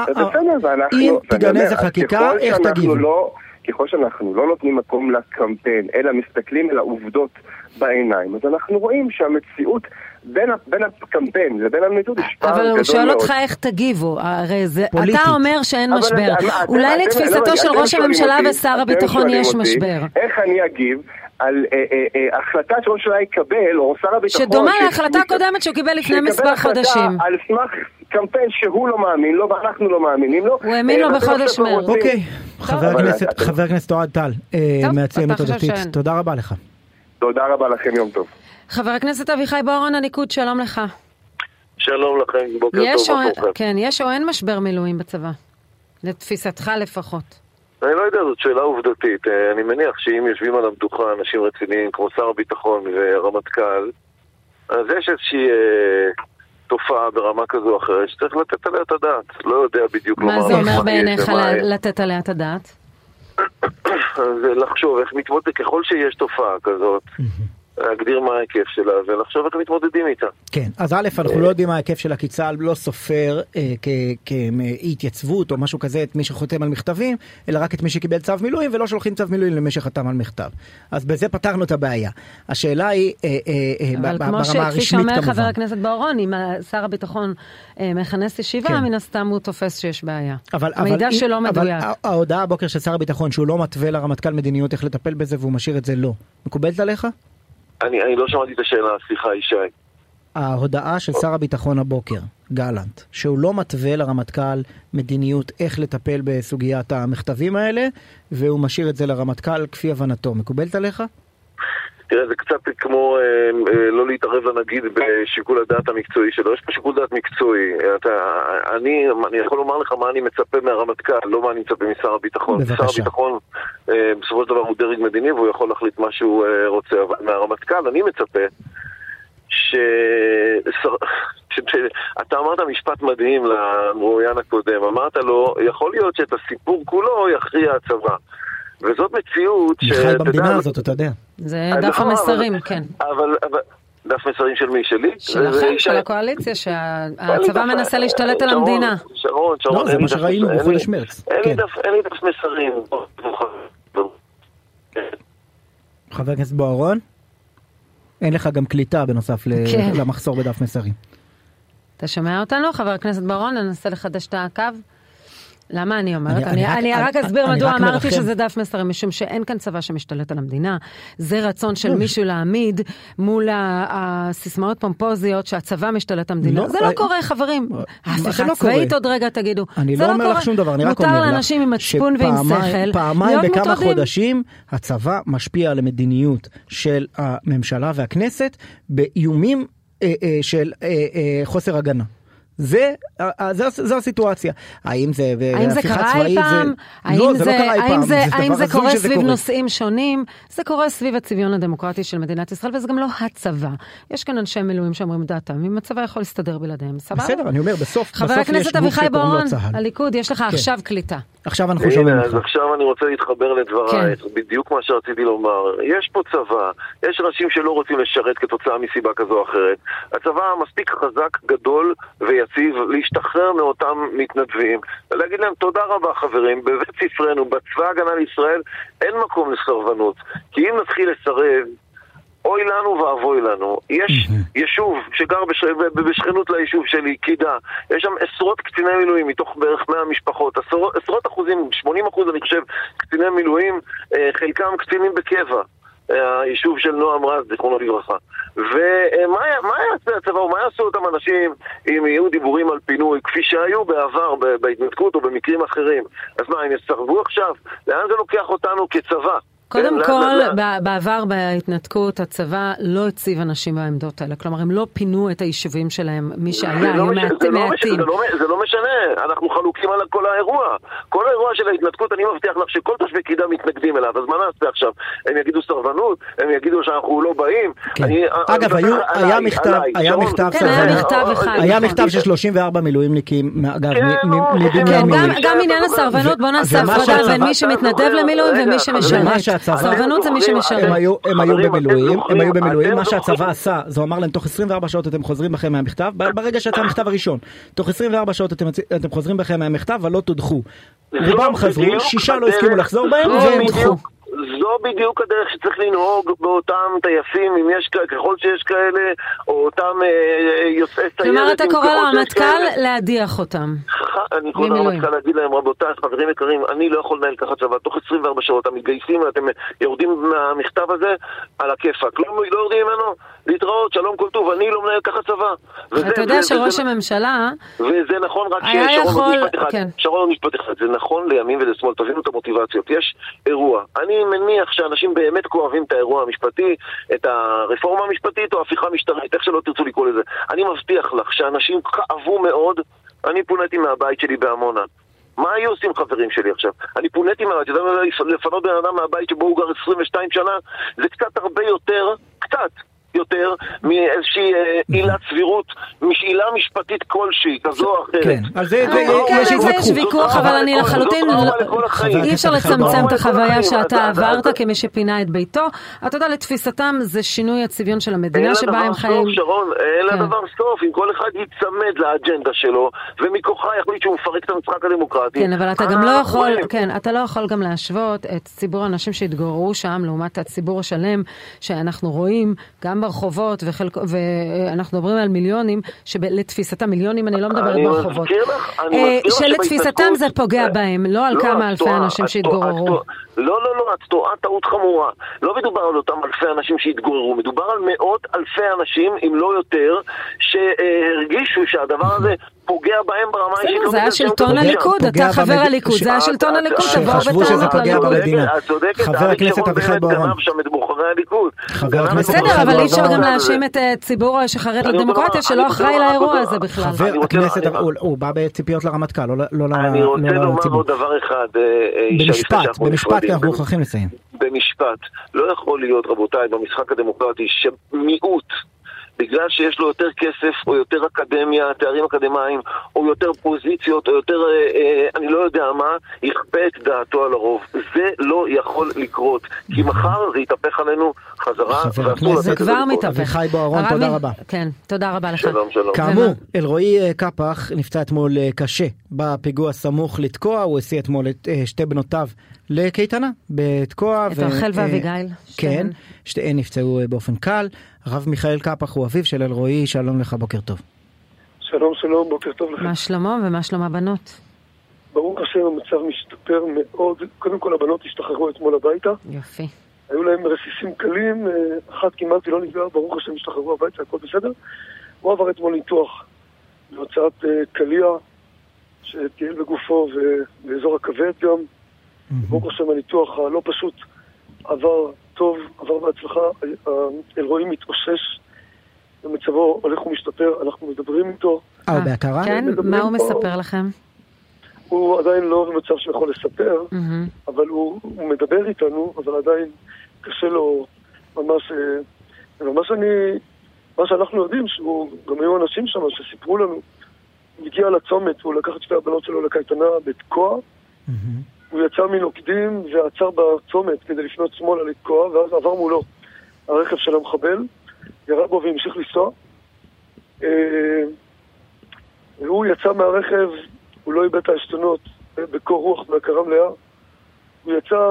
אם תיגנז החקיקה, איך תגיבו? ככל שאנחנו לא נותנים מקום לקמפיין, אלא מסתכלים על העובדות בעיניים, אז אנחנו רואים שהמציאות בין, בין הקמפיין לבין המציאות יש פער גדול מאוד. אבל הוא שואל אותך איך תגיבו, הרי זה, אתה אומר שאין משבר. אולי לתפיסתו של ראש הממשלה ושר הביטחון יש משבר. איך אני אגיב על החלטה שראש הממשלה יקבל, או שר הביטחון... שדומה להחלטה הקודמת שהוא קיבל לפני מספר חודשים. על סמך קמפיין שהוא לא מאמין לו, ואנחנו לא מאמינים לו. הוא האמין לו בחודש מרץ. אוקיי, חבר הכנסת אוהד טל, מהציונות הדתית, תודה רבה לך. תודה רבה לכם, יום טוב. חבר הכנסת אביחי בוארון, הליכוד, שלום לך. שלום לכם, בוקר טוב לכם. כן, יש או אין משבר מילואים בצבא? לתפיסתך לפחות. אני לא יודע, זאת שאלה עובדתית. אני מניח שאם יושבים על המדוכה אנשים רציניים כמו שר הביטחון ורמטכ"ל, אז יש איזושהי תופעה ברמה כזו או אחרת שצריך לתת עליה את הדעת. לא יודע בדיוק מה זה אומר בעיניך לתת עליה את הדעת? זה לחשוב איך מתמודד, ככל שיש תופעה כזאת, להגדיר מה ההיקף שלה ולחשוב איך מתמודדים איתה. כן, אז א', אנחנו לא יודעים מה ההיקף שלה, כי צה"ל לא סופר כהתייצבות או משהו כזה את מי שחותם על מכתבים, אלא רק את מי שקיבל צו מילואים, ולא שולחים צו מילואים למי שחתם על מכתב. אז בזה פתרנו את הבעיה. השאלה היא ברמה הרשמית כמובן. כפי שאומר חבר הכנסת בוארון, אם שר הביטחון מכנס ישיבה, מן הסתם הוא תופס שיש בעיה. המידע שלא מדויק. אבל ההודעה הבוקר של שר הביטחון שהוא לא מתווה לרמטכ"ל מדיניות איך לטפל בזה והוא משאיר את זה לא. מקובלת עליך? אני, אני לא שמעתי את השאלה, סליחה, ישי. ההודעה של שר הביטחון הבוקר, גלנט, שהוא לא מתווה לרמטכ"ל מדיניות איך לטפל בסוגיית המכתבים האלה, והוא משאיר את זה לרמטכ"ל כפי הבנתו. מקובלת עליך? תראה, זה קצת כמו אה, אה, לא להתערב לנגיד בשיקול הדעת המקצועי שלו. יש פה שיקול דעת מקצועי. אתה, אני, אני יכול לומר לך מה אני מצפה מהרמטכ"ל, לא מה אני מצפה משר הביטחון. בבקשה. שר הביטחון אה, בסופו של דבר הוא דרג מדיני והוא יכול להחליט מה שהוא אה, רוצה. אבל מהרמטכ"ל אני מצפה ש... ש... ש... אתה אמרת משפט מדהים למרואיין הקודם. אמרת לו, יכול להיות שאת הסיפור כולו יכריע הצבא. וזאת מציאות ש... חי במדינה הזאת, אתה יודע. זה דף המסרים, כן. אבל, אבל, דף מסרים של מי? שלי? שלכם, של הקואליציה, שהצבא מנסה להשתלט על המדינה. שרון, שרון. לא, זה מה שראינו בחודש מרץ. אין לי דף מסרים. חבר הכנסת בוארון, אין לך גם קליטה בנוסף למחסור בדף מסרים. אתה שומע אותנו, חבר הכנסת בוארון? ננסה לחדש את הקו. למה אני אומרת? אני, אני, אני רק אסביר מדוע אמרתי שזה דף מסרים, משום שאין כאן צבא שמשתלט על המדינה. זה רצון של מישהו להעמיד מול הסיסמאות פומפוזיות שהצבא משתלט על המדינה. זה לא קורה, חברים. הפיכה צבאית עוד רגע תגידו. אני לא אומר לך שום דבר, אני רק אומר לך. מותר לאנשים עם מצפון ועם שכל. פעמיים בכמה חודשים הצבא משפיע על המדיניות של הממשלה והכנסת באיומים של חוסר הגנה. זה, זו הסיטואציה. האם זה, האם זה קרה אי פעם? האם זה קורה סביב נושאים שונים? זה קורה סביב הצביון הדמוקרטי של מדינת ישראל, וזה גם לא הצבא. יש כאן אנשי מילואים שאומרים דעתם, אם הצבא יכול להסתדר בלעדיהם, סבבה? בסדר, אני אומר, בסוף, חבר הכנסת אביחי בוארון, הליכוד, יש לך עכשיו קליטה. עכשיו אנחנו שומעים אותך. אז עכשיו אני רוצה להתחבר לדברייך, כן. בדיוק מה שרציתי לומר. יש פה צבא, יש אנשים שלא רוצים לשרת כתוצאה מסיבה כזו או אחרת. הצבא מספיק חזק, גדול ויציב להשתחרר מאותם מתנדבים, ולהגיד להם תודה רבה חברים, בבית ספרנו, בצבא הגנה לישראל, אין מקום לסרבנות. כי אם נתחיל לסרב, אוי לנו ואבוי לנו. יש יישוב שגר בש... בשכנות ליישוב שלי, קידה. יש שם עשרות קציני מילואים מתוך בערך מאה משפחות. עשרות, עשרות אחוזים, שמונים אחוז אני חושב, קציני מילואים, חלקם קצינים בקבע. היישוב של נועם רז, זיכרונו לברכה. ומה יעשה הצבא, ומה יעשו אותם אנשים אם יהיו דיבורים על פינוי, כפי שהיו בעבר, בהתנתקות או במקרים אחרים? אז מה, הם יסרבו עכשיו? לאן זה לוקח אותנו כצבא? קודם כל, בעבר בהתנתקות, הצבא לא הציב אנשים בעמדות האלה. כלומר, הם לא פינו את היישובים שלהם, מי שהיה, היו מעטים. זה לא משנה, אנחנו חלוקים על כל האירוע. כל האירוע של ההתנתקות, אני מבטיח לך שכל תושבי קידה מתנגדים אליו. אז מה נעשה עכשיו? הם יגידו סרבנות? הם יגידו שאנחנו לא באים? אגב, היה מכתב, היה מכתב, היה מכתב של שלושים וארבע מילואימניקים, אגב, גם עניין הסרבנות, בוא נעשה הפרדה בין מי שמתנדב למילואים ומי שמשרת. סרבנות זה מי שמשרת. הם היו במילואים, הם היו במילואים, מה שהצבא עשה, זה אמר להם, תוך עשרים וארבע שעות אתם חוזרים בכם מהמכתב, ברגע שאתה המכתב הראשון, תוך עשרים וארבע שעות אתם חוזרים בכם מהמכתב, ולא תודחו. רובם חזרו, שישה לא הסכימו לחזור בהם, והם הודחו. זו בדיוק הדרך שצריך לנהוג באותם טייסים, אם יש כאלה, ככל שיש כאלה, או אותם יוצאי סיירת. כלומר, אתה קורא למטכ"ל להדיח אותם. אני קורא למטכ"ל להגיד להם, רבותיי, חברים יקרים, אני לא יכול לנהל ככה צבא, תוך עשרים וארבע שעות, המתגייסים, אתם יורדים מהמכתב הזה על הכיפק. לא יורדים ממנו, להתראות, שלום כל טוב, אני לא מנהל ככה צבא. אתה יודע שראש הממשלה וזה נכון, רק שרון משפט אחד, זה נכון לימין ולשמאל, תבינו את המוטיבציות. יש אירוע. אני מניח שאנשים באמת כואבים את האירוע המשפטי, את הרפורמה המשפטית או הפיכה משטרית, איך שלא תרצו לקרוא לזה. אני מבטיח לך שאנשים כאבו מאוד. אני פונתי מהבית שלי בעמונה. מה היו עושים חברים שלי עכשיו? אני פונתי מהבית, לפנות בן אדם מהבית שבו הוא גר עשרים ושתיים שנה, זה קצת הרבה יותר, קצת יותר מאיזושהי עילת סבירות, עילה משפטית כלשהי, כזו או אחרת. כן, על זה יש ויכוח, אבל אני לחלוטין, אי אפשר לצמצם את החוויה שאתה עברת כמי שפינה את ביתו. אתה יודע, לתפיסתם זה שינוי הצביון של המדינה שבה הם חיים. שרון, אין לה דבר סוף, אם כל אחד יצמד לאג'נדה שלו, ומכוחה יחליט שהוא מפרק את המשחק הדמוקרטי. כן, אבל אתה גם לא יכול, כן, אתה לא יכול גם להשוות את ציבור האנשים שהתגוררו שם, לעומת הציבור השלם שאנחנו רואים, גם ברחובות, ואנחנו מדברים על מיליונים, שלתפיסתם, מיליונים אני לא מדברת ברחובות, שלתפיסתם זה פוגע בהם, לא על כמה אלפי אנשים שהתגוררו. לא, לא, לא, את טועה טעות חמורה. לא מדובר על אותם אלפי אנשים שהתגוררו, מדובר על מאות אלפי אנשים, אם לא יותר, שהרגישו שהדבר הזה פוגע בהם ברמה אישית. זה היה שלטון הליכוד, אתה חבר הליכוד, זה היה שלטון הליכוד, שחשבו שזה פוגע במדינה. חבר הכנסת אביחי בוארון. בסדר, אבל אי אפשר גם להאשים את ציבור שחרד לדמוקרטיה שלא אחראי לאירוע הזה בכלל. חבר הכנסת, הוא בא בציפיות לרמטכ"ל, לא לציבור. אני רוצה לומר עוד דבר אחד. במשפט, במשפט, כי אנחנו מוכרחים לסיים. במשפט, לא יכול להיות, רבותיי, במשחק הדמוקרטי, שמיעוט, בגלל שיש לו יותר כסף, או יותר אקדמיה, תארים אקדמיים, או יותר פוזיציות, או יותר, אה, אני לא יודע מה, יכפה את דעתו על הרוב. זה לא יכול לקרות, כי מחר זה יתהפך עלינו חזרה. זה כבר מתהפך. אביחי בוארון, תודה רבה. כן, תודה רבה לך. שלום, שלום. כאמור, אלרועי קפח נפצע אתמול קשה בפיגוע סמוך לתקוע, הוא הסיע אתמול את שתי בנותיו לקייטנה בתקוע. את רחל ואביגיל. כן, שתיהן נפצעו באופן קל. הרב מיכאל קפח הוא אביו של אלרועי, שלום לך, בוקר טוב. שלום, שלום, בוקר טוב לך. מה שלמה ומה שלמה הבנות? ברוך השם, המצב משתפר מאוד. קודם כל הבנות השתחררו אתמול הביתה. יופי. היו להם רסיסים קלים, אחת כמעט לא נפגעה, ברוך השם השתחררו הביתה, הכל בסדר. הוא עבר אתמול ניתוח להוצאת קליע, שתהיה בגופו ובאזור הכבד גם. ברוך השם הניתוח הלא פשוט עבר טוב, עבר בהצלחה, אלרועי מתאושש, ומצבו הולך ומשתפר, אנחנו מדברים איתו. אה, בהכרה? כן, מה הוא מספר לכם? הוא עדיין לא במצב שיכול לספר, אבל הוא מדבר איתנו, אבל עדיין קשה לו ממש, ממש אני, מה שאנחנו יודעים, שהוא גם היו אנשים שם שסיפרו לנו, הוא הגיע לצומת, הוא לקח את שתי הבנות שלו לקייטנה בתקוע, הוא יצא מנוקדים ועצר בצומת כדי לפנות שמאלה לתקוע, ואז עבר מולו הרכב של המחבל, ירה בו והמשיך לנסוע. והוא יצא מהרכב, הוא לא איבד את העשתונות, בקור רוח, בהכרה מלאה. הוא יצא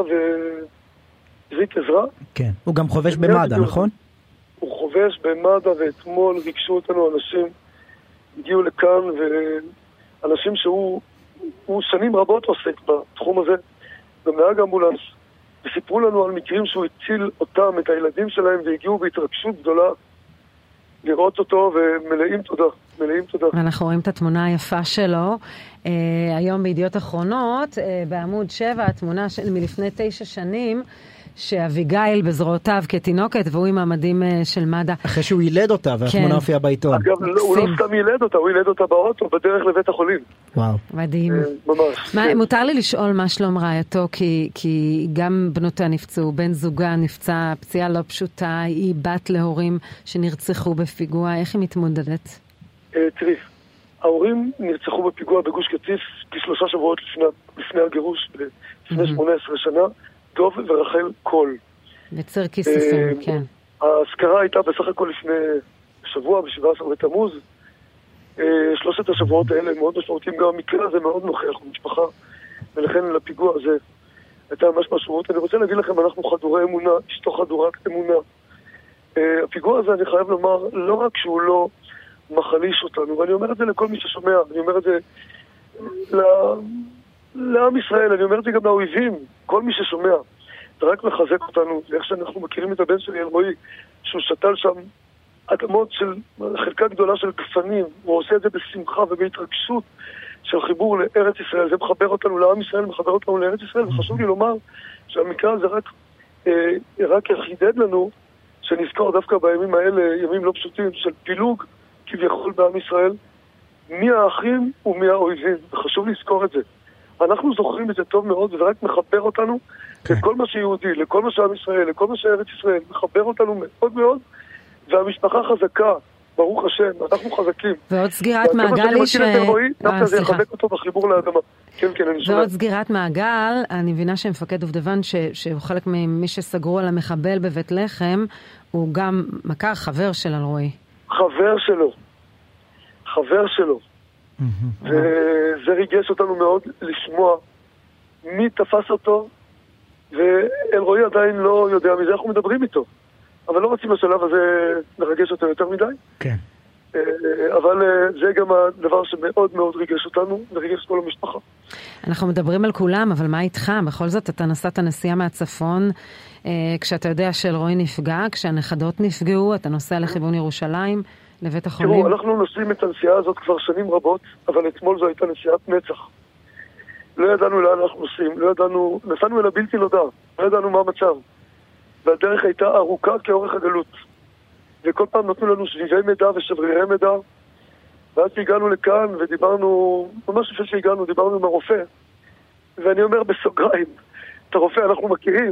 והזעיק עזרה. כן, הוא גם חובש במד"א, נכון? הוא חובש במד"א, ואתמול ריגשו אותנו אנשים, הגיעו לכאן, ואנשים שהוא הוא שנים רבות עוסק בתחום הזה, במנהג אמבולנס, וסיפרו לנו על מקרים שהוא הציל אותם, את הילדים שלהם, והגיעו בהתרגשות גדולה לראות אותו, ומלאים תודה, מלאים תודה. ואנחנו רואים את התמונה היפה שלו, אה, היום בידיעות אחרונות, אה, בעמוד שבע, התמונה של מלפני תשע שנים, שאביגיל בזרועותיו כתינוקת, והוא עם המדים של מד"א. אחרי שהוא ילד אותה, והתמונה הופיעה בעיתון. אגב, הוא לא סתם ילד אותה, הוא ילד אותה באוטו, בדרך לבית החולים. וואו. מדהים. ממש. מותר לי לשאול מה שלום רעייתו, כי גם בנותה נפצעו, בן זוגה נפצע, פציעה לא פשוטה, היא בת להורים שנרצחו בפיגוע, איך היא מתמודדת? תראי, ההורים נרצחו בפיגוע בגוש קטיף כשלושה שבועות לפני הגירוש, לפני שמונה עשרה שנה, דוב ורחל קול. בציר כיסופים, כן. ההזכרה הייתה בסך הכל לפני שבוע, ב-שבעה עשר בתמוז. שלושת השבועות האלה מאוד משמעותיים, גם המקרה הזה מאוד נוכח במשפחה, ולכן לפיגוע הזה הייתה ממש משמעות. אני רוצה להגיד לכם, אנחנו חדורי אמונה, אשתו חדורת אמונה. הפיגוע הזה, אני חייב לומר, לא רק שהוא לא מחליש אותנו, ואני אומר את זה לכל מי ששומע, אני אומר את זה ל... לעם ישראל, אני אומר את זה גם לאויבים, כל מי ששומע, זה רק מחזק אותנו, איך שאנחנו מכירים את הבן שלי אלרועי, שהוא שתל שם אדמות של חלקה גדולה של גפנים, הוא עושה את זה בשמחה ובהתרגשות של חיבור לארץ ישראל, זה מחבר אותנו לעם ישראל, מחבר אותנו לארץ ישראל, וחשוב לי לומר שהמקרה הזה רק, אה, רק יחידד לנו, שנזכור דווקא בימים האלה, ימים לא פשוטים של פילוג כביכול בעם ישראל, מי האחים ומי האויבים, וחשוב לזכור את זה. אנחנו זוכרים את זה טוב מאוד, וזה רק מחבר אותנו לכל מה שיהודי, לכל מה שעם ישראל, לכל מה שארץ ישראל, מחבר אותנו מאוד מאוד, והמשפחה חזקה, ברוך השם, אנחנו חזקים. ועוד סגירת מעגל היא ש... דווקא זה יחזק אותו בחיבור לאדמה. כן, כן, אני שומע. ועוד סגירת מעגל, אני מבינה שמפקד דובדבן, שהוא חלק ממי שסגרו על המחבל בבית לחם, הוא גם מכר חבר של אלרועי. חבר שלו. חבר שלו. וזה ריגש אותנו מאוד לשמוע מי תפס אותו, ואלרועי עדיין לא יודע מזה, אנחנו מדברים איתו, אבל לא רוצים בשלב הזה לרגש אותו יותר מדי. כן. אבל זה גם הדבר שמאוד מאוד ריגש אותנו, וריגש את כל המשפחה. אנחנו מדברים על כולם, אבל מה איתך? בכל זאת אתה נסעת נסיעה מהצפון, כשאתה יודע שאלרועי נפגע, כשהנכדות נפגעו, אתה נוסע לכיוון ירושלים, לבית החולים. תראו, אנחנו נוסעים את הנסיעה הזאת כבר שנים רבות, אבל אתמול זו הייתה נסיעת נצח. לא ידענו לאן אנחנו נוסעים, לא ידענו, נסענו אל הבלתי נודע, לא ידענו מה המצב. והדרך הייתה ארוכה כאורך הגלות. וכל פעם נתנו לנו שביבי מידע ושברירי מידע, ואז הגענו לכאן ודיברנו, ממש לפני שהגענו, דיברנו עם הרופא, ואני אומר בסוגריים, את הרופא אנחנו מכירים,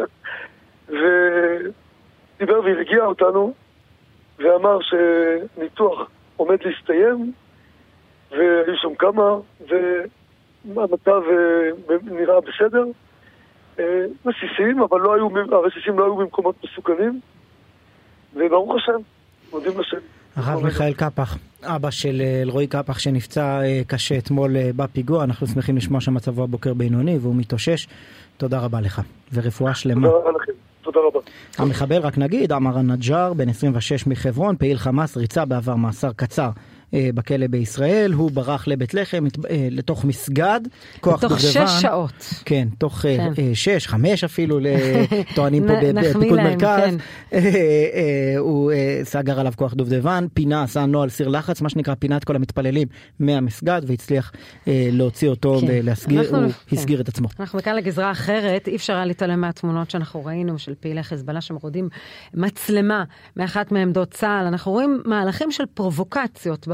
ודיבר והרגיע אותנו, ואמר שניתוח עומד להסתיים, והיו שם כמה, והמצב נראה בסדר, רסיסים, אבל לא היו, הרסיסים לא היו במקומות מסוכנים, וברוך השם, מודים לשם. הרב מיכאל קפח, אבא של אלרועי קפח שנפצע קשה אתמול בפיגוע, אנחנו שמחים לשמוע שמצבו הבוקר בינוני והוא מתאושש. תודה רבה לך, ורפואה שלמה. תודה רבה לכם, תודה רבה. המחבל, רק נגיד, עמר הנג'אר, בן עשרים ושש מחברון, פעיל חמאס, ריצה בעבר מאסר קצר בכלא בישראל, הוא ברח לבית לחם, לתוך מסגד, כוח דובדבן. בתוך שש שעות. כן, תוך שש, חמש אפילו, טוענים פה בפיקוד מרכז. הוא סגר עליו כוח דובדבן, פינה, עשה נוהל סיר לחץ, מה שנקרא, פינה את כל המתפללים מהמסגד, והצליח להוציא אותו ולהסגיר, הוא הסגיר את עצמו. אנחנו מכאן לגזרה אחרת, אי אפשר היה להתעלם מהתמונות שאנחנו ראינו, של פעילי חיזבאללה שמורידים מצלמה מאחת מעמדות צה"ל, אנחנו רואים מהלכים של פרובוקציות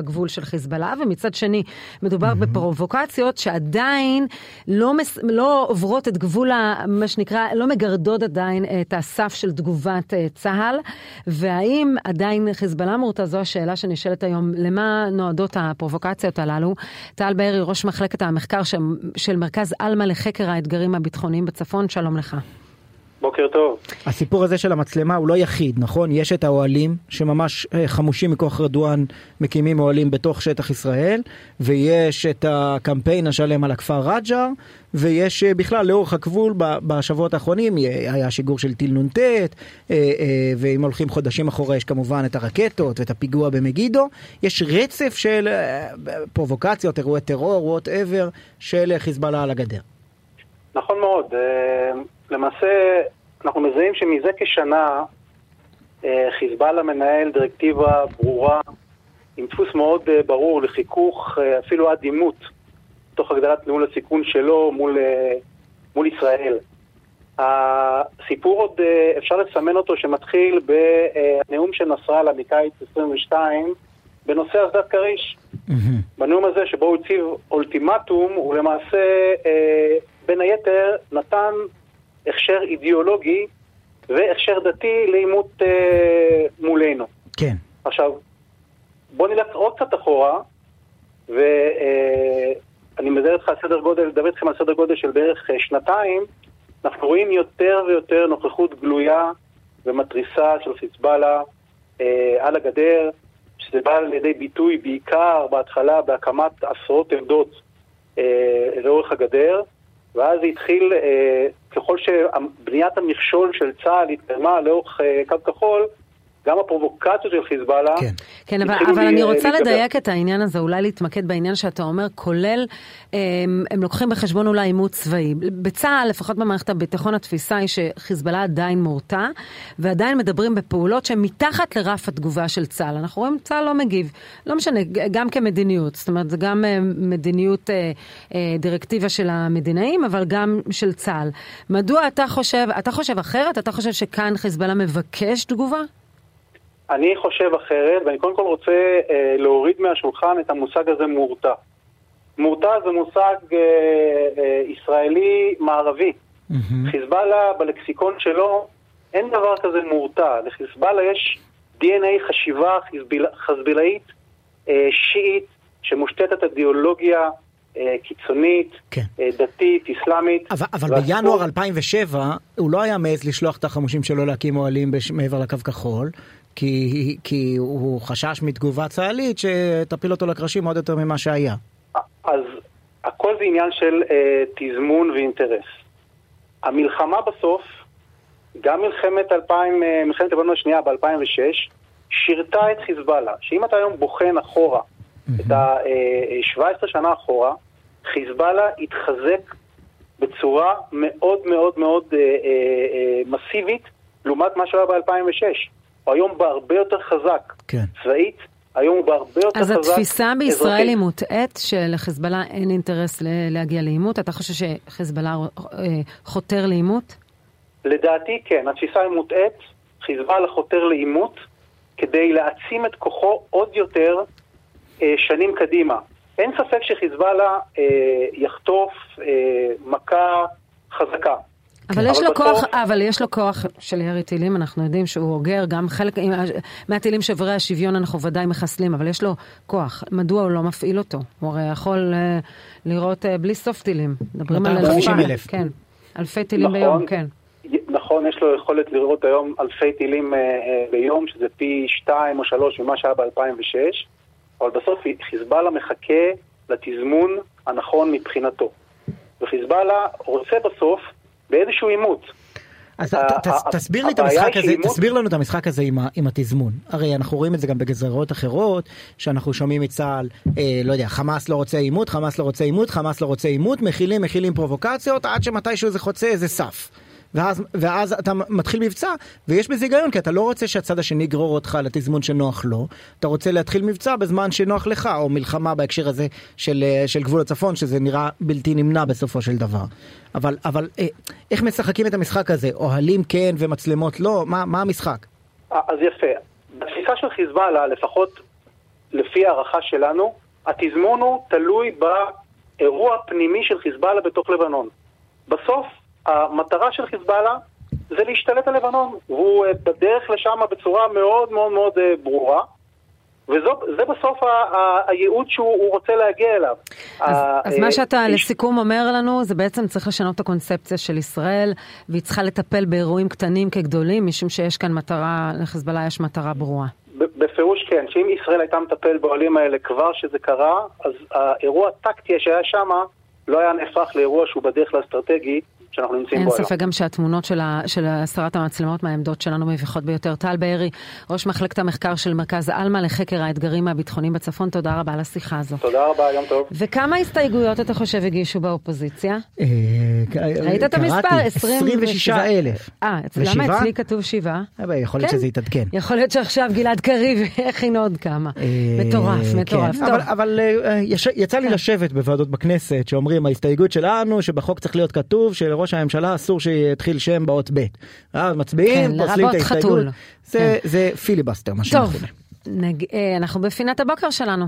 בגבול של חיזבאללה, ומצד שני מדובר mm-hmm. בפרובוקציות שעדיין לא, מס, לא עוברות את גבול, מה שנקרא, לא מגרדות עדיין את הסף של תגובת צהל, והאם עדיין חיזבאללה מורתע? זו השאלה שנשאלת היום, למה נועדות הפרובוקציות הללו? טל בארי, ראש מחלקת המחקר של, של מרכז אלמה לחקר האתגרים הביטחוניים בצפון, שלום לך. בוקר טוב. הסיפור הזה של המצלמה הוא לא יחיד, נכון? יש את האוהלים שממש חמושים מכוח רדואן מקימים אוהלים בתוך שטח ישראל, ויש את הקמפיין השלם על הכפר רג'ר, ויש בכלל לאורך הגבול בשבועות האחרונים היה שיגור של טיל נ"ט, ואם הולכים חודשים אחורה יש כמובן את הרקטות ואת הפיגוע במגידו. יש רצף של פרובוקציות, אירועי טרור, whatever, של חיזבאללה על הגדר. נכון מאוד. למעשה אנחנו מזהים שמזה כשנה חיזבאללה מנהל דירקטיבה ברורה עם דפוס מאוד ברור לחיכוך אפילו עד עימות תוך הגדלת ניהול הסיכון שלו מול, מול ישראל. הסיפור עוד אפשר לסמן אותו שמתחיל בנאום של נסראללה מקיץ עשרים ושתיים בנושא אסדת כריש. Mm-hmm. בנאום הזה שבו הוא הציב אולטימטום הוא למעשה בין היתר נתן הכשר אידיאולוגי והכשר דתי לעימות אה, מולנו. כן. עכשיו, בוא נלך עוד קצת אחורה, ואני מדבר איתך על סדר גודל, מדבר איתכם על סדר גודל של בערך שנתיים, אנחנו רואים יותר ויותר נוכחות גלויה ומטריסה של חיזבאללה אה, על הגדר, שזה בא לידי ביטוי בעיקר בהתחלה בהקמת עשרות עמדות אה, לאורך הגדר, ואז זה התחיל, אה, ככל שבניית המכשול של צה"ל התקדמה לאורך אה, קו כחול, גם הפרובוקציות של חיזבאללה. כן, כן אבל, אבל אני רוצה להתקבל. לדייק את העניין הזה, אולי להתמקד בעניין שאתה אומר, כולל, הם, הם לוקחים בחשבון אולי עימות צבאי. בצה"ל, לפחות במערכת הביטחון, התפיסה היא שחיזבאללה עדיין מורתע, ועדיין מדברים בפעולות שהן מתחת לרף התגובה של צה"ל. אנחנו רואים, צה"ל לא מגיב. לא משנה, גם כמדיניות. זאת אומרת, זה גם מדיניות דירקטיבה של המדינאים, אבל גם של צה"ל. מדוע אתה חושב, אתה חושב אחרת? אתה חושב שכאן חיזבאללה מבקש תגובה? אני חושב אחרת, ואני קודם כל רוצה אה, להוריד מהשולחן את המושג הזה מורתע. מורתע זה מושג אה, אה, ישראלי מערבי. Mm-hmm. חיזבאללה בלקסיקון שלו אין דבר כזה מורתע. לחיזבאללה יש די אן איי חשיבה חזבאלאית אה, שיעית שמושתתת אידיאולוגיה אה, קיצונית, כן. אה, דתית, אסלאמית. אבל, אבל והספור... בינואר אלפיים ושבע הוא לא היה מעז לשלוח את החמושים שלו להקים אוהלים בש... מעבר לקו כחול. כי, כי הוא חשש מתגובה צה"לית שתפיל אותו לקרשים עוד יותר ממה שהיה. אז הכל זה עניין של אה, תזמון ואינטרס. המלחמה בסוף, גם מלחמת אלפיים, אה, מלחמת לבנון השנייה ב-אלפיים ושש, שירתה את חיזבאללה. שאם אתה היום בוחן אחורה, mm-hmm. את ה-שבע עשרה שנה אחורה, חיזבאללה התחזק בצורה מאוד מאוד מאוד אה, אה, אה, מסיבית, לעומת מה שהיה ב-אלפיים ושש. הוא היום בהרבה יותר חזק, כן. צבאית, היום הוא בהרבה יותר אז חזק. אז התפיסה בישראל היא מוטעת שלחיזבאללה אין אינטרס להגיע לעימות? אתה חושב שחיזבאללה חותר לעימות? לדעתי כן, התפיסה היא מוטעת, חיזבאללה חותר לעימות כדי להעצים את כוחו עוד יותר אה, שנים קדימה. אין ספק שחיזבאללה אה, יחטוף אה, מכה חזקה. אבל יש לו כוח, אבל יש לו כוח של ירי טילים, אנחנו יודעים שהוא אוגר, גם חלק מהטילים שברי השוויון אנחנו ודאי מחסלים, אבל יש לו כוח. מדוע הוא לא מפעיל אותו? הוא הרי יכול לראות בלי סוף טילים. מדברים על אלפי, כן, אלפי טילים ביום, כן. נכון, יש לו יכולת לראות היום אלפי טילים ביום, שזה פי שתיים או שלוש ממה שהיה ב-אלפיים ושש, אבל בסוף חיזבאללה מחכה לתזמון הנכון מבחינתו. וחיזבאללה רוצה בסוף באיזשהו עימות. אז תסביר לי את המשחק הזה, תסביר לנו את המשחק הזה עם התזמון. הרי אנחנו רואים את זה גם בגזרות אחרות, שאנחנו שומעים מצה"ל, לא יודע, חמאס לא רוצה עימות, חמאס לא רוצה עימות, חמאס לא רוצה עימות, מכילים, מכילים פרובוקציות, עד שמתישהו זה חוצה איזה סף. ואז, ואז אתה מתחיל מבצע, ויש בזה היגיון, כי אתה לא רוצה שהצד השני יגרור אותך לתזמון שנוח לו, אתה רוצה להתחיל מבצע בזמן שנוח לך, או מלחמה בהקשר הזה של, של גבול הצפון, שזה נראה בלתי נמנע בסופו של דבר. אבל, אבל איך משחקים את המשחק הזה? אוהלים כן ומצלמות לא? מה, מה המשחק? אז יפה. בתפיסה של חיזבאללה, לפחות לפי הערכה שלנו, התזמון הוא תלוי באירוע פנימי של חיזבאללה בתוך לבנון. בסוף, המטרה של חיזבאללה זה להשתלט על לבנון, והוא בדרך לשם בצורה מאוד מאוד מאוד ברורה, וזה בסוף ה- ה- הייעוד שהוא רוצה להגיע אליו. אז, ה- אז מה שאתה אה, לסיכום אומר לנו, זה בעצם צריך לשנות את הקונספציה של ישראל, והיא צריכה לטפל באירועים קטנים כגדולים, משום שיש כאן מטרה, לחיזבאללה יש מטרה ברורה. בפירוש כן, שאם ישראל הייתה מטפל בעולים האלה כבר שזה קרה, אז האירוע הטקטי שהיה שם לא היה נהפך לאירוע שהוא בדרך לאסטרטגי שאנחנו נמצאים אין בו היום. ספק גם שהתמונות של, ה, של הסרת המצלמות מהעמדות שלנו מביכות ביותר. טל בארי, ראש מחלקת המחקר של מרכז אלמה לחקר האתגרים הביטחוניים בצפון, תודה רבה על השיחה הזו. תודה רבה, יום טוב. וכמה הסתייגויות אתה חושב הגישו באופוזיציה? ראית את המספר? עשרים ושישה אלף. אה, למה אצלי כתוב שבעה? יכול להיות שזה יתעדכן. יכול להיות שעכשיו גלעד קריב הכין עוד כמה. מטורף, מטורף. אבל יצא לי לשבת בוועדות בכנסת שאומרים ההסתייגות שלנו שבחוק צריך להיות כתוב שלראש הממשלה אסור שיתחיל שם באות ב'. מצביעים, פוסלים את ההסתייגות. זה פיליבסטר, מה שאנחנו. טוב, אנחנו בפינת הבוקר שלנו.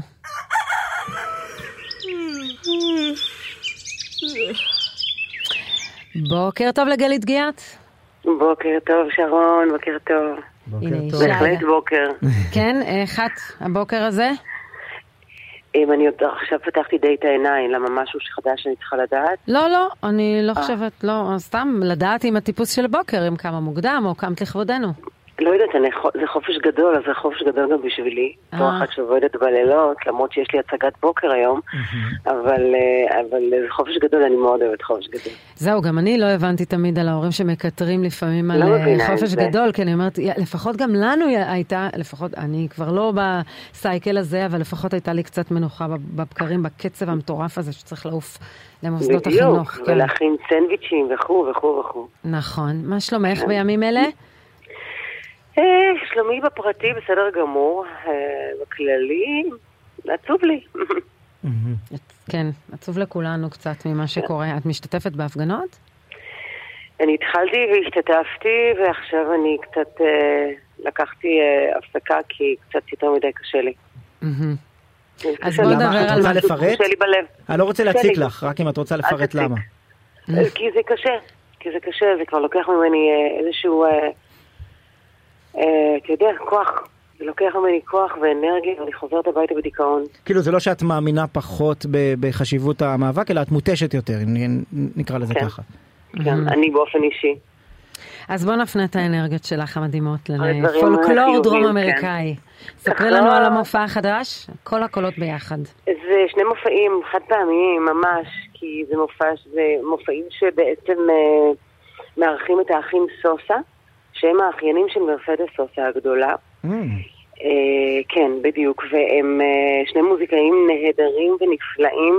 בוקר טוב לגלית גיאת. בוקר טוב שרון, בוקר טוב. בוקר טוב. בהחלט בוקר. כן, איך את הבוקר הזה? אם אני עוד עכשיו פתחתי די את העיניים, למה משהו שחדש שאני צריכה לדעת? לא, לא, אני לא חושבת, לא, סתם לדעת עם הטיפוס של בוקר, אם כמה מוקדם או קמת לכבודנו. לא יודעת, זה חופש גדול, אז זה חופש גדול גם בשבילי. תור אחת שעובדת בלילות, למרות שיש לי הצגת בוקר היום, אבל זה חופש גדול, אני מאוד אוהבת חופש גדול. זהו, גם אני לא הבנתי תמיד על ההורים שמקטרים לפעמים על חופש גדול, כי אני אומרת, לפחות גם לנו הייתה, לפחות, אני כבר לא בסייקל הזה, אבל לפחות הייתה לי קצת מנוחה בבקרים, בקצב המטורף הזה שצריך לעוף למוסדות החינוך. בדיוק, ולהכין סנדוויצ'ים וכו' וכו' וכו'. נכון. מה שלומך בימים אלה? שלומי בפרטי בסדר גמור, בכללי, עצוב לי. כן, עצוב לכולנו קצת ממה שקורה. את משתתפת בהפגנות? אני התחלתי והשתתפתי, ועכשיו אני קצת לקחתי הפסקה, כי קצת יותר מדי קשה לי. אז בוא נדבר על מה. את רוצה לפרט? קשה לי בלב. אני לא רוצה להציק לך, רק אם את רוצה לפרט למה. כי זה קשה, כי זה קשה, זה כבר לוקח ממני איזשהו... אתה יודע, כוח, זה לוקח ממני כוח ואנרגיה, ואני חוזרת הביתה בדיכאון. כאילו זה לא שאת מאמינה פחות בחשיבות המאבק, אלא את מוטשת יותר, נקרא לזה ככה. כן, אני באופן אישי. אז בוא נפנה את האנרגיות שלך המדהימות לפולקלור דרום אמריקאי. ספרי לנו על המופע החדש, כל הקולות ביחד. זה שני מופעים חד פעמיים ממש, כי זה מופע, זה מופעים שבעצם מארחים את האחים סוסה, שהם האחיינים של מרסדס סוסה הגדולה. Mm. Uh, כן, בדיוק. והם uh, שני מוזיקאים נהדרים ונפלאים,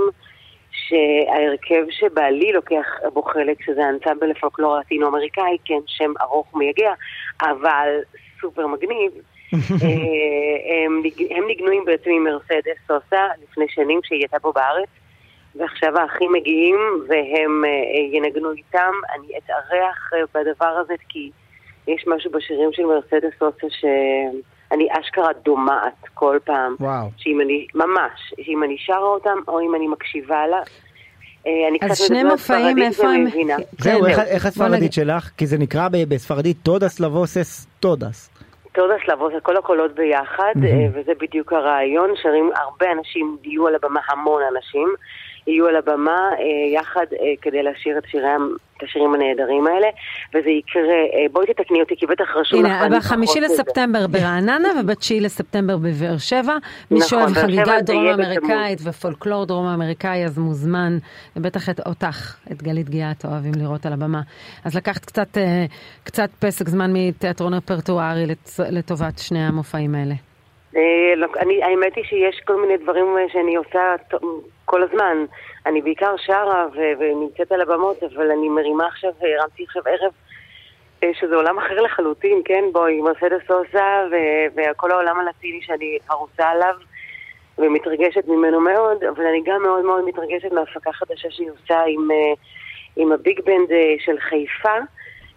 שההרכב שבעלי לוקח בו חלק, שזה האנסמבל לפולקלור לטינו-אמריקאי, כן, שם ארוך מייגע, אבל סופר מגניב. uh, הם, הם נגנויים בעצם עם מרסדס סוסה לפני שנים שהיא הייתה פה בארץ, ועכשיו האחים מגיעים והם uh, ינגנו איתם. אני אתארח uh, בדבר הזה, כי יש משהו בשירים של מרסדס סוסה שאני אשכרה דומעת כל פעם. וואו. שאם אני, ממש, שאם אני שרה אותם או אם אני מקשיבה לה, אני אז שני מופעים, איפה הם? זהו, איך הספרדית שלך? כי זה נקרא בספרדית טודס לבוסס טודס. טודס לבוסס, כל הקולות ביחד, וזה בדיוק הרעיון. שרים הרבה אנשים, יהיו על הבמה המון אנשים, יהיו על הבמה יחד כדי לשיר את שיריהם, את השירים הנהדרים האלה, וזה יקרה, בואי תתקני אותי, כי בטח רשום לך... הנה, בחמישי לספטמבר ברעננה, ובתשיעי לספטמבר בבאר שבע, מי שאוהב חגיגה דרום אמריקאית ופולקלור דרום אמריקאי, אז מוזמן, ובטח אותך, את גלית גיאת, אוהבים לראות על הבמה. אז לקחת קצת, קצת פסק זמן מתיאטרון רפרטוארי לטובת שני המופעים האלה. אני, האמת היא שיש כל מיני דברים שאני עושה כל הזמן. אני בעיקר שרה ו- ונמצאת על הבמות, אבל אני מרימה עכשיו, הרמתי עכשיו ערב, שזה עולם אחר לחלוטין, כן? בואי, מרסדס סוסה ו- וכל העולם הלטיני שאני הרוסה עליו, ומתרגשת ממנו מאוד, אבל אני גם מאוד מאוד מתרגשת מהפקה חדשה שהיא עושה עם, עם הביג בנד של חיפה,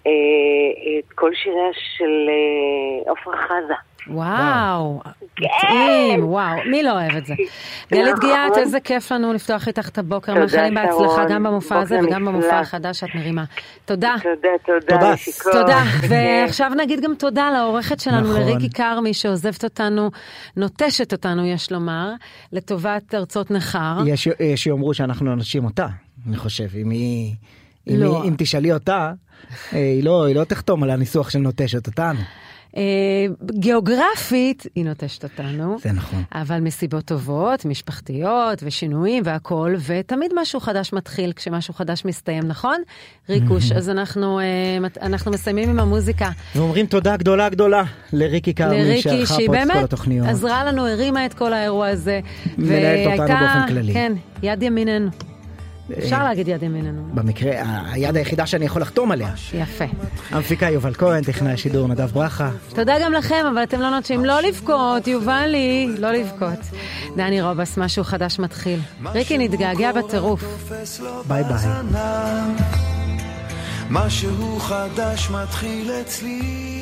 את כל שיריה של עופרה חזה. וואו, מתאים, וואו, מי לא אוהב את זה? גלית גיאת, איזה כיף לנו לפתוח איתך את הבוקר, מאחלים בהצלחה גם במופע הזה וגם במופע החדש שאת מרימה. תודה. תודה, תודה. תודה, ועכשיו נגיד גם תודה לעורכת שלנו, לריקי קרמי, שעוזבת אותנו, נוטשת אותנו, יש לומר, לטובת ארצות נחר. יש שיאמרו שאנחנו אנשים אותה, אני חושב, אם תשאלי אותה, היא לא תחתום על הניסוח של נוטשת אותנו. גיאוגרפית היא נוטשת אותנו. זה נכון. אבל מסיבות טובות, משפחתיות ושינויים והכל, ותמיד משהו חדש מתחיל כשמשהו חדש מסתיים, נכון? ריקוש, אז אנחנו, אנחנו מסיימים עם המוזיקה. ואומרים תודה גדולה גדולה לריקי קרמי, שערכה פה את כל התוכניות. עזרה לנו, הרימה את כל האירוע הזה. מנהלת אותנו באופן כללי. כן, יד ימיננו. אפשר להגיד יד ימיננו. במקרה, היד היחידה שאני יכול לחתום עליה. יפה. המפיקה יובל כהן, טכנאי השידור נדב ברכה. תודה גם לכם, אבל אתם לא נוטשים לא לבכות, יובלי, לא לבכות. דני רובס, משהו חדש מתחיל. ריקי נתגעגע בטירוף. ביי ביי. משהו חדש מתחיל אצלי.